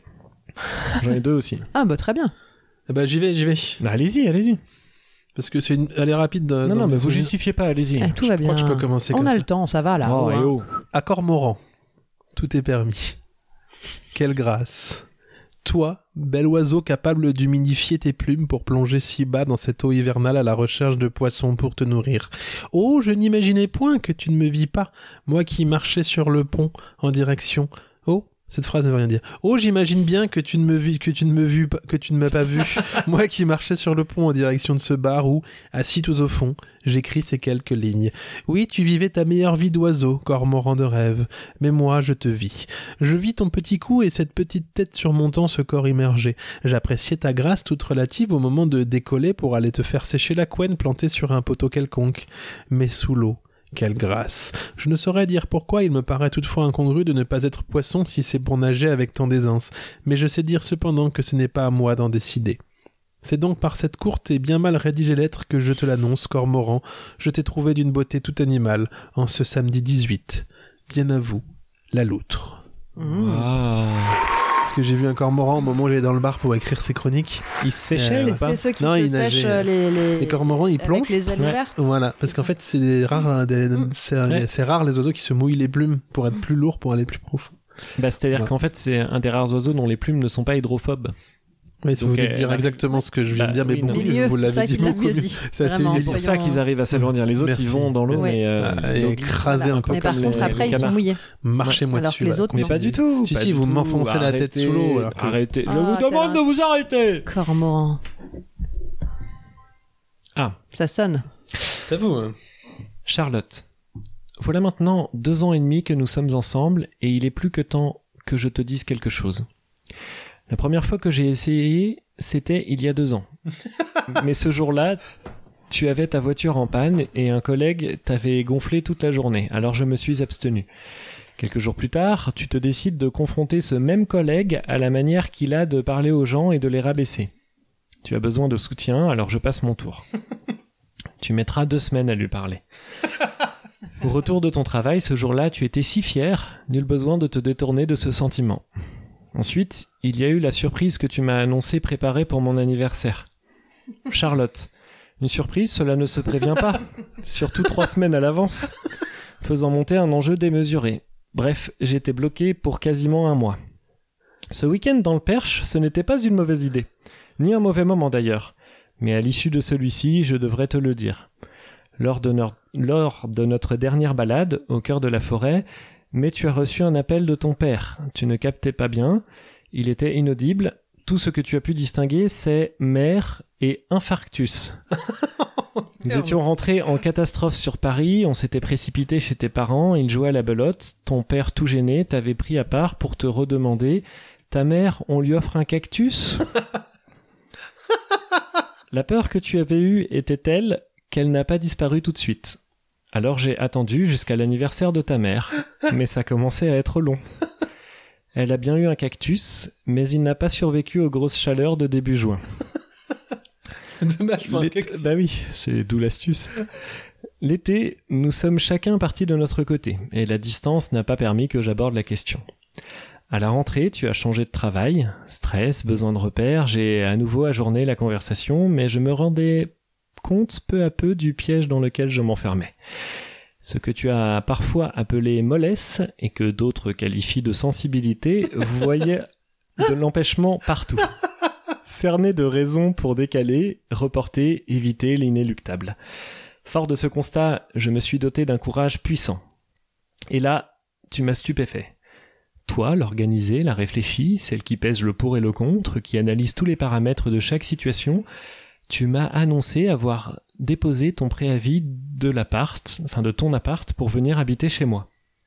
J'en ai deux aussi. Ah, bah très bien. Eh bah, j'y vais, j'y vais. Bah, allez-y, allez-y. Parce que c'est une... elle est rapide. Dans, Non, dans non, mes mais vous souvenirs. justifiez pas, allez-y. Eh, tout va Je crois bien. que je peux commencer On comme a ça. le temps, ça va là. Oh, Oh, et hein. oh. À Cormoran, tout est permis. Quelle grâce. Toi, bel oiseau capable d'humidifier tes plumes pour plonger si bas dans cette eau hivernale à la recherche de poissons pour te nourrir. Oh, je n'imaginais point que tu ne me vis pas, moi qui marchais sur le pont en direction... Oh, cette phrase ne veut rien dire. Oh, j'imagine bien que tu ne me vis, que tu ne me vis pas, que tu ne m'as pas vu, moi qui marchais sur le pont en direction de ce bar où, assis tout au fond, j'écris ces quelques lignes. Oui, tu vivais ta meilleure vie d'oiseau, cormoran de rêve, mais moi je te vis. Je vis ton petit cou et cette petite tête surmontant ce corps immergé. J'appréciais ta grâce toute relative au moment de décoller pour aller te faire sécher la couenne plantée sur un poteau quelconque. Mais sous l'eau, quelle grâce. Je ne saurais dire pourquoi il me paraît toutefois incongru de ne pas être poisson si c'est pour nager avec tant d'aisance, mais je sais dire cependant que ce n'est pas à moi d'en décider. C'est donc par cette courte et bien mal rédigée lettre que je te l'annonce, Cormoran, je t'ai trouvé d'une beauté toute animale, en ce samedi dix-huit. Bien à vous, la loutre. Mmh. Ah. Parce que j'ai vu un cormoran au moment où j'allais dans le bar pour écrire ses chroniques. Il se séchait Euh, ou C'est pas? c'est ceux qui Non, se il sèchent nageait. euh, les, les... Les cormorans, ils avec plongent. les ailes Ouais. ouvertes. Voilà, parce qu'en fait, c'est des rares, des- Mm. c'est Ouais. c'est rare les oiseaux qui se mouillent les plumes pour être plus lourds, pour aller plus profond. Bah, c'est-à-dire Ouais. qu'en fait, c'est un des rares oiseaux dont les plumes ne sont pas hydrophobes. Oui, si vous Donc, venez de euh, dire bah, exactement ce que je viens de bah, dire, mais oui, beaucoup non. Mais mieux, mieux, vous c'est l'avez vrai dit qu'il l'a beaucoup mieux mieux. dit. C'est assez Vraiment, C'est usé. pour ça soyons- qu'ils arrivent à s'alourdir. Les autres, Merci. ils vont dans l'eau, Ouais. mais. euh, Ah, et donc, écraser un peu Mais par comme contre, les- après, les ils sont canards. mouillés. Marchez-moi Alors dessus. que les là. autres, Mais non. pas du tout. Si, pas si, du vous tout. m'enfoncez la tête Arrêtez, sous l'eau, alors que- Arrêtez. Je Ah, vous t'es demande un- de vous arrêter. Cormoran. Ah, Ça sonne. C'est à vous. hein. Charlotte. Voilà maintenant deux ans et demi que nous sommes ensemble et il est plus que temps que je te dise quelque chose. La première fois que j'ai essayé, c'était il y a deux ans. Mais ce jour-là, tu avais ta voiture en panne et un collègue t'avait gonflé toute la journée, alors je me suis abstenu. Quelques jours plus tard, tu te décides de confronter ce même collègue à la manière qu'il a de parler aux gens et de les rabaisser. Tu as besoin de soutien, alors je passe mon tour. Tu mettras deux semaines à lui parler. Au retour de ton travail, ce jour-là, tu étais si fier, nul besoin de te détourner de ce sentiment. Ensuite, il y a eu la surprise que tu m'as annoncée préparée pour mon anniversaire. Charlotte, une surprise, cela ne se prévient pas, surtout trois semaines à l'avance, faisant monter un enjeu démesuré. Bref, j'étais bloqué pour quasiment un mois. Ce week-end dans le Perche, ce n'était pas une mauvaise idée, ni un mauvais moment d'ailleurs, mais à l'issue de celui-ci, je devrais te le dire. Lors de, no- lors de notre dernière balade, au cœur de la forêt, mais tu as reçu un appel de ton père. Tu ne captais pas bien, il était inaudible. Tout ce que tu as pu distinguer, c'est mère et infarctus. Nous étions rentrés en catastrophe sur Paris, on s'était précipité chez tes parents, ils jouaient à la belote, ton père tout gêné t'avait pris à part pour te redemander « Ta mère, on lui offre un cactus ?» La peur que tu avais eue était telle qu'elle n'a pas disparu tout de suite. Alors j'ai attendu jusqu'à l'anniversaire de ta mère, mais ça commençait à être long. Elle a bien eu un cactus, mais il n'a pas survécu aux grosses chaleurs de début juin. Dommage pour un cactus. Bah oui, c'est d'où l'astuce. L'été, nous sommes chacun partis de notre côté, et la distance n'a pas permis que j'aborde la question. À la rentrée, tu as changé de travail, stress, besoin de repères, j'ai à nouveau ajourné la conversation, mais je me rendais compte peu à peu du piège dans lequel je m'enfermais. Ce que tu as parfois appelé mollesse, et que d'autres qualifient de sensibilité, voyait de l'empêchement partout. Cerné de raisons pour décaler, reporter, éviter l'inéluctable. Fort de ce constat, je me suis doté d'un courage puissant. Et là, tu m'as stupéfait. Toi, l'organisée, la réfléchie, celle qui pèse le pour et le contre, qui analyse tous les paramètres de chaque situation, tu m'as annoncé avoir déposé ton préavis de l'appart, enfin de ton appart, pour venir habiter chez moi.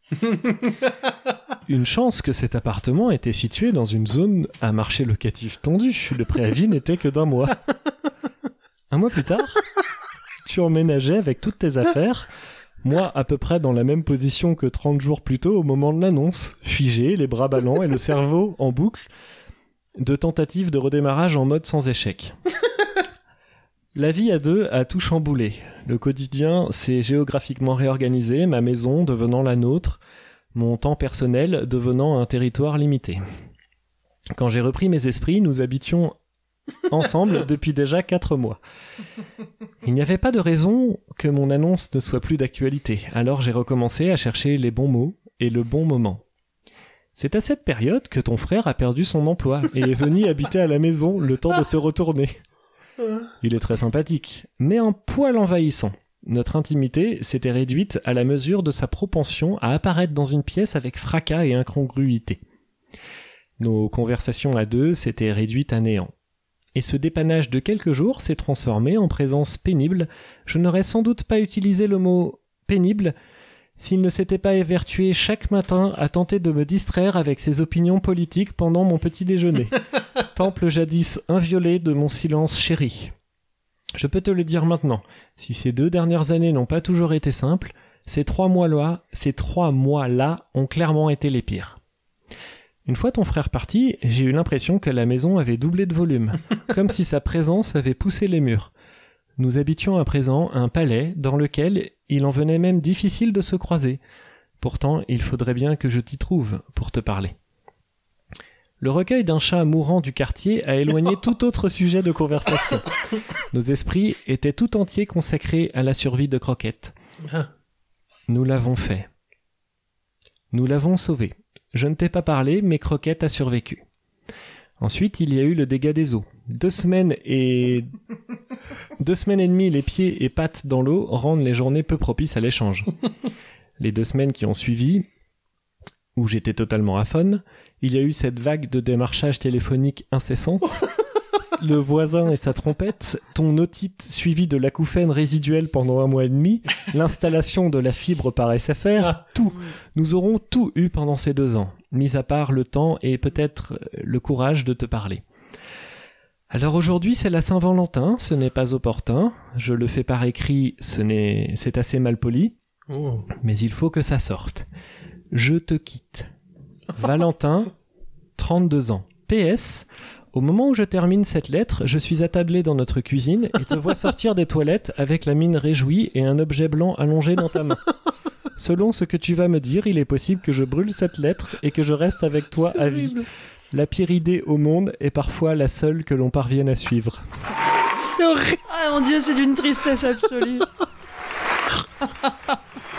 Une chance que cet appartement était situé dans une zone à marché locatif tendu. Le préavis n'était que d'un mois. Un mois plus tard, tu emménageais avec toutes tes affaires, moi à peu près dans la même position que trente jours plus tôt au moment de l'annonce, figé, les bras ballants et le cerveau en boucle, de tentatives de redémarrage en mode sans échec. La vie à deux a tout chamboulé. Le quotidien s'est géographiquement réorganisé, ma maison devenant la nôtre, mon temps personnel devenant un territoire limité. Quand j'ai repris mes esprits, nous habitions ensemble depuis déjà quatre mois. Il n'y avait pas de raison que mon annonce ne soit plus d'actualité, alors j'ai recommencé à chercher les bons mots et le bon moment. C'est à cette période que ton frère a perdu son emploi et est venu habiter à la maison le temps de se retourner. Il est très sympathique, mais un poil envahissant. Notre intimité s'était réduite à la mesure de sa propension à apparaître dans une pièce avec fracas et incongruité. Nos conversations à deux s'étaient réduites à néant. Et ce dépannage de quelques jours s'est transformé en présence pénible. Je n'aurais sans doute pas utilisé le mot « pénible » s'il ne s'était pas évertué chaque matin à tenter de me distraire avec ses opinions politiques pendant mon petit déjeuner. Temple jadis inviolé de mon silence chéri. Je peux te le dire maintenant, si ces deux dernières années n'ont pas toujours été simples, ces trois mois-là, ces trois mois-là ont clairement été les pires. Une fois ton frère parti, j'ai eu l'impression que la maison avait doublé de volume, comme si sa présence avait poussé les murs. Nous habitions à présent un palais dans lequel il en venait même difficile de se croiser. Pourtant, il faudrait bien que je t'y trouve pour te parler. Le recueil d'un chat mourant du quartier a éloigné tout autre sujet de conversation. Nos esprits étaient tout entiers consacrés à la survie de Croquette. Nous l'avons fait. Nous l'avons sauvé. Je ne t'ai pas parlé, mais Croquette a survécu. Ensuite, il y a eu le dégât des eaux. Deux semaines et... Deux semaines et demie les pieds et pattes dans l'eau rendent les journées peu propices à l'échange. Les deux semaines qui ont suivi, où j'étais totalement aphone, il y a eu cette vague de démarchage téléphonique incessante, le voisin et sa trompette, ton otite suivi de l'acouphène résiduelle pendant un mois et demi, l'installation de la fibre par S F R, tout. Nous aurons tout eu pendant ces deux ans, mis à part le temps et peut-être le courage de te parler. Alors aujourd'hui, c'est la Saint-Valentin, ce n'est pas opportun, je le fais par écrit, ce n'est, c'est assez mal poli, oh. Mais il faut que ça sorte. Je te quitte. Valentin, trente-deux ans. P S, au moment où je termine cette lettre, je suis attablé dans notre cuisine et te vois sortir des toilettes avec la mine réjouie et un objet blanc allongé dans ta main. Selon ce que tu vas me dire, il est possible que je brûle cette lettre et que je reste avec toi à vie. La pire idée au monde est parfois la seule que l'on parvienne à suivre. C'est horrible. Ah mon Dieu, c'est d'une tristesse absolue.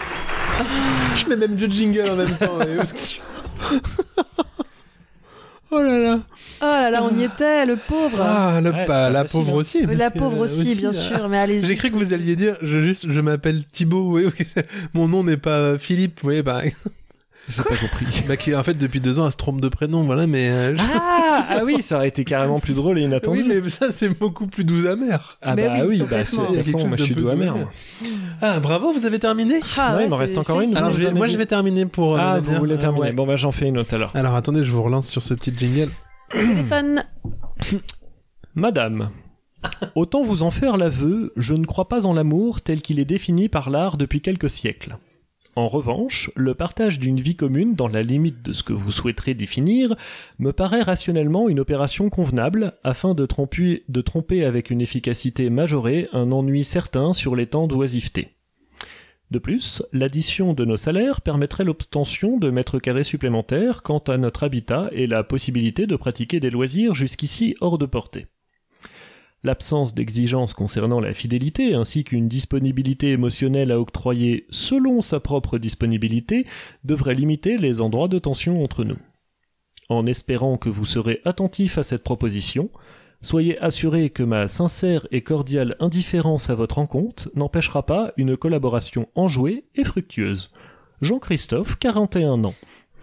Je mets même du jingle en même temps. Oh là là. Oh là là, on y était, le pauvre. Ah, le Ouais, pa- c'est la facile, pauvre hein. aussi. la parce que, pauvre euh, aussi, bien là. sûr, mais allez-y. J'ai cru que vous alliez dire, je juste, je m'appelle Thibaut. Oui, oui, c'est- mon nom n'est pas Philippe. Oui, par exemple. J'ai pas compris. Bah, qui en fait depuis deux ans elle se trompe de prénom, voilà. Mais euh, je- Ah, ah oui, ça aurait été carrément plus drôle et inattendu. oui, mais ça c'est beaucoup plus doux amer. Ah Mais bah oui, oui, bah, complètement. c'est- de Il y a toute quelque façon, chose moi je d'un suis peu doux doux amer. amer. moi. Ah, bravo, vous avez terminé. Ah, Ouais, il m'en c'est reste encore une. Alors Vous je vais- en moi avez je vais terminer pour. euh, Ah, la vous dernière. voulez terminer. Ouais. Bon bah j'en fais une autre alors. Alors attendez, je vous relance sur ce petit jingle. Téléphone. Madame, autant vous en faire l'aveu, je ne crois pas en l'amour tel qu'il est défini par l'art depuis quelques siècles. En revanche, le partage d'une vie commune dans la limite de ce que vous souhaiterez définir me paraît rationnellement une opération convenable afin de tromper, de tromper avec une efficacité majorée un ennui certain sur les temps d'oisiveté. De plus, l'addition de nos salaires permettrait l'obtention de mètres carrés supplémentaires quant à notre habitat et la possibilité de pratiquer des loisirs jusqu'ici hors de portée. L'absence d'exigence concernant la fidélité ainsi qu'une disponibilité émotionnelle à octroyer selon sa propre disponibilité devrait limiter les endroits de tension entre nous. En espérant que vous serez attentif à cette proposition, soyez assuré que ma sincère et cordiale indifférence à votre rencontre n'empêchera pas une collaboration enjouée et fructueuse. Jean-Christophe, quarante et un ans.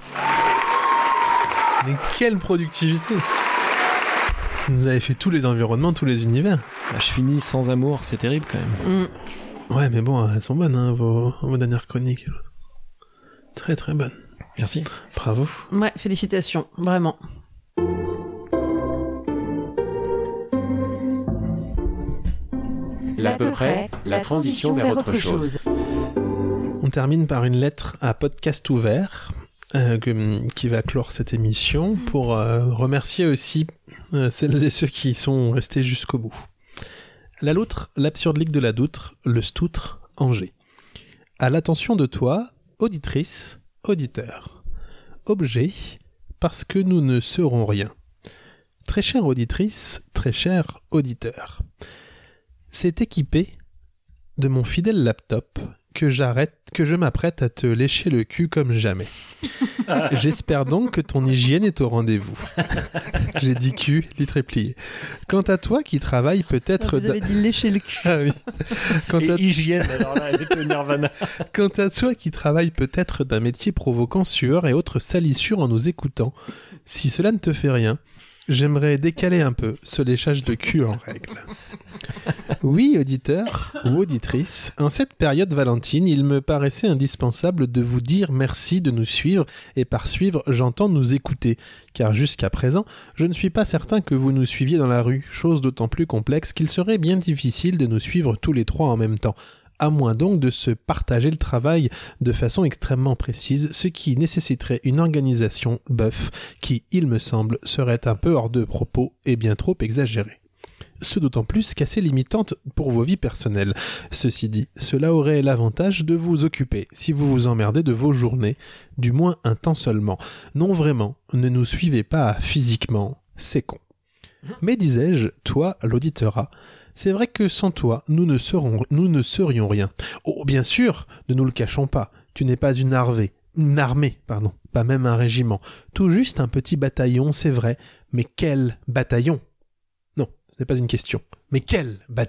Mais quelle productivité! Vous avez fait tous les environnements, tous les univers. Bah, je finis sans amour, c'est terrible quand même. Mm. Ouais, mais bon, elles sont bonnes, hein, vos, vos dernières chroniques. Très très bonnes. Merci. Bravo. Ouais, félicitations, vraiment. L'à peu près, la transition vers autre chose. On termine par une lettre à podcast ouvert euh, que- qui va clore cette émission pour euh, remercier aussi euh, celles et ceux qui sont restés jusqu'au bout. La loutre, l'absurde ligue de la doutre, le stoutre, Angers. À l'attention de toi, auditrice, auditeur. Objet, parce que nous ne serons rien. Très chère auditrice, très cher auditeur. C'est équipé de mon fidèle laptop que j'arrête, que je m'apprête à te lécher le cul comme jamais. J'espère donc que ton hygiène est au rendez-vous. J'ai dit cul, litre et plié. Quant à toi qui travaille peut-être... Vous avez dit lécher le cul. Ah oui. Quant Et à... hygiène, alors là, elle est au nirvana. Quant à toi qui travaille peut-être d'un métier provoquant sueur et autres salissures en nous écoutant, si cela ne te fait rien, j'aimerais décaler un peu ce léchage de cul en règle. Oui, auditeur ou auditrice, en cette période valentine, il me paraissait indispensable de vous dire merci de nous suivre, et par suivre, j'entends nous écouter, car jusqu'à présent, je ne suis pas certain que vous nous suiviez dans la rue, chose d'autant plus complexe qu'il serait bien difficile de nous suivre tous les trois en même temps. À moins donc de se partager le travail de façon extrêmement précise, ce qui nécessiterait une organisation bœuf qui, il me semble, serait un peu hors de propos et bien trop exagérée. Ce d'autant plus qu'assez limitante pour vos vies personnelles. Ceci dit, cela aurait l'avantage de vous occuper, si vous vous emmerdez de vos journées, du moins un temps seulement. Non vraiment, ne nous suivez pas physiquement, c'est con. Mais disais-je, toi, l'auditeurat, c'est vrai que sans toi, nous ne, serons, nous ne serions rien. Oh, bien sûr, ne nous le cachons pas, tu n'es pas une armée, une armée, pardon, pas même un régiment, tout juste un petit bataillon, c'est vrai, mais quel bataillon ? Non, ce n'est pas une question, mais quel bataillon ?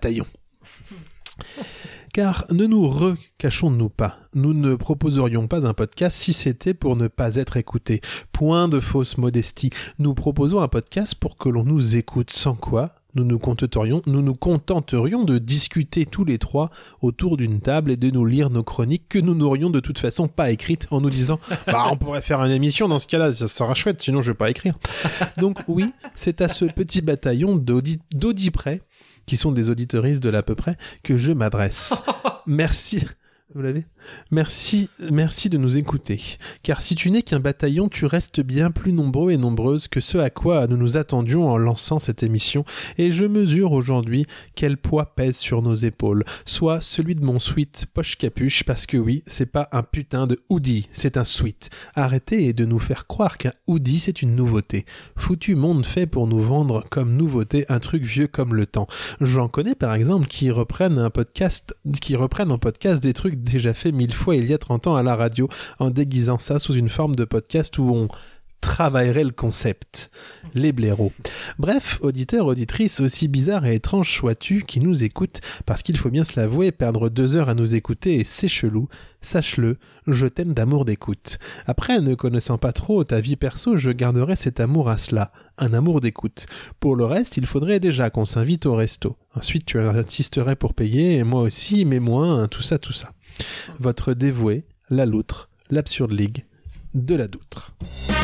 Car ne nous recachons-nous pas, nous ne proposerions pas un podcast si c'était pour ne pas être écoutés. Point de fausse modestie, nous proposons un podcast pour que l'on nous écoute, sans quoi nous nous contenterions, nous nous contenterions de discuter tous les trois autour d'une table et de nous lire nos chroniques que nous n'aurions de toute façon pas écrites en nous disant « Bah, on pourrait faire une émission dans ce cas-là, ça sera chouette, sinon je vais pas écrire. » Donc oui, c'est à ce petit bataillon d'audi- d'audiprès, qui sont des auditeuristes de l'à peu près, que je m'adresse. Merci. Vous l'avez ? Merci, merci de nous écouter. Car si tu n'es qu'un bataillon, tu restes bien plus nombreux et nombreuses que ce à quoi nous nous attendions en lançant cette émission. Et je mesure aujourd'hui quel poids pèse sur nos épaules. Soit celui de mon sweat poche capuche, parce que oui, c'est pas un putain de hoodie, c'est un sweat. Arrêtez de nous faire croire qu'un hoodie c'est une nouveauté. Foutu monde fait pour nous vendre comme nouveauté un truc vieux comme le temps. J'en connais par exemple qui reprennent un podcast, qui reprennent en podcast des trucs déjà fait mille fois il y a trente ans à la radio, en déguisant ça sous une forme de podcast où on travaillerait le concept. Les blaireaux. Bref, auditeurs, auditrices, aussi bizarres et étranges sois-tu qui nous écoutent, parce qu'il faut bien se l'avouer, perdre deux heures à nous écouter et c'est chelou. Sache-le, je t'aime d'amour d'écoute. Après, ne connaissant pas trop ta vie perso, je garderai cet amour à cela, un amour d'écoute. Pour le reste, il faudrait déjà qu'on s'invite au resto. Ensuite, tu insisterais pour payer, et moi aussi, mais moins, tout ça, tout ça. Votre dévoué, la loutre, l'absurde ligue, de la doutre.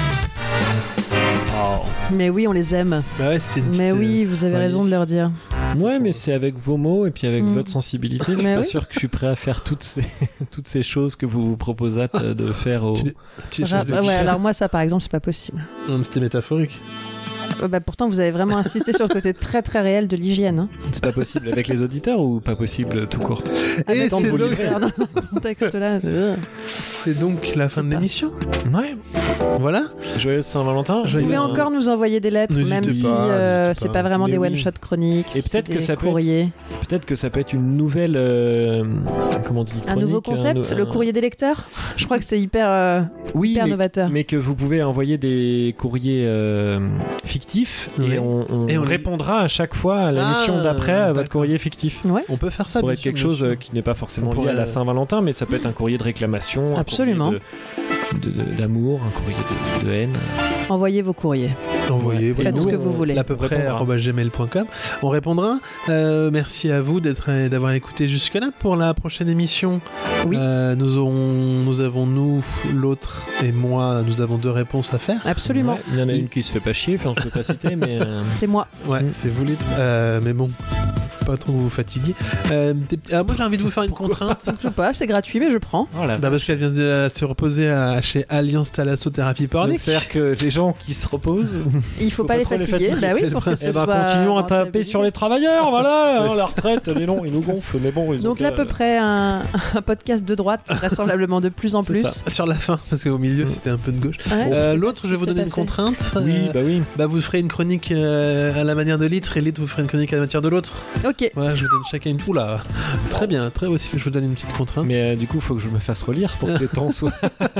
Oh. Mais oui, on les aime. Bah ouais, c'était une petite, Mais oui, euh, vous avez ouais. raison de leur dire. Ouais, mais c'est avec vos mots et puis avec Mm. votre sensibilité. Je suis Mais pas oui. sûr que je suis prêt à faire toutes ces, toutes ces choses que vous vous proposâtes de faire au... Petite- petite Ra- chose de bah ouais, cliché. alors moi, ça, par exemple, c'est pas possible. Non, mais c'était métaphorique. Euh, bah, pourtant, vous avez vraiment insisté sur le côté très très réel de l'hygiène. Hein. C'est pas possible avec les auditeurs ou pas possible tout court? Ah, Et mais quand c'est vous donc- livrez dans ce contexte-là, je... C'est donc la fin de l'émission. Ouais. Voilà. Joyeuse Saint-Valentin. Vous Joyeux- pouvez encore nous envoyer des lettres, N'hésitez même pas, si euh, n'hésitez c'est pas. pas vraiment Mais des oui. one-shot chroniques. Et peut-être c'est que des ça peut courriers. être, peut-être que ça peut être une nouvelle, euh, comment on dit, Un nouveau chronique, concept, un- le courrier des lecteurs. Je crois que c'est hyper, euh, Oui, hyper mais, novateur. mais que vous pouvez envoyer des courriers euh, fictifs Oui. et on, on Et on les- répondra à chaque fois à la mission Ah, d'après à votre d'accord. courrier fictif. Ouais. On peut faire ça. Ça pourrait bien être sûr, quelque bien chose sûr. euh, qui n'est pas forcément On lié pourrait- à la Saint-Valentin, mais ça peut être un courrier de réclamation, un Absolument. courrier de- de- de- d'amour, un courrier de, de haine. Envoyez vos courriers. Envoyez. Ouais. Faites nous, ce que on- vous voulez. L'à peu près répondra. arobase gmail point com. On répondra. Euh, merci à vous d'être et d'avoir écouté jusque-là pour la prochaine émission. Oui. Euh, nous aurons, nous avons nous, l'autre et moi, nous avons deux réponses à faire. Absolument. Ouais, il y en a une qui se fait pas chier, enfin je peux pas citer, mais euh, C'est moi. Ouais, Mm. c'est vous les. Euh, mais bon, faut pas trop vous fatiguer. Euh, des petits- ah, moi, j'ai envie de vous faire une contrainte. Je sais pas, c'est gratuit, mais je prends. voilà. Bah, parce qu'elle vient de euh, se reposer à- chez Alliance Thalassothérapie Donc Pornic. c'est-à-dire que les gens qui se reposent, Il faut, Faut pas, pas les trop les fatiguer. fatiguer, Bah c'est oui, le pour que principe. ce eh ben, soit continuons à taper rentabilisé. sur les travailleurs, voilà, hein, Ouais, la retraite, mais non, ils nous gonflent, mais bon, ils ont Donc qu'à- là, à peu près un, un podcast de droite, vraisemblablement de plus en C'est plus. ça. Sur la fin, parce qu'au milieu, Mm. c'était un peu de gauche. Ouais, Euh, je sais L'autre, pas je vais ce vous qui donner s'est une passé. contrainte. Oui, Euh, bah oui. Bah, vous ferez une chronique euh, à la manière de Litre et Litre vous ferez une chronique à la manière de l'autre. Ok. Voilà, je vous donne chacun une. Oula, très bien, très aussi. Je vous donne une petite contrainte. Mais euh, du coup, faut que je me fasse relire pour que les temps soient.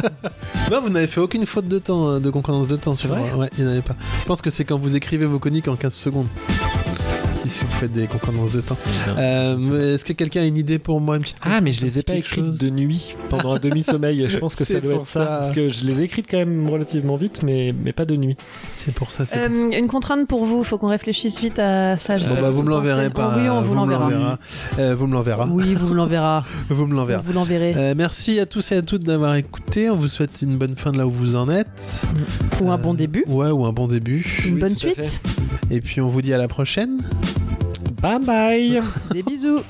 Non, vous n'avez fait aucune faute de temps, euh, de concordance de temps. C'est sur- vrai Ouais, il n'y en avait pas. Je pense que c'est quand vous écrivez vos chroniques en quinze secondes. Si vous faites des concordances de temps. Euh, mais Est-ce que quelqu'un a une idée pour moi, une petite Ah, mais je les ai contrainte, pas quelque écrites chose de nuit pendant un demi-sommeil. Je pense que ça C'est doit pour être ça. ça. Parce que je les ai écrites quand même relativement vite, mais, mais pas de nuit. C'est pour ça. c'est Euh, pour ça. une contrainte pour vous, faut qu'on réfléchisse vite à ça. j'ai Bon, pas bah, du vous tout me l'enverrez pensé. par. Oh, oui, on vous l'enverra. Euh, vous me l'enverra. Oui, vous me l'enverra. Vous me On l'enverrez. vous l'enverrez. Euh, merci à tous et à toutes d'avoir écouté. On vous souhaite une bonne fin de là où vous en êtes. Ou un bon début. Ouais, ou un bon début. Une Oui, bonne tout à suite. Et puis on vous dit à la prochaine. Bye bye. Des bisous.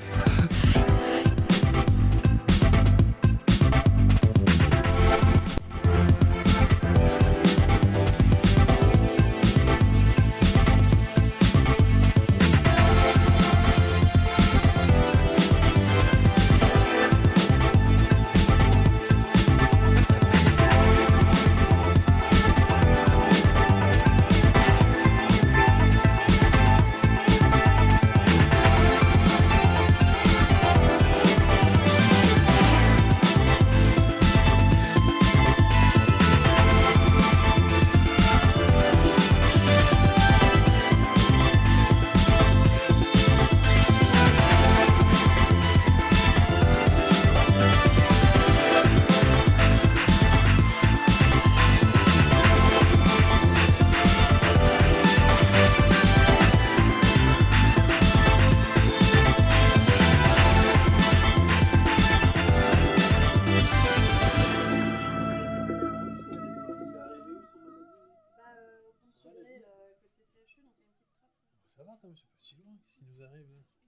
Ça va, c'est pas si loin, qu'est-ce qui nous arrive là ?